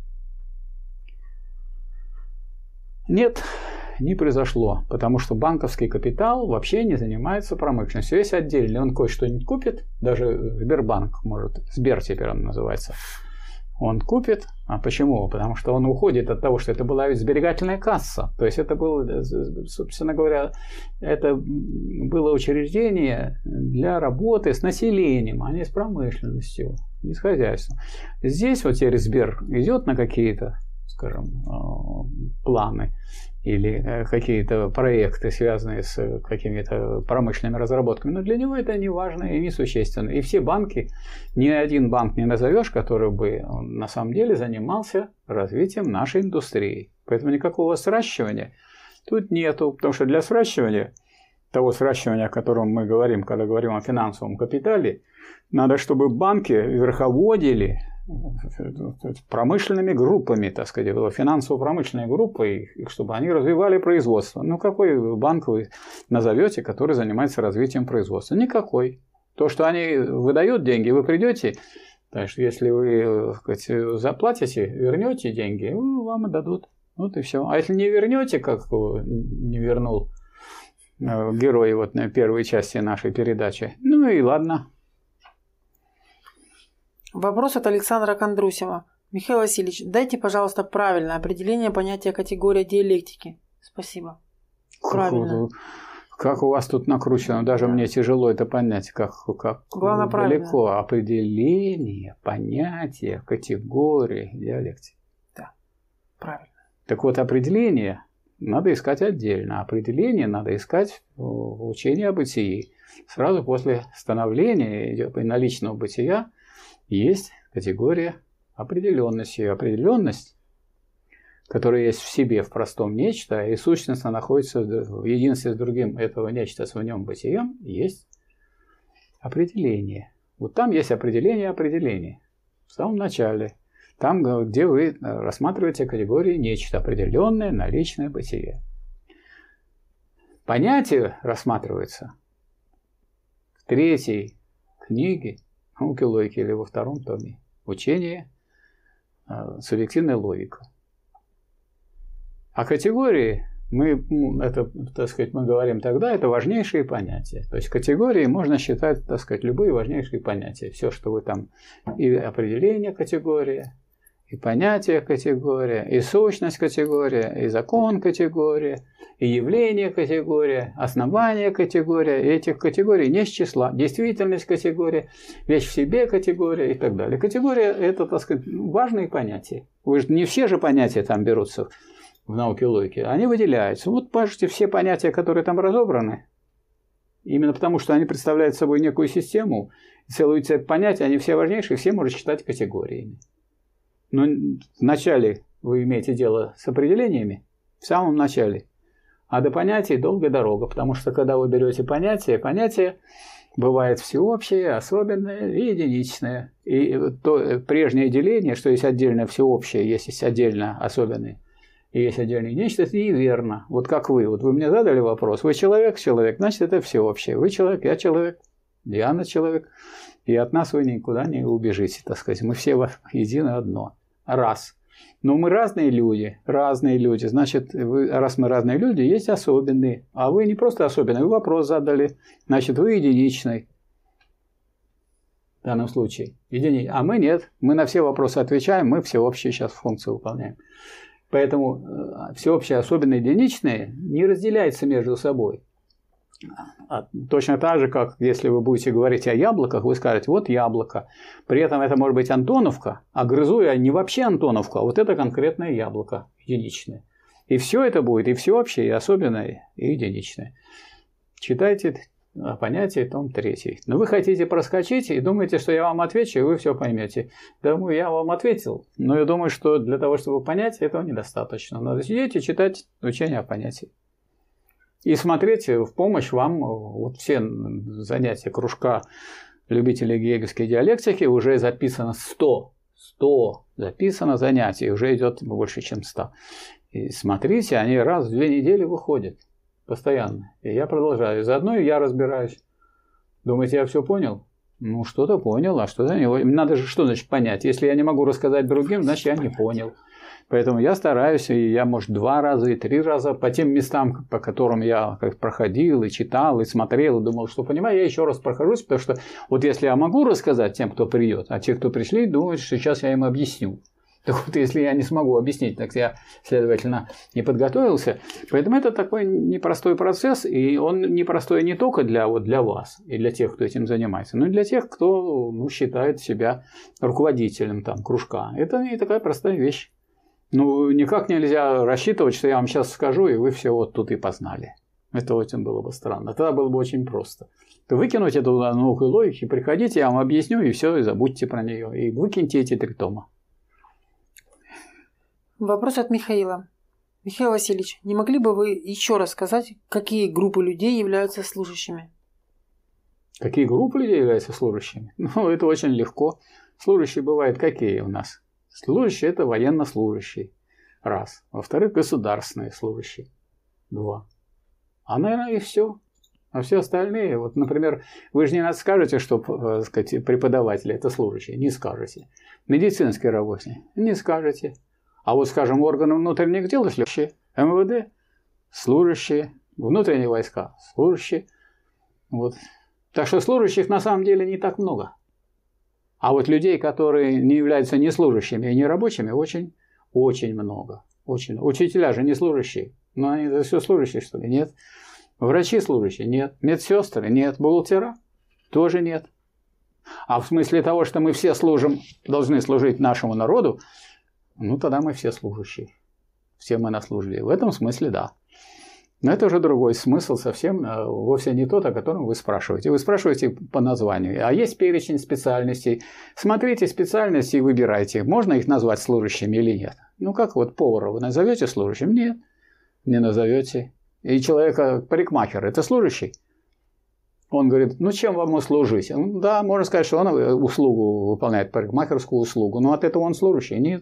Нет, не произошло, потому что банковский капитал вообще не занимается промышленностью. Есть отдельный, он кое-что-нибудь купит, даже Сбербанк может, Сбер теперь он называется, он купит. А почему? Потому что он уходит от того, что это была ведь сберегательная касса. То есть это было, собственно говоря, это было учреждение для работы с населением, а не с промышленностью, не с хозяйством. Здесь вот теперь Сбер идет на какие-то, скажем, планы или какие-то проекты, связанные с какими-то промышленными разработками, но для него это не важно и не существенно. И все банки, ни один банк не назовешь, который бы на самом деле занимался развитием нашей индустрии. Поэтому никакого сращивания тут нету, потому что для сращивания, того сращивания, о котором мы говорим, когда говорим о финансовом капитале, надо, чтобы банки верховодили промышленными группами, так сказать, финансово-промышленной группой, чтобы они развивали производство. Ну, какой банк вы назовете, который занимается развитием производства? Никакой. То, что они выдают деньги, вы придете, так что если вы, так сказать, заплатите, вернете деньги, вам и дадут. Вот и все. А если не вернете, как не вернул герой вот на первой части нашей передачи, ну и ладно. Вопрос от Александра Кондрусева. Михаил Васильевич, дайте, пожалуйста, правильное определение понятия категория диалектики. Спасибо. Правильно. Как у вас тут накручено, даже да. Мне тяжело это понять, как, как далеко правильно. Определение, понятие, категории диалектики. Да, правильно. Так вот, определение надо искать отдельно. Определение надо искать в учении о бытии. Сразу после становления и наличного бытия есть категория определенности. И определенность, которая есть в себе, в простом нечто, и сущностно находится в единстве с другим этого нечто с в нем бытием, есть определение. Вот там есть определение определения. В самом начале. Там, где вы рассматриваете категории нечто, определенное, наличное бытие. Понятие рассматривается в третьей книге науки логики или во втором томе. Учение, субъективная логика. А категории, мы, это, так сказать, мы говорим тогда, это важнейшие понятия. То есть категории можно считать, так сказать, любые важнейшие понятия. Все, что вы там, и определение категория, и понятие категория, и сущность категория, и закон категория, и явление категория, основание категория. И этих категорий не с числа. Действительность категория, вещь в себе категория и так далее. Категория – это, так сказать, важные понятия. Вы же не все же понятия там берутся в науке логики. Они выделяются. Вот, пожалуйста, все понятия, которые там разобраны, Именно потому, что они представляют собой некую систему, целую цепь понятий, они все важнейшие, все можно считать категориями. Но вначале вы имеете дело с определениями, в самом начале. А до понятий долгая дорога, потому что когда вы берете понятие, понятие бывает всеобщее, особенное и единичное. И то прежнее деление, что есть отдельное всеобщее, есть отдельно особенное, и есть отдельное единичное, это неверно. Вот как вы. Вот вы мне задали вопрос. Вы человек, человек, значит, это всеобщее. Вы человек, я человек, Диана человек. И от нас вы никуда не убежите, так сказать. Мы все едины одно. Раз. Но мы разные люди, разные люди. Значит, вы, раз мы разные люди, есть особенные. А вы не просто особенные, вы вопрос задали. Значит, вы единичный. В данном случае. Едини... А мы нет. Мы на все вопросы отвечаем, мы всеобщие сейчас функции выполняем. Поэтому всеобщее, особенное, единичное не разделяется между собой. Точно так же, как если вы будете говорить о яблоках, вы скажете, вот яблоко. При этом это может быть Антоновка, а грызу я не вообще Антоновку, а вот это конкретное яблоко, единичное. И все это будет и всеобщее, и особенное, и единичное. Читайте понятие том третий. Но вы хотите проскочить и думаете, что я вам отвечу, и вы все поймете. Думаю, я вам ответил, но я думаю, что для того, чтобы понять, этого недостаточно. Надо сидеть и читать учение о понятии. И смотреть в помощь вам вот все занятия кружка любителей гегельской диалектики уже записано сто. сто записано занятий, уже идет больше, чем сто. И смотрите, они раз в две недели выходят постоянно. И я продолжаю. Заодно и я разбираюсь. Думаете, я все понял? Ну, что-то понял, а что-то не понял. Надо же, что значит понять? Если я не могу рассказать другим, значит, я не понял. Поэтому я стараюсь, и я, может, два раза и три раза по тем местам, по которым я как проходил, и читал, и смотрел, и думал, что понимаю, я еще раз прохожусь, потому что вот если я могу рассказать тем, кто придет, а те, кто пришли, думают, что сейчас я им объясню. Так вот, если я не смогу объяснить, так я, следовательно, не подготовился. Поэтому это такой непростой процесс, и он непростой не только для, вот, для вас и для тех, кто этим занимается, но и для тех, кто ну, считает себя руководителем там, кружка. Это не такая простая вещь. Ну, никак нельзя рассчитывать, что я вам сейчас скажу, и вы все вот тут и познали. Это очень было бы странно. Тогда было бы очень просто. То выкинуть эту науку и логику, приходите, я вам объясню, и все, и забудьте про нее. И выкиньте эти три тома. Вопрос от Михаила. Михаил Васильевич, не могли бы вы еще раз сказать, какие группы людей являются служащими? Какие группы людей являются служащими? Ну, это очень легко. Служащие бывают какие у нас? Служащие – это военнослужащие. Раз. Во-вторых, государственные служащие. Два. А, наверное, и все. А все остальные, вот, например, вы же не скажете, что так сказать, преподаватели – это служащие. Не скажете. Медицинские работники – не скажете. А вот, скажем, органы внутренних дел – служащие. эм вэ дэ – служащие. Внутренние войска – служащие. Вот. Так что служащих на самом деле не так много. А вот людей, которые не являются ни служащими и не рабочими, очень, очень много. Очень. Учителя же не служащие. Но они это все служащие, что ли? Нет. Врачи служащие? Нет. Медсестры? Нет. Бухгалтера? Тоже нет. А в смысле того, что мы все служим, должны служить нашему народу, ну тогда мы все служащие. Все мы на службе. В этом смысле да. Но это уже другой смысл совсем, вовсе не тот, о котором вы спрашиваете. Вы спрашиваете по названию. А есть перечень специальностей. Смотрите специальности и выбирайте. Можно их назвать служащими или нет? Ну, как вот повара вы назовете служащим? Нет, не назовете. И человека, парикмахер, это служащий? Он говорит, ну, чем вам услужить? Ну, да, можно сказать, что он услугу выполняет, парикмахерскую услугу. Но от этого он служащий? Нет.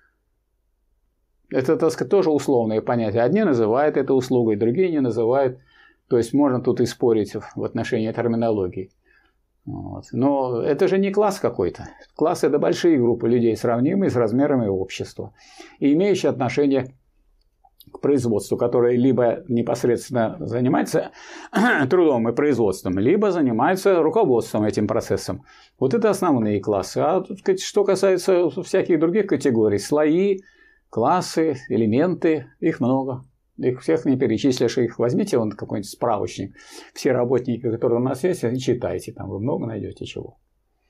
Это, так сказать, тоже условные понятия. Одни называют это услугой, другие не называют. То есть можно тут и спорить в отношении терминологии. Вот. Но это же не класс какой-то. Класс – это большие группы людей, сравнимые с размерами общества. И имеющие отношение к производству, которое либо непосредственно занимается трудом и производством, либо занимается руководством этим процессом. Вот это основные классы. А так сказать, что касается всяких других категорий, слои, классы, элементы, их много. Их всех не перечислишь, их возьмите вон какой-нибудь справочник. Все работники, которые у нас есть, и читайте, там вы много найдете чего.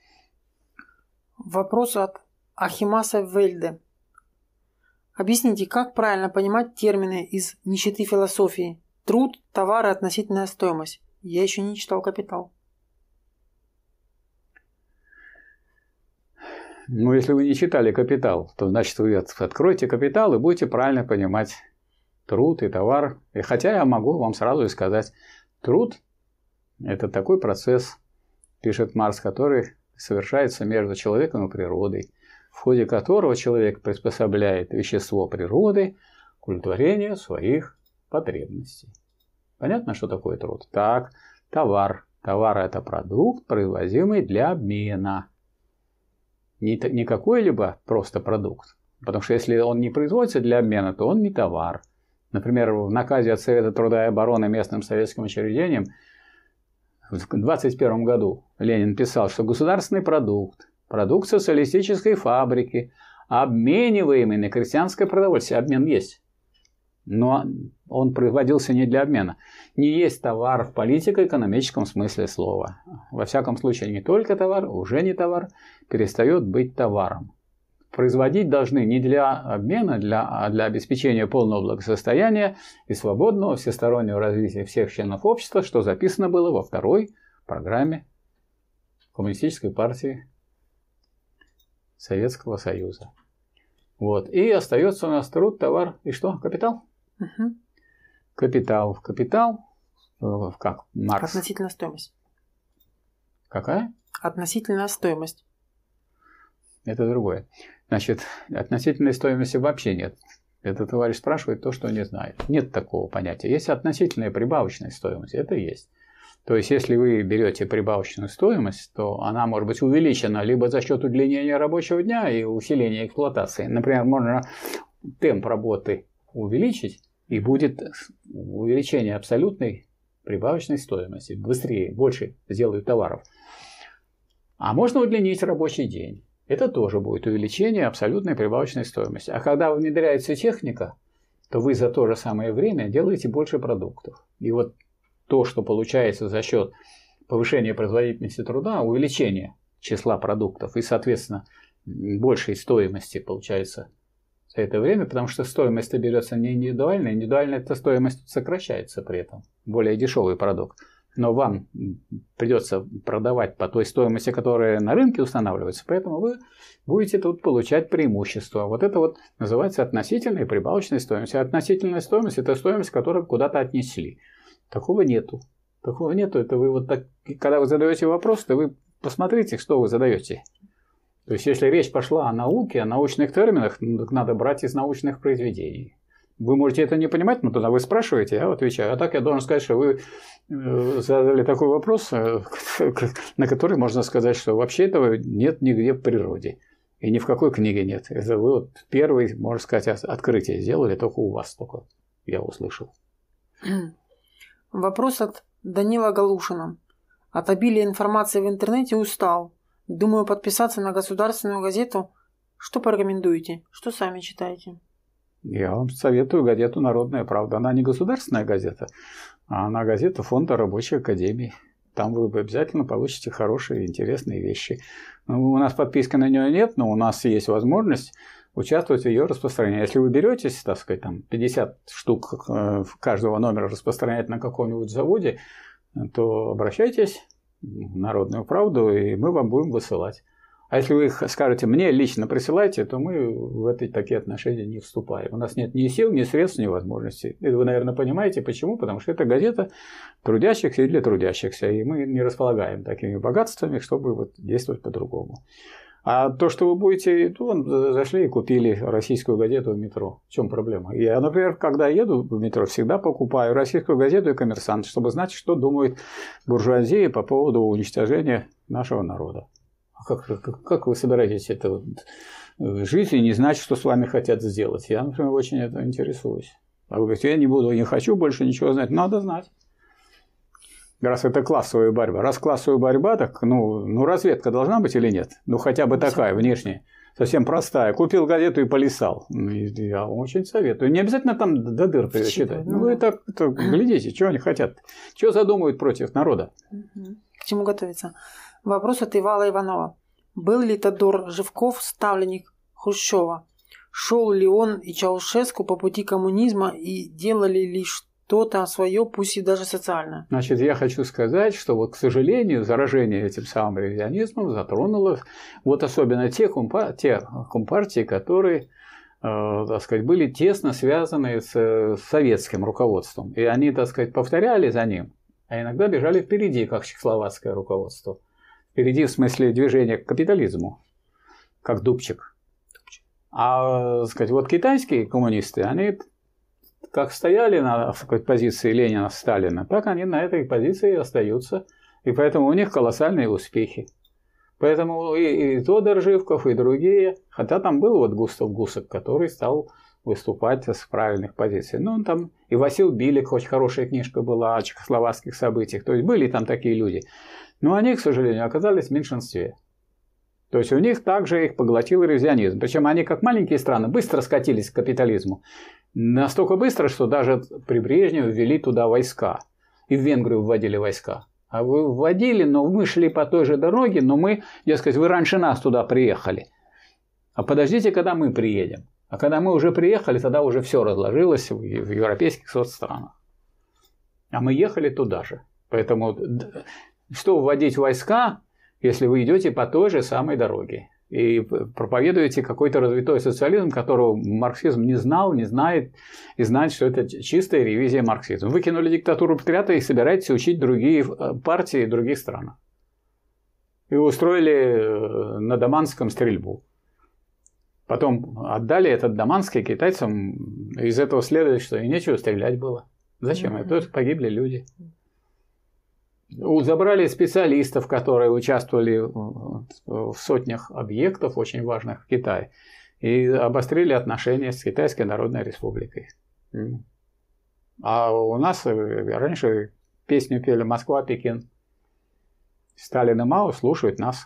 Вопрос от Ахимаса Вельде. Объясните, как правильно понимать термины из нищеты философии? Труд, товар и относительная стоимость. Я еще не читал «Капитал». Ну, если вы не читали «Капитал», то, значит, вы откройте «Капитал» и будете правильно понимать труд и товар. И хотя я могу вам сразу и сказать, труд – это такой процесс, пишет Маркс, который совершается между человеком и природой, в ходе которого человек приспособляет вещество природы к удовлетворению своих потребностей. Понятно, что такое труд? Так, товар. Товар – это продукт, производимый для обмена. Не, не какой-либо просто продукт. Потому что если он не производится для обмена, то он не товар. Например, в наказе от Совета труда и обороны местным советским учреждениям в двадцать первом году Ленин писал, что государственный продукт, продукт социалистической фабрики, обмениваемый на крестьянское продовольствие. Обмен есть. Но он производился не для обмена. Не есть товар в политико-экономическом смысле слова. Во всяком случае, не только товар, уже не товар, перестает быть товаром. Производить должны не для обмена, для, а для обеспечения полного благосостояния и свободного всестороннего развития всех членов общества, что записано было во второй программе Коммунистической партии Советского Союза. Вот. И остается у нас труд, товар и что? Капитал? Угу. Капитал. Капитал, как Маркс. Относительная стоимость. Какая? Относительная стоимость. Это другое. Значит, относительной стоимости вообще нет. Этот товарищ спрашивает то, что не знает. Нет такого понятия. Есть относительная прибавочная стоимость. Это есть. То есть, если вы берете прибавочную стоимость, то она может быть увеличена либо за счет удлинения рабочего дня и усиления эксплуатации. Например, можно темп работы увеличить, и будет увеличение абсолютной прибавочной стоимости. Быстрее, больше сделают товаров. А можно удлинить рабочий день. Это тоже будет увеличение абсолютной прибавочной стоимости. А когда внедряется техника, то вы за то же самое время делаете больше продуктов. И вот то, что получается за счет повышения производительности труда, увеличения числа продуктов и, соответственно, большей стоимости получается за это время, потому что стоимость берется не индивидуально, индивидуально эта стоимость сокращается при этом, более дешевый продукт. Но вам придется продавать по той стоимости, которая на рынке устанавливается, поэтому вы будете тут получать преимущество. Вот это вот называется относительная и прибавочная стоимость. А относительная стоимость – это стоимость, которую куда-то отнесли. Такого нету. Такого нету. Это вы вот так, когда вы задаете вопрос, то вы посмотрите, что вы задаете. То есть, если речь пошла о науке, о научных терминах, надо брать из научных произведений. Вы можете это не понимать, но тогда вы спрашиваете, я отвечаю. А так я должен сказать, что вы задали такой вопрос, на который можно сказать, что вообще этого нет нигде в природе. И ни в какой книге нет. Это вы вот первый, можно сказать, открытие сделали, только у вас только я услышал. Вопрос от Данила Галушина. От обилия информации в интернете устал. Думаю подписаться на государственную газету. Что порекомендуете? Что сами читаете? Я вам советую газету «Народная правда». Она не государственная газета, а она газета Фонда Рабочей Академии. Там вы обязательно получите хорошие, интересные вещи. Ну, у нас подписки на нее нет, но у нас есть возможность участвовать в ее распространении. Если вы беретесь, так сказать, там пятьдесят штук каждого номера распространять на каком-нибудь заводе, то обращайтесь в «Народную правду», и мы вам будем высылать. А если вы скажете, мне лично присылайте, то мы в эти такие отношения не вступаем. У нас нет ни сил, ни средств, ни возможностей. И вы, наверное, понимаете, почему? Потому что это газета трудящихся и для трудящихся. И мы не располагаем такими богатствами, чтобы вот действовать по-другому. А то, что вы будете, то вон, зашли и купили российскую газету в метро. В чем проблема? Я, например, когда еду в метро, всегда покупаю российскую газету и «Коммерсант», чтобы знать, что думает буржуазия по поводу уничтожения нашего народа. Как, как, как вы собираетесь это вот жить и не знать, что с вами хотят сделать? Я, например, очень это интересуюсь. А вы говорите, я не буду, не хочу больше ничего знать. Надо знать. Раз это классовая борьба. Раз классовая борьба, так ну, ну разведка должна быть или нет? Ну хотя бы такая, внешняя. Совсем простая. Купил газету и полистал. Я вам очень советую. Не обязательно там до дыр читать. Ну вы так, так глядите, что они хотят. Что задумывают против народа. К чему готовиться? Вопрос от Ивала Иванова. Был ли Тодор Живков ставленник Хрущева? Шел ли он и Чаушеску по пути коммунизма и делали ли что-то свое, пусть и даже социальное. Значит, я хочу сказать, что вот, к сожалению, заражение этим самым ревизионизмом затронуло вот особенно те, компа- те компартии, которые, э, так сказать, были тесно связаны с, с советским руководством. И они, так сказать, повторяли за ним, а иногда бежали впереди, как чехословацкое руководство. Впереди в смысле движения к капитализму, как Дубчик. А, так сказать, вот китайские коммунисты, они как стояли на, так сказать, позиции Ленина, Сталина, так они на этой позиции и остаются. И поэтому у них колоссальные успехи. Поэтому и, и Тодор Живков, и другие, хотя там был вот Густав Гусак, который стал выступать с правильных позиций. Ну, там и Васил Билик, очень хорошая книжка была о чехословацких событиях. То есть были там такие люди. Но они, к сожалению, оказались в меньшинстве. То есть у них также их поглотил ревизионизм. Причем они, как маленькие страны, быстро скатились к капитализму. Настолько быстро, что даже при Брежневе ввели туда войска. И в Венгрию вводили войска. А вы вводили, но мы шли по той же дороге, но мы, дескать, вы раньше нас туда приехали. А подождите, когда мы приедем. А когда мы уже приехали, тогда уже все разложилось в европейских соцстранах. А мы ехали туда же. Поэтому что вводить войска, если вы идете по той же самой дороге и проповедуете какой-то развитой социализм, которого марксизм не знал, не знает, и знает, что это чистая ревизия марксизма. Выкинули диктатуру пролетариата и собираетесь учить другие партии в других странах. И устроили на Даманском стрельбу. Потом отдали этот Даманский китайцам, из этого следует, что и нечего стрелять было. Зачем? Mm-hmm. Это погибли люди. Забрали специалистов, которые участвовали в сотнях объектов, очень важных в Китае, и обострили отношения с Китайской Народной Республикой. А у нас раньше песню пели «Москва, Пекин». Сталин и Мао слушают нас.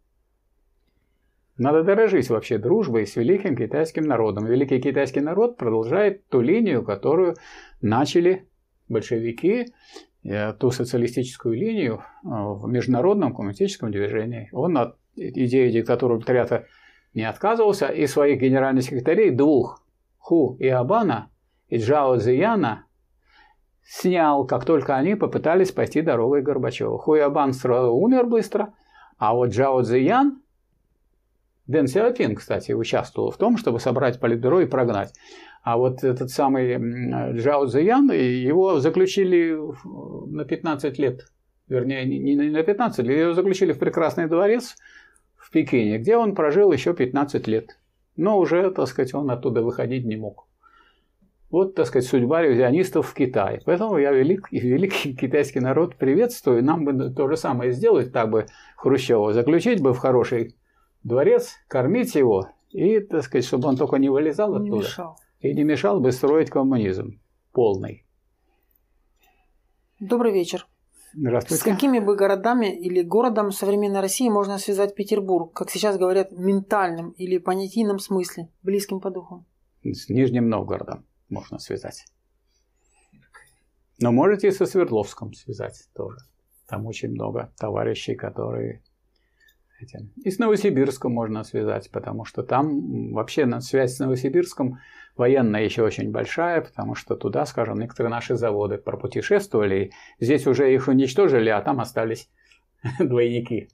Надо дорожить вообще дружбой с великим китайским народом. Великий китайский народ продолжает ту линию, которую начали большевики, ту социалистическую линию в международном коммунистическом движении. Он от идеи диктатуры пролетариата не отказывался, и своих генеральных секретарей, двух, Ху и Абана, и Джао Цзияна, снял, как только они попытались пойти дорогой Горбачева. Ху и Абан сразу умер быстро, а вот Джао Цзиян, Дэн Сяопин, кстати, участвовал в том, чтобы собрать политбюро и прогнать. А вот этот самый Джао Цзиян, его заключили на пятнадцать лет, вернее, не на пятнадцать лет, его заключили в прекрасный дворец в Пекине, где он прожил еще пятнадцать лет. Но уже, так сказать, он оттуда выходить не мог. Вот, так сказать, судьба ревизионистов в Китае. Поэтому я велик, великий китайский народ приветствую. Нам бы то же самое сделать, так бы Хрущева заключить бы в хороший дворец, кормить его и, так сказать, чтобы он только не вылезал оттуда. Не мешал. И не мешал бы строить коммунизм полный. Добрый вечер. Здравствуйте. С какими бы городами или городом современной России можно связать Петербург, как сейчас говорят, в ментальном или понятийном смысле, близким по духу? С Нижним Новгородом можно связать. Но можете и со Свердловском связать тоже. Там очень много товарищей, которые... И с Новосибирском можно связать, потому что там вообще связь с Новосибирском военная еще очень большая, потому что туда, скажем, некоторые наши заводы пропутешествовали, и здесь уже их уничтожили, а там остались двойники.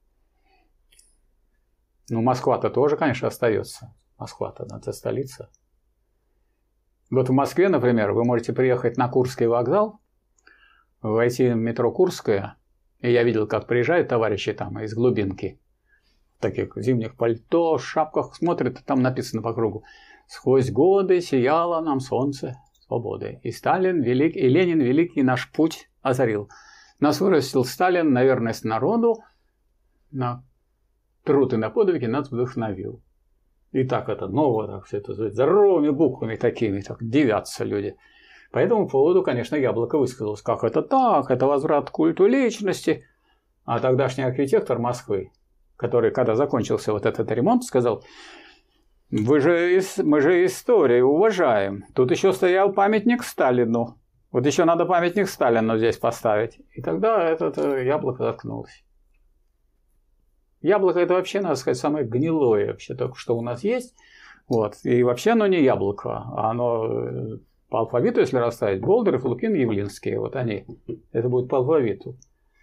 Ну, Москва-то тоже, конечно, остается. Москва-то, это столица. Вот в Москве, например, вы можете приехать на Курский вокзал, войти в метро Курское, и я видел, как приезжают товарищи там из глубинки, в таких зимних пальто, шапках, смотрят, и там написано по кругу: «Сквозь годы сияло нам солнце свободы, и Сталин велик, и Ленин великий наш путь озарил. Нас вырастил Сталин на верность народу, на труд и на подвиги нас вдохновил». И так это ново, так все это здоровыми буквами такими, так дивятся люди. По этому поводу, конечно, Яблоко высказалось, как это так, это возврат к культу личности. А тогдашний архитектор Москвы, который, когда закончился вот этот ремонт, сказал: Вы же, мы же историю уважаем. Тут еще стоял памятник Сталину. Вот еще надо памятник Сталину здесь поставить. И тогда этот Яблоко заткнулось. Яблоко — это вообще, надо сказать, самое гнилое вообще, только что у нас есть. Вот. И вообще оно не яблоко, а оно По алфавиту, если расставить, Болдырев, Лукин, Явлинский, вот они, это будет по алфавиту.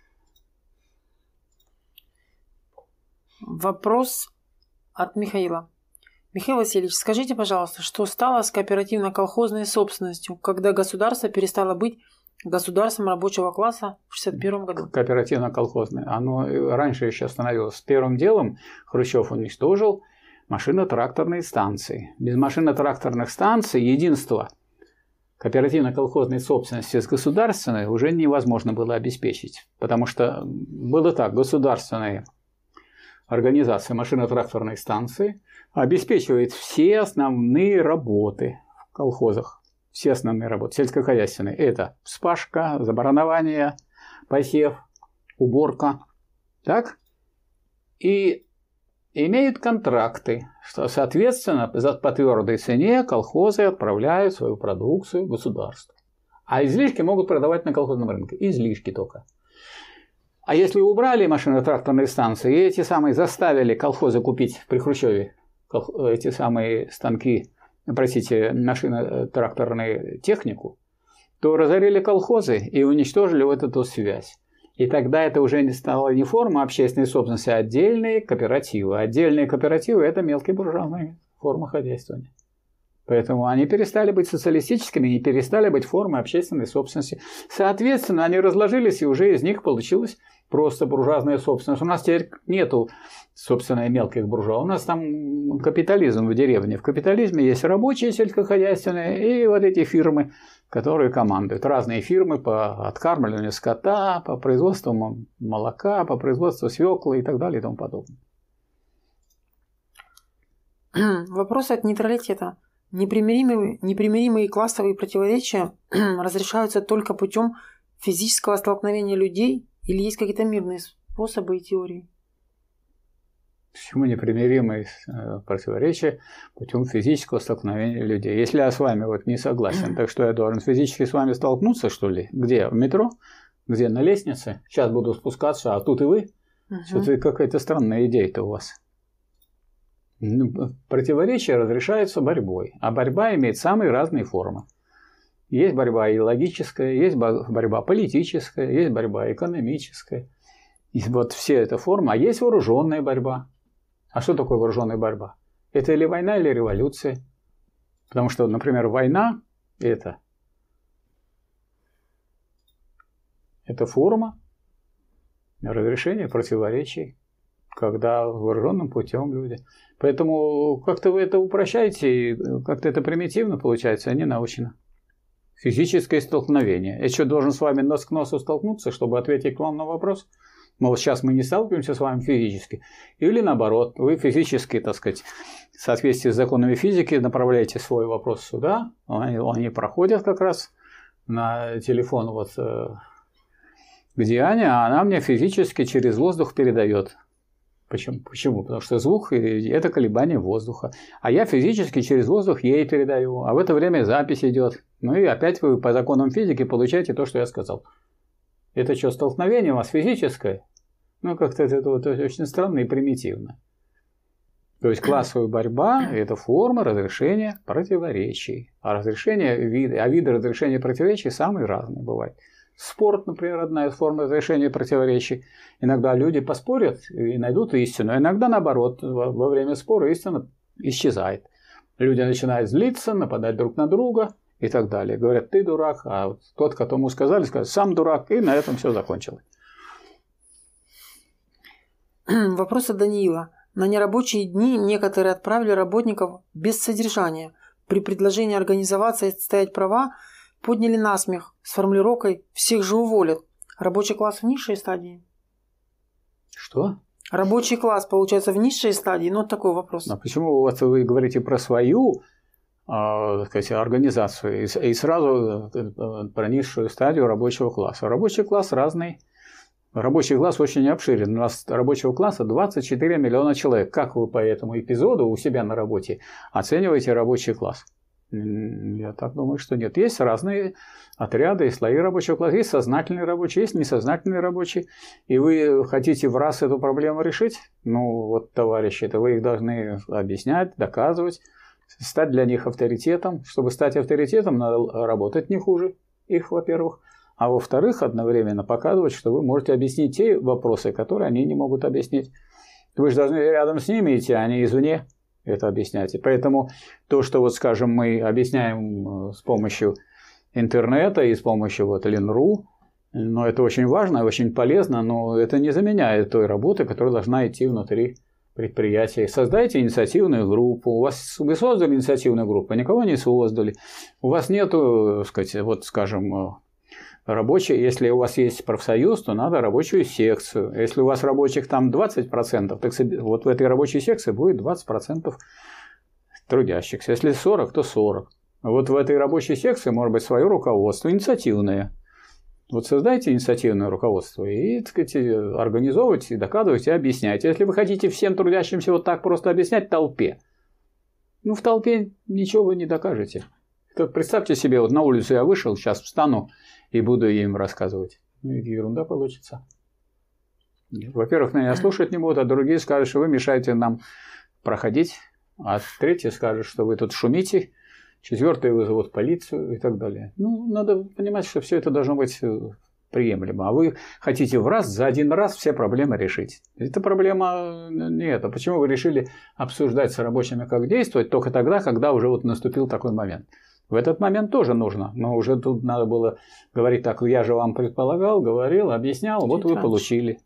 Вопрос от Михаила. Михаил Васильевич, скажите, пожалуйста, что стало с кооперативно-колхозной собственностью, когда государство перестало быть государством рабочего класса в шестьдесят первом году? Кооперативно-колхозное. Оно раньше еще становилось первым делом. Хрущев уничтожил машино-тракторные станции. Без машино-тракторных станций единство кооперативно-колхозной собственности с государственной уже невозможно было обеспечить. Потому что было так, государственные организация машино-тракторной станции обеспечивает все основные работы в колхозах. Все основные работы сельскохозяйственные. Это вспашка, забаранование, посев, уборка. Так? И имеют контракты, что, соответственно, по твердой цене колхозы отправляют свою продукцию в государство. А излишки могут продавать на колхозном рынке. Излишки только. А если убрали машино-тракторные станции и эти самые заставили колхозы купить при Хрущеве эти самые станки, простите, машино-тракторную технику, то разорили колхозы и уничтожили вот эту связь. И тогда это уже не стало не форма общественной собственности, а отдельные кооперативы. Отдельные кооперативы – это мелкие буржуазные формы хозяйствования. Поэтому они перестали быть социалистическими и перестали быть формой общественной собственности. Соответственно, они разложились, и уже из них получилась просто буржуазная собственность. У нас теперь нету, собственно, мелких буржуа. У нас там капитализм в деревне. В капитализме есть рабочие сельскохозяйственные и вот эти фирмы, которые командуют. Разные фирмы по откармливанию скота, по производству молока, по производству свеклы и так далее и тому подобное. Вопрос от нейтралитета. Непримиримые, непримиримые классовые противоречия разрешаются только путем физического столкновения людей или есть какие-то мирные способы и теории? Почему непримиримые противоречия путем физического столкновения людей? Если я с вами вот не согласен, так что я должен физически с вами столкнуться, что ли? Где? В метро? Где? На лестнице? Сейчас буду спускаться, а тут и вы? Угу. Что-то какая-то странная идея-то у вас. Противоречия разрешаются борьбой, а борьба имеет самые разные формы. Есть борьба идеологическая, есть борьба политическая, есть борьба экономическая. И вот все это формы, а есть вооруженная борьба. А что такое вооруженная борьба? Это или война, или революция. Потому что, например, война – это, это форма разрешения противоречий, когда вооруженным путем люди. Поэтому как-то вы это упрощаете, и как-то это примитивно получается, а не научно. Физическое столкновение. Я что, должен с вами нос к носу столкнуться, чтобы ответить к вам на вопрос? Мол, сейчас мы не сталкиваемся с вами физически. Или наоборот, вы физически, так сказать, в соответствии с законами физики направляете свой вопрос сюда, они, они проходят как раз на телефон вот к Диане, а она мне физически через воздух передает. Почему? Почему? Потому что звук – это колебание воздуха. А я физически через воздух ей передаю. А в это время запись идет. Ну и опять вы по законам физики получаете то, что я сказал. Это что, столкновение у вас физическое? Ну, как-то это, это, это очень странно и примитивно. То есть классовая борьба – это форма разрешения противоречий. А, разрешение, виды, а виды разрешения противоречий самые разные бывают. Спорт, например, одна из форм разрешения противоречий. Иногда люди поспорят и найдут истину. А иногда, наоборот, во время спора истина исчезает. Люди начинают злиться, нападать друг на друга и так далее. Говорят, ты дурак, а вот тот, которому сказали, скажет, сам дурак, и на этом все закончилось. Вопрос от Даниила. На нерабочие дни некоторые отправили работников без содержания. При предложении организоваться и отстоять права подняли насмех с формулировкой «всех же уволят». Рабочий класс в низшей стадии? Что? Рабочий класс, получается, в низшей стадии? Ну, вот такой вопрос. А почему вот вы говорите про свою э, сказать, организацию и, и сразу про низшую стадию рабочего класса? Рабочий класс разный. Рабочий класс очень обширен. У нас рабочего класса двадцать четыре миллиона человек. Как вы по этому эпизоду у себя на работе оцениваете рабочий класс? Я так думаю, что нет. Есть разные отряды и слои рабочего класса. Есть сознательные рабочие, есть несознательные рабочие. И вы хотите в раз эту проблему решить? Ну, вот, товарищи, это вы их должны объяснять, доказывать. стать для них авторитетом. Чтобы стать авторитетом, надо работать не хуже их, во-первых. А во-вторых, одновременно показывать, что вы можете объяснить те вопросы, которые они не могут объяснить. Вы же должны рядом с ними идти, а не извне это объяснять. И поэтому то, что, вот, скажем, мы объясняем с помощью интернета и с помощью вот Ленру, но это очень важно и очень полезно, но это не заменяет той работы, которая должна идти внутри предприятия. Создайте инициативную группу. У вас, вы создали инициативную группу, никого не создали. У вас нету, сказать, вот, скажем, рабочий, если у вас есть профсоюз, то надо рабочую секцию. Если у вас рабочих там двадцать процентов, так вот в этой рабочей секции будет двадцать процентов трудящихся. Если сорок, то сорок. Вот в этой рабочей секции может быть свое руководство, инициативное. Вот создайте инициативное руководство и, так сказать, организовывайте, докладывайте, объясняйте. Если вы хотите всем трудящимся вот так просто объяснять толпе, ну в толпе ничего вы не докажете. Так представьте себе, вот на улицу я вышел, сейчас встану и буду им рассказывать. Ну, и ерунда получится. Во-первых, меня слушать не будут, а другие скажут, что вы мешаете нам проходить, а третьи скажут, что вы тут шумите, четвертые вызовут полицию и так далее. Ну, надо понимать, что все это должно быть приемлемо. А вы хотите в раз, за один раз все проблемы решить. Это проблема не это. Почему вы решили обсуждать с рабочими, как действовать, только тогда, когда уже вот наступил такой момент? В этот момент тоже нужно, но уже тут надо было говорить так, я же вам предполагал, говорил, объяснял, чуть вот вы раньше получили.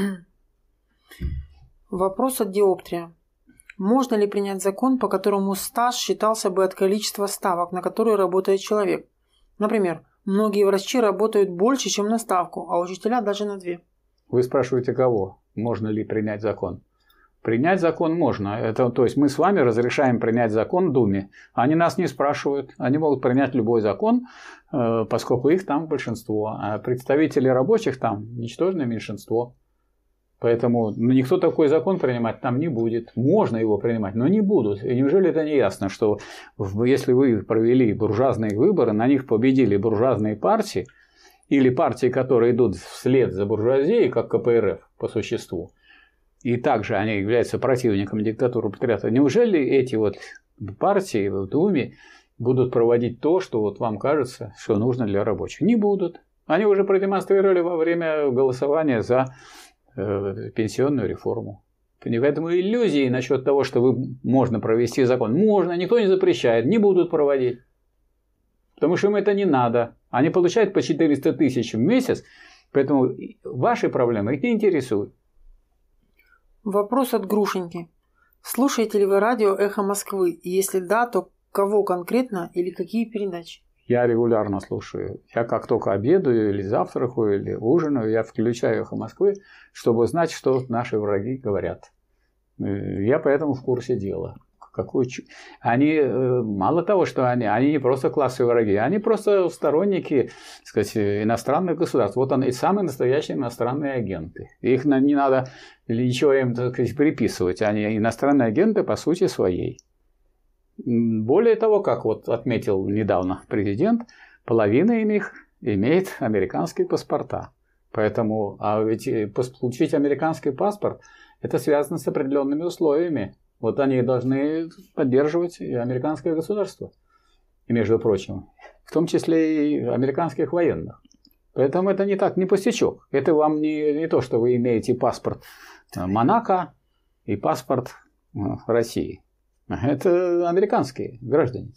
Вопрос от Диоптрия. Можно ли принять закон, по которому стаж считался бы от количества ставок, на которые работает человек? Например, многие врачи работают больше, чем на ставку, а учителя даже на две. Вы спрашиваете кого? Можно ли принять закон? Принять закон можно. Это, то есть мы с вами разрешаем принять закон в Думе. Они нас не спрашивают. Они могут принять любой закон, поскольку их там большинство. А представители рабочих там ничтожное меньшинство. Поэтому ну, никто такой закон принимать там не будет. Можно его принимать, но не будут. И неужели это не ясно, что если вы провели буржуазные выборы, на них победили буржуазные партии, или партии, которые идут вслед за буржуазией, как ка пэ эр эф по существу, и также они являются противниками диктатуры пролетариата, неужели эти вот партии в Думе будут проводить то, что вот вам кажется, что нужно для рабочих? Не будут. Они уже продемонстрировали во время голосования за пенсионную реформу. Поэтому иллюзии насчет того, что вы, можно провести закон, можно, никто не запрещает, не будут проводить. Потому что им это не надо. Они получают по четыреста тысяч в месяц, поэтому ваши проблемы их не интересуют. Вопрос от Грушеньки. Слушаете ли вы радио «Эхо Москвы»? И если да, то кого конкретно или какие передачи? Я регулярно слушаю. Я как только обедаю или завтракаю, или ужинаю, я включаю «Эхо Москвы», чтобы знать, что наши враги говорят. Я поэтому в курсе дела. Какую... Они, мало того, что они, они не просто классовые враги, они просто сторонники, так сказать, иностранных государств. Вот они самые настоящие иностранные агенты. Их не надо ничего им, так сказать, приписывать. Они иностранные агенты по сути своей. Более того, как вот отметил недавно президент, половина из них имеет американские паспорта. Поэтому, а ведь получить американский паспорт, это связано с определенными условиями. Вот они должны поддерживать и американское государство. И, между прочим, в том числе и американских военных. Поэтому это не так, не пустячок. Это вам не, не то, что вы имеете паспорт Монако и паспорт России. Это американские граждане.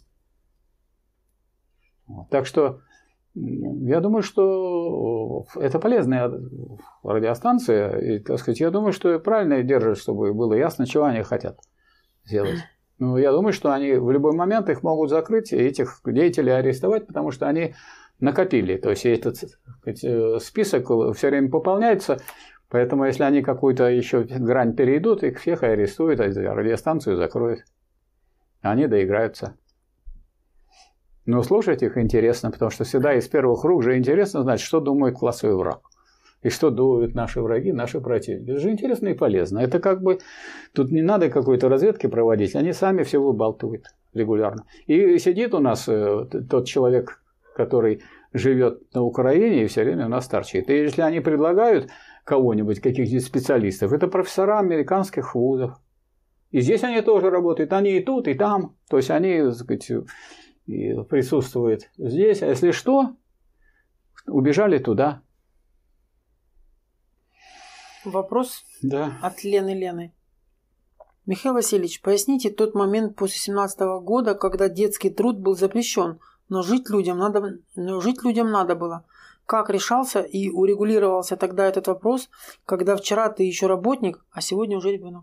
Так что я думаю, что это полезная радиостанция. И, так сказать, я думаю, что правильно держат, чтобы было ясно, чего они хотят сделать. Ну, я думаю, что они в любой момент их могут закрыть и этих деятелей арестовать, потому что они накопили. То есть этот, сказать, список все время пополняется. Поэтому, если они какую-то еще грань перейдут, их всех арестуют, а радиостанцию закроют. Они доиграются. Но слушать их интересно, потому что всегда из первых рук же интересно знать, что думает классовый враг. И что думают наши враги, наши противники. Это же интересно и полезно. Это как бы... Тут не надо какой-то разведки проводить. Они сами все выбалтывают регулярно. И сидит у нас тот человек, который живет на Украине и все время у нас торчит. И если они предлагают кого-нибудь, каких-нибудь специалистов, это профессора американских вузов. И здесь они тоже работают. Они и тут, и там. То есть они, так сказать, и присутствуют здесь. А если что, убежали туда. Вопрос да. от Лены Лены. Михаил Васильевич, поясните тот момент после семнадцатого года, когда детский труд был запрещен, но жить людям надо, но жить людям надо было. Как решался и урегулировался тогда этот вопрос, когда вчера ты еще работник, а сегодня уже ребенок?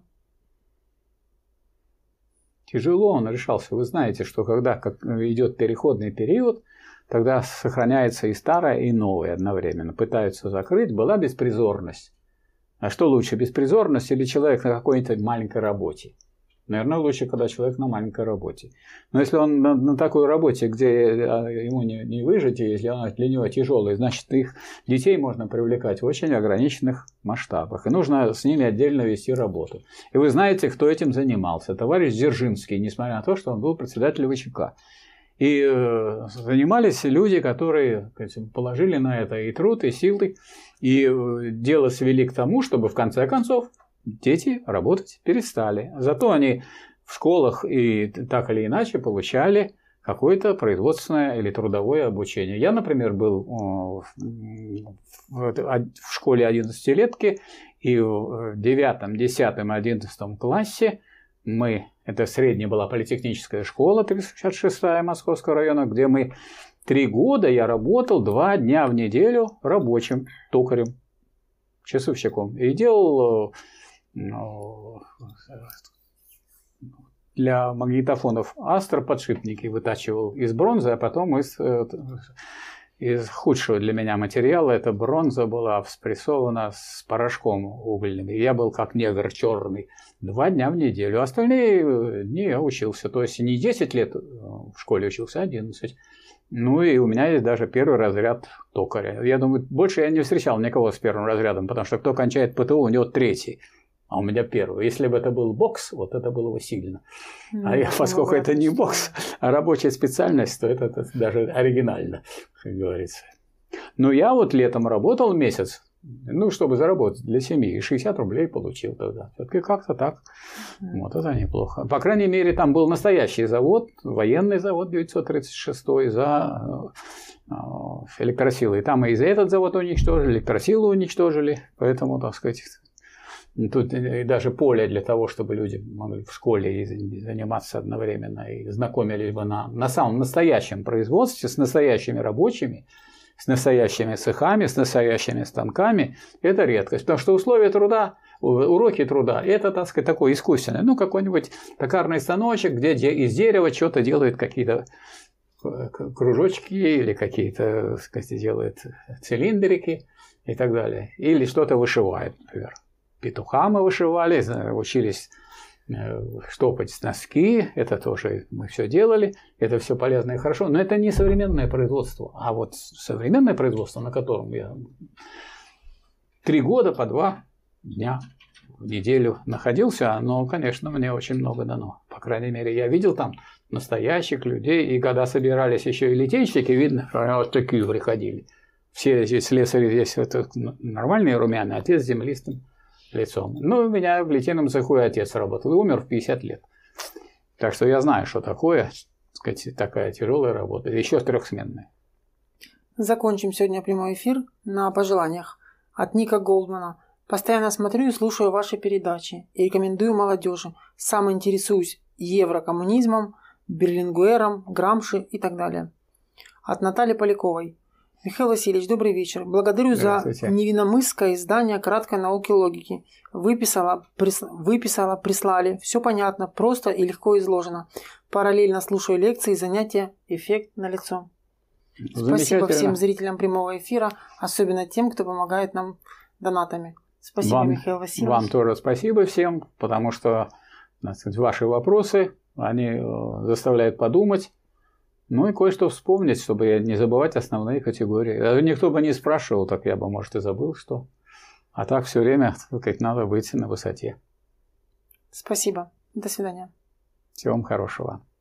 Тяжело он решался. Вы знаете, что когда как идет переходный период, тогда сохраняется и старое, и новое одновременно. Пытаются закрыть. Была беспризорность. А что лучше, беспризорность или человек на какой-то маленькой работе? Наверное, лучше, когда человек на маленькой работе. Но если он на, на такой работе, где ему не, не выжить, и если она для него тяжелая, значит, их детей можно привлекать в очень ограниченных масштабах. И нужно с ними отдельно вести работу. И вы знаете, кто этим занимался. Товарищ Дзержинский, несмотря на то, что он был председателем ВЧК. И э, занимались люди, которые, сказать, положили на это и труд, и силы, и э, дело свели к тому, чтобы в конце концов дети работать перестали. Зато они в школах и так или иначе получали какое-то производственное или трудовое обучение. Я, например, был в школе одиннадцатилетки, и в девятом, десятом, одиннадцатом классе мы, это средняя была политехническая школа, тридцать шестая Московского района, где мы три года я работал два дня в неделю рабочим, токарем, часовщиком. И делал ну, для магнитофонов Астра подшипники, вытачивал из бронзы, а потом из, из худшего для меня материала. Эта бронза была спрессована с порошком угольным. И я был как негр черный два дня в неделю. Остальные дни я учился. То есть не десять лет в школе учился, а одиннадцать. Ну и у меня есть даже первый разряд токаря. Я думаю, больше я не встречал никого с первым разрядом, потому что кто кончает ПТУ, у него третий. А у меня первый. Если бы это был бокс, вот это было бы сильно. Ну, а я, поскольку это не бокс, а рабочая специальность, то это, это даже оригинально, как говорится. Но я вот летом работал месяц, ну, чтобы заработать для семьи, и шестьдесят рублей получил тогда. Все-таки как-то так. Mm. Вот это неплохо. По крайней мере, там был настоящий завод, военный завод девятьсот тридцать шестой за электросилы. И там и за этот завод уничтожили, электросилы уничтожили. Поэтому, так сказать, тут и даже поле для того, чтобы люди могли в школе заниматься одновременно и знакомились бы на, на самом настоящем производстве с настоящими рабочими, с настоящими цехами, с настоящими станками, это редкость. Потому что условия труда, уроки труда, это, так сказать, такое искусственное. Ну, какой-нибудь токарный станочек, где из дерева что-то делают, какие-то кружочки или какие-то, так сказать, делают цилиндрики и так далее. Или что-то вышивают, например. Петуха мы вышивали, учились штопать носки, это тоже мы все делали, это все полезно и хорошо, но это не современное производство, а вот современное производство, на котором я три года по два дня в неделю находился, оно, конечно, мне очень много дано. По крайней мере, я видел там настоящих людей, и когда собирались еще и литейщики, видно, что они вот такие приходили. Все здесь слесари здесь это нормальные румяные, отец с землистым лицом. Ну, у меня в литейном цеху и отец работал, и умер в пятьдесят лет. Так что я знаю, что такое, так сказать, такая тяжелая работа, еще трехсменная. Закончим сегодня прямой эфир на пожеланиях от Ника Голдмана. Постоянно смотрю и слушаю ваши передачи и рекомендую молодежи. Сам интересуюсь еврокоммунизмом, Берлингуэром, Грамши и так далее. От Натальи Поляковой. Михаил Васильевич, добрый вечер. Благодарю за невиномысское издание краткой науки логики. Выписала, прис... Выписала, прислали. Все понятно, просто и легко изложено. Параллельно слушаю лекции и занятия. Эффект налицо. Спасибо всем зрителям прямого эфира, особенно тем, кто помогает нам донатами. Спасибо, вам, Михаил Васильевич. Вам тоже спасибо всем, потому что, так сказать, ваши вопросы, они заставляют подумать. Ну и кое-что вспомнить, чтобы не забывать основные категории. Никто бы не спрашивал, так я бы, может, и забыл, что. А так все время, так сказать, надо быть на высоте. Спасибо. До свидания. Всего вам хорошего.